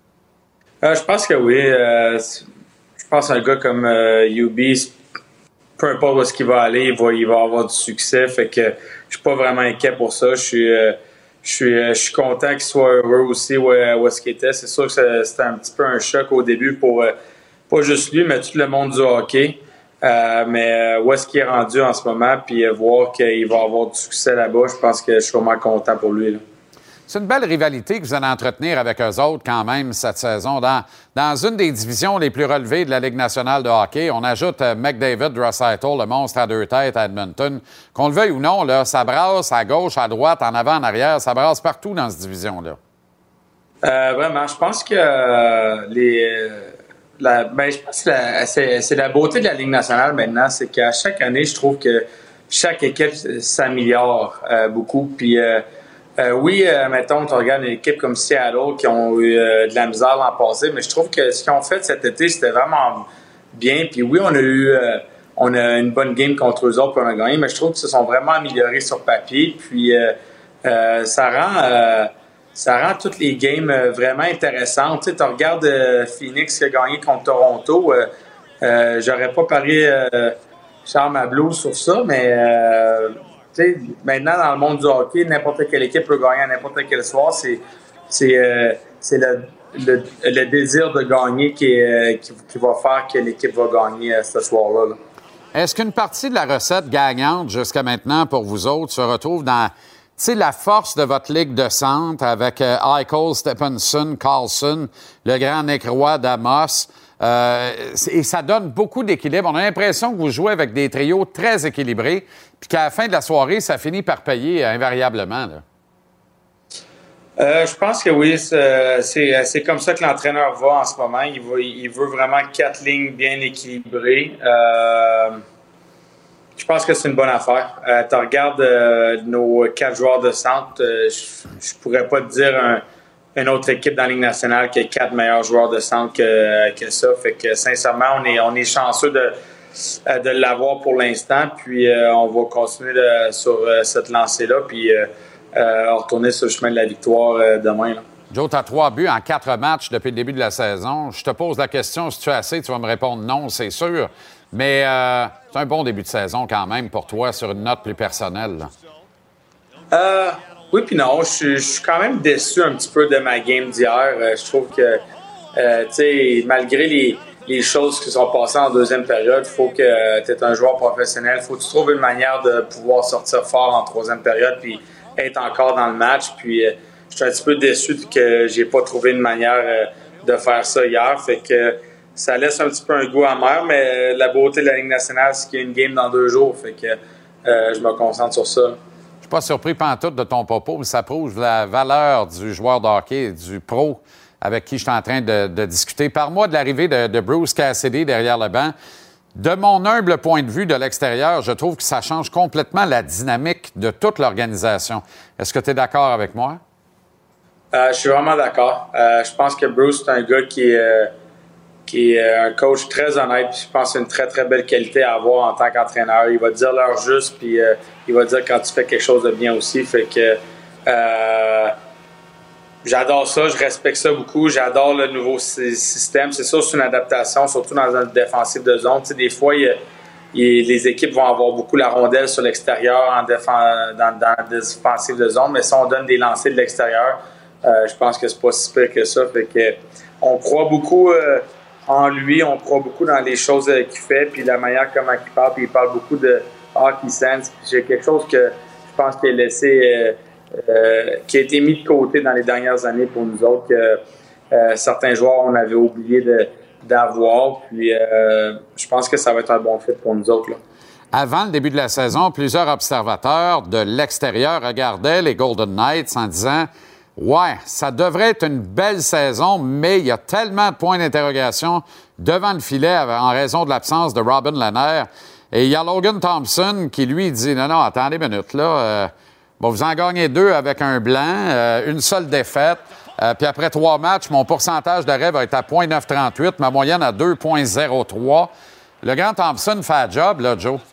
Speaker 21: Euh, je pense que oui. Euh, je pense qu'un gars comme euh, U B, peu importe où est-ce qu'il va aller, il va, il va avoir du succès. Fait que je suis pas vraiment inquiet pour ça. Je suis, euh, je suis, euh, je suis content qu'il soit heureux aussi où, où est-ce qu'il était. C'est sûr que c'était un petit peu un choc au début pour euh, pas juste lui, mais tout le monde du hockey. Euh, mais où est-ce qu'il est rendu en ce moment, puis euh, voir qu'il va avoir du succès là-bas, je pense que je suis vraiment content pour lui. Là.
Speaker 1: C'est une belle rivalité que vous allez entretenir avec eux autres quand même cette saison. Dans, dans une des divisions les plus relevées de la Ligue nationale de hockey, on ajoute euh, McDavid, Draisaitl, le monstre à deux têtes à Edmonton. Qu'on le veuille ou non, là, ça brasse à gauche, à droite, en avant, en arrière. Ça brasse partout dans cette division-là.
Speaker 21: Euh, vraiment, je pense que euh, les... La, ben, je pense que la, c'est, c'est la beauté de la Ligue nationale maintenant, c'est qu'à chaque année, je trouve que chaque équipe s'améliore euh, beaucoup. Puis... Euh, Euh, oui, euh, mettons, tu regardes une équipe comme Seattle qui ont eu euh, de la misère l'an passé, mais je trouve que ce qu'ils ont fait cet été, c'était vraiment bien. Puis oui, on a eu euh, on a une bonne game contre eux autres, puis on a gagné, mais je trouve qu'ils se sont vraiment améliorés sur papier. Puis euh, euh, ça rend euh, ça rend toutes les games vraiment intéressantes. Tu sais, tu regardes euh, Phoenix qui a gagné contre Toronto. Euh, euh, j'aurais pas parié... Euh, Charles Mablou sur ça, mais euh, tu sais, maintenant, dans le monde du hockey, n'importe quelle équipe peut gagner à n'importe quel soir. C'est, c'est, euh, c'est le, le, le désir de gagner qui, est, qui, qui va faire que l'équipe va gagner euh, ce soir-là. Là.
Speaker 1: Est-ce qu'une partie de la recette gagnante jusqu'à maintenant pour vous autres se retrouve dans la force de votre ligue de centre avec euh, Eichel, Stephenson, Carlson, le grand Nick Roy d'Amos? Euh, et ça donne beaucoup d'équilibre. On a l'impression que vous jouez avec des trios très équilibrés, puis qu'à la fin de la soirée, ça finit par payer euh, invariablement. Là.
Speaker 21: Euh, je pense que oui, c'est, c'est, c'est comme ça que l'entraîneur va en ce moment. Il veut, il veut vraiment quatre lignes bien équilibrées. Euh, je pense que c'est une bonne affaire. Euh, tu regardes euh, nos quatre joueurs de centre, euh, je, je pourrais pas te dire un, une autre équipe dans la Ligue nationale qui a quatre meilleurs joueurs de centre que, que ça. Fait que sincèrement, on est, on est chanceux de, de l'avoir pour l'instant. Puis euh, on va continuer de, sur euh, cette lancée-là. Puis euh, Euh, retourner sur le chemin de la victoire euh, demain. Là.
Speaker 1: Joe, tu as trois buts en quatre matchs depuis le début de la saison. Je te pose la question, si tu as assez, tu vas me répondre non, c'est sûr. Mais euh, c'est un bon début de saison quand même pour toi sur une note plus personnelle. Là.
Speaker 21: Euh, oui puis non. Je suis quand même déçu un petit peu de ma game d'hier. Euh, je trouve que, euh, tu sais, malgré les, les choses qui sont passées en deuxième période, il faut que tu es un joueur professionnel. Il faut que tu trouves une manière de pouvoir sortir fort en troisième période puis être encore dans le match. Puis euh, je suis un petit peu déçu que j'ai pas trouvé une manière euh, de faire ça hier. Fait que ça laisse un petit peu un goût amer, mais la beauté de la Ligue nationale, c'est qu'il y a une game dans deux jours. Fait que euh, je me concentre sur ça.
Speaker 1: Je suis pas surpris pantoute de ton propos, mais ça prouve la valeur du joueur de hockey, du pro avec qui je suis en train de, de discuter. Parle-moi de l'arrivée de, de Bruce Cassidy derrière le banc. De mon humble point de vue de l'extérieur, je trouve que ça change complètement la dynamique de toute l'organisation. Est-ce que tu es d'accord avec moi?
Speaker 21: Euh, je suis vraiment d'accord. Euh, je pense que Bruce, c'est un gars qui est, euh, qui est un coach très honnête. Puis je pense que c'est une très, très belle qualité à avoir en tant qu'entraîneur. Il va dire l'heure juste, puis euh, il va dire quand tu fais quelque chose de bien aussi. Fait que euh, j'adore ça, je respecte ça beaucoup. J'adore le nouveau système. C'est sûr, c'est une adaptation, surtout dans un défensif de zone. Tu sais, des fois, il, il, les équipes vont avoir beaucoup la rondelle sur l'extérieur en défense, dans, dans la défensive de zone, mais si on donne des lancers de l'extérieur, euh, je pense que c'est pas si pire que ça. Fait que on croit beaucoup euh, en lui, on croit beaucoup dans les choses euh, qu'il fait, puis la manière comment il parle, puis il parle beaucoup de hockey sense. Puis j'ai quelque chose que je pense qu'il a laissé... Euh, Euh, qui a été mis de côté dans les dernières années pour nous autres, que euh, certains joueurs, on avait oublié de, d'avoir. Puis euh, je pense que ça va être un bon fit pour nous autres. Là.
Speaker 1: Avant le début de la saison, plusieurs observateurs de l'extérieur regardaient les Golden Knights en disant « Ouais, ça devrait être une belle saison, mais il y a tellement de points d'interrogation devant le filet en raison de l'absence de Robin Lehner. » Et il y a Logan Thompson qui, lui, dit « Non, non, attendez une minute, là. Euh, » Bon, vous en gagnez deux avec un blanc, euh, une seule défaite. Euh, puis après trois matchs, mon pourcentage d'arrêt va être à zéro virgule neuf trente-huit, ma moyenne à deux virgule zéro trois. Le grand Thompson fait le job, là, Joe?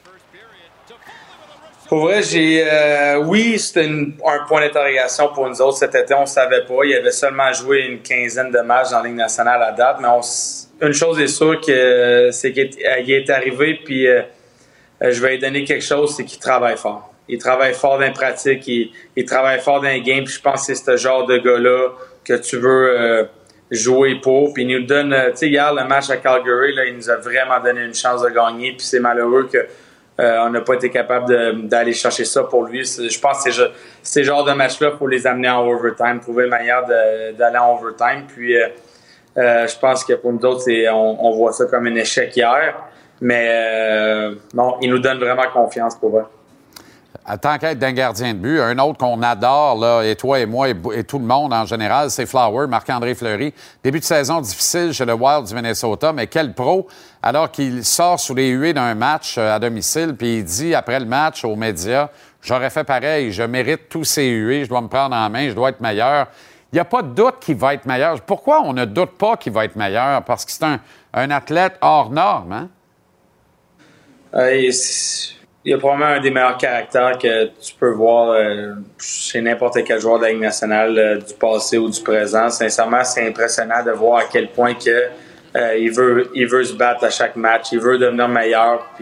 Speaker 21: Pour vrai, j'ai... Euh, oui, c'était une, un point d'interrogation pour nous autres cet été. On ne savait pas. Il avait seulement joué une quinzaine de matchs dans la Ligue nationale à date. Mais on, une chose est sûre, que, c'est qu'il est arrivé, puis euh, je vais lui donner quelque chose, c'est qu'il travaille fort. Il travaille fort dans les pratiques, il, il travaille fort dans les games. Puis je pense que c'est ce genre de gars-là que tu veux euh, jouer pour. Puis il nous donne, tu sais, hier, le match à Calgary, là, il nous a vraiment donné une chance de gagner. Puis c'est malheureux que euh, on n'a pas été capable de, d'aller chercher ça pour lui. C'est, je pense que c'est ces genres de matchs-là, il faut les amener en overtime, trouver une manière de, d'aller en overtime. Puis euh, euh, je pense que pour nous autres, c'est, on, on voit ça comme un échec hier. Mais euh, non, il nous donne vraiment confiance pour eux.
Speaker 1: Tant qu'être d'un gardien de but, un autre qu'on adore, là, et toi et moi et, et tout le monde en général, c'est Flower, Marc-André Fleury. Début de saison difficile chez le Wild du Minnesota, mais quel pro, alors qu'il sort sous les huées d'un match à domicile, puis il dit après le match aux médias, j'aurais fait pareil, je mérite tous ces huées, je dois me prendre en main, je dois être meilleur. Il n'y a pas de doute qu'il va être meilleur. Pourquoi on ne doute pas qu'il va être meilleur? Parce que c'est un, un athlète hors norme, hein?
Speaker 21: Euh, Il y a probablement un des meilleurs caractères que tu peux voir euh, chez n'importe quel joueur de la Ligue nationale, euh, du passé ou du présent. Sincèrement, c'est impressionnant de voir à quel point que, euh, il veut, il veut se battre à chaque match, il veut devenir meilleur. Puis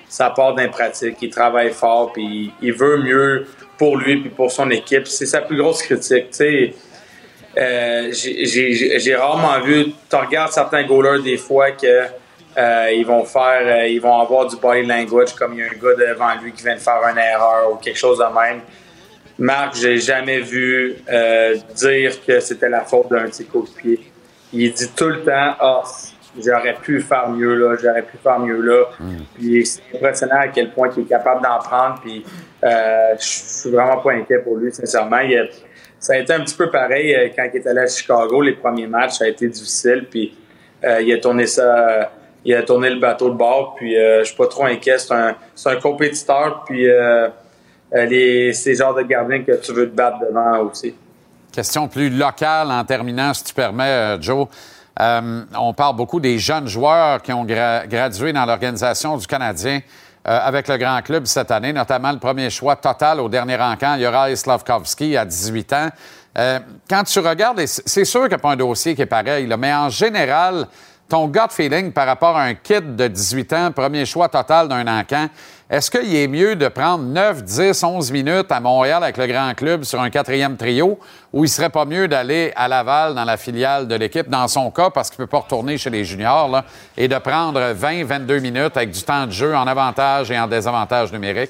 Speaker 21: ça part d'un pratique. Il travaille fort, puis il veut mieux pour lui puis pour son équipe. C'est sa plus grosse critique. Tu sais, euh, j'ai, j'ai, j'ai rarement vu. Tu regardes certains goalers des fois que euh, ils vont faire, euh, ils vont avoir du body language, comme il y a un gars devant lui qui vient de faire une erreur ou quelque chose de même. Marc, j'ai jamais vu euh, dire que c'était la faute d'un de ses coéquipiers. Il dit tout le temps, ah, oh, j'aurais pu faire mieux là, j'aurais pu faire mieux là. Mm. Puis c'est impressionnant à quel point il est capable d'en prendre. Puis euh, je suis vraiment pas inquiet pour lui, sincèrement. Il a, ça a été un petit peu pareil euh, quand il est allé à Chicago. Les premiers matchs, ça a été difficile. Puis euh, il a tourné ça, il a tourné le bateau de bord. Puis euh, je suis pas trop inquiet. C'est un, c'est un compétiteur. Puis euh, les, c'est le genre de gardien que tu veux te battre devant aussi.
Speaker 1: Question plus locale en terminant, si tu permets, Joe. Euh, on parle beaucoup des jeunes joueurs qui ont gra- gradué dans l'organisation du Canadien euh, avec le grand club cette année, notamment le premier choix total au dernier encamp, Juraj Slafkovský, à dix-huit ans. Euh, quand tu regardes, c'est sûr qu'il n'y a pas un dossier qui est pareil, là, mais en général, ton gut feeling par rapport à un kid de dix-huit ans, premier choix total d'un encamp, est-ce qu'il est mieux de prendre neuf, dix, onze minutes à Montréal avec le grand club sur un quatrième trio ou il serait pas mieux d'aller à Laval dans la filiale de l'équipe, dans son cas, parce qu'il ne peut pas retourner chez les juniors, là, et de prendre vingt, vingt-deux minutes avec du temps de jeu en avantage et en désavantage numérique?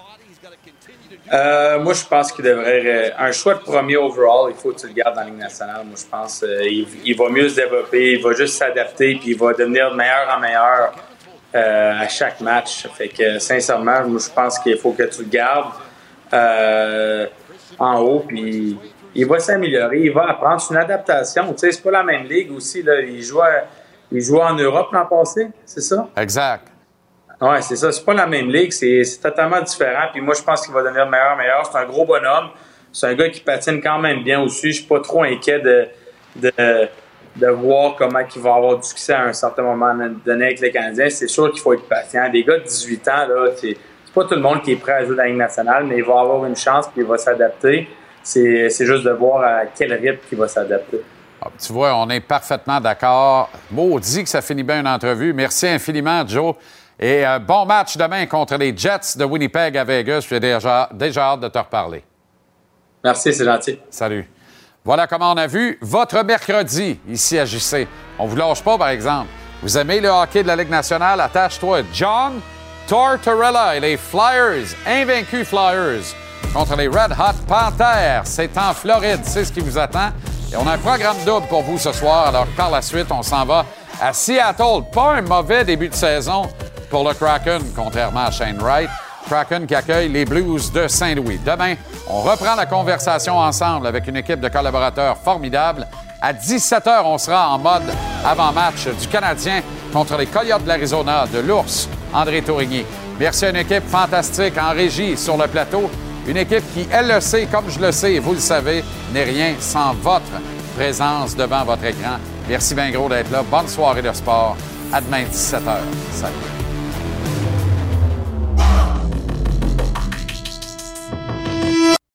Speaker 21: Euh, moi, je pense qu'il devrait... Un choix de premier overall, il faut que tu le gardes dans la Ligue nationale. Moi, je pense qu'il euh, il va mieux se développer, il va juste s'adapter, puis il va devenir de meilleur en meilleur euh, à chaque match. Fait que, sincèrement, moi, je pense qu'il faut que tu le gardes euh, en haut, puis il va s'améliorer, il va apprendre. C'est une adaptation. Tu sais, c'est pas la même ligue aussi. Là. Il jouait, il jouait en Europe l'an passé, c'est ça?
Speaker 1: Exact.
Speaker 21: Oui, c'est ça. C'est pas la même ligue. C'est, c'est totalement différent. Puis moi, je pense qu'il va devenir meilleur, meilleur. C'est un gros bonhomme. C'est un gars qui patine quand même bien aussi. Je suis pas trop inquiet de, de, de voir comment il va avoir du succès à un certain moment donné avec les Canadiens. C'est sûr qu'il faut être patient. Des gars de dix-huit ans, là, c'est, c'est pas tout le monde qui est prêt à jouer dans la Ligue nationale, mais il va avoir une chance puis il va s'adapter. C'est, c'est juste de voir à quel rythme il va s'adapter.
Speaker 1: Ah, tu vois, on est parfaitement d'accord. Maudit que ça finit bien une entrevue. Merci infiniment, Joe. Et euh, bon match demain contre les Jets de Winnipeg à Vegas. J'ai déjà, déjà hâte de te reparler.
Speaker 21: Merci, c'est gentil.
Speaker 1: Salut. Voilà comment on a vu votre mercredi ici à J C. On vous lâche pas, par exemple. Vous aimez le hockey de la Ligue nationale? Attache-toi. John Tortorella et les Flyers, invaincus Flyers, contre les Red Hot Panthers. C'est en Floride, c'est ce qui vous attend. Et on a un programme double pour vous ce soir. Alors, par la suite, on s'en va à Seattle. Pas un mauvais début de saison pour le Kraken, contrairement à Shane Wright. Kraken qui accueille les Blues de Saint-Louis. Demain, on reprend la conversation ensemble avec une équipe de collaborateurs formidables. À dix-sept heures, on sera en mode avant-match du Canadien contre les Coyotes de l'Arizona, de l'Ours, André Tourigny. Merci à une équipe fantastique en régie sur le plateau. Une équipe qui, elle le sait, comme je le sais, et vous le savez, n'est rien sans votre présence devant votre écran. Merci bien gros d'être là. Bonne soirée de sport. À demain, dix-sept heures. Salut.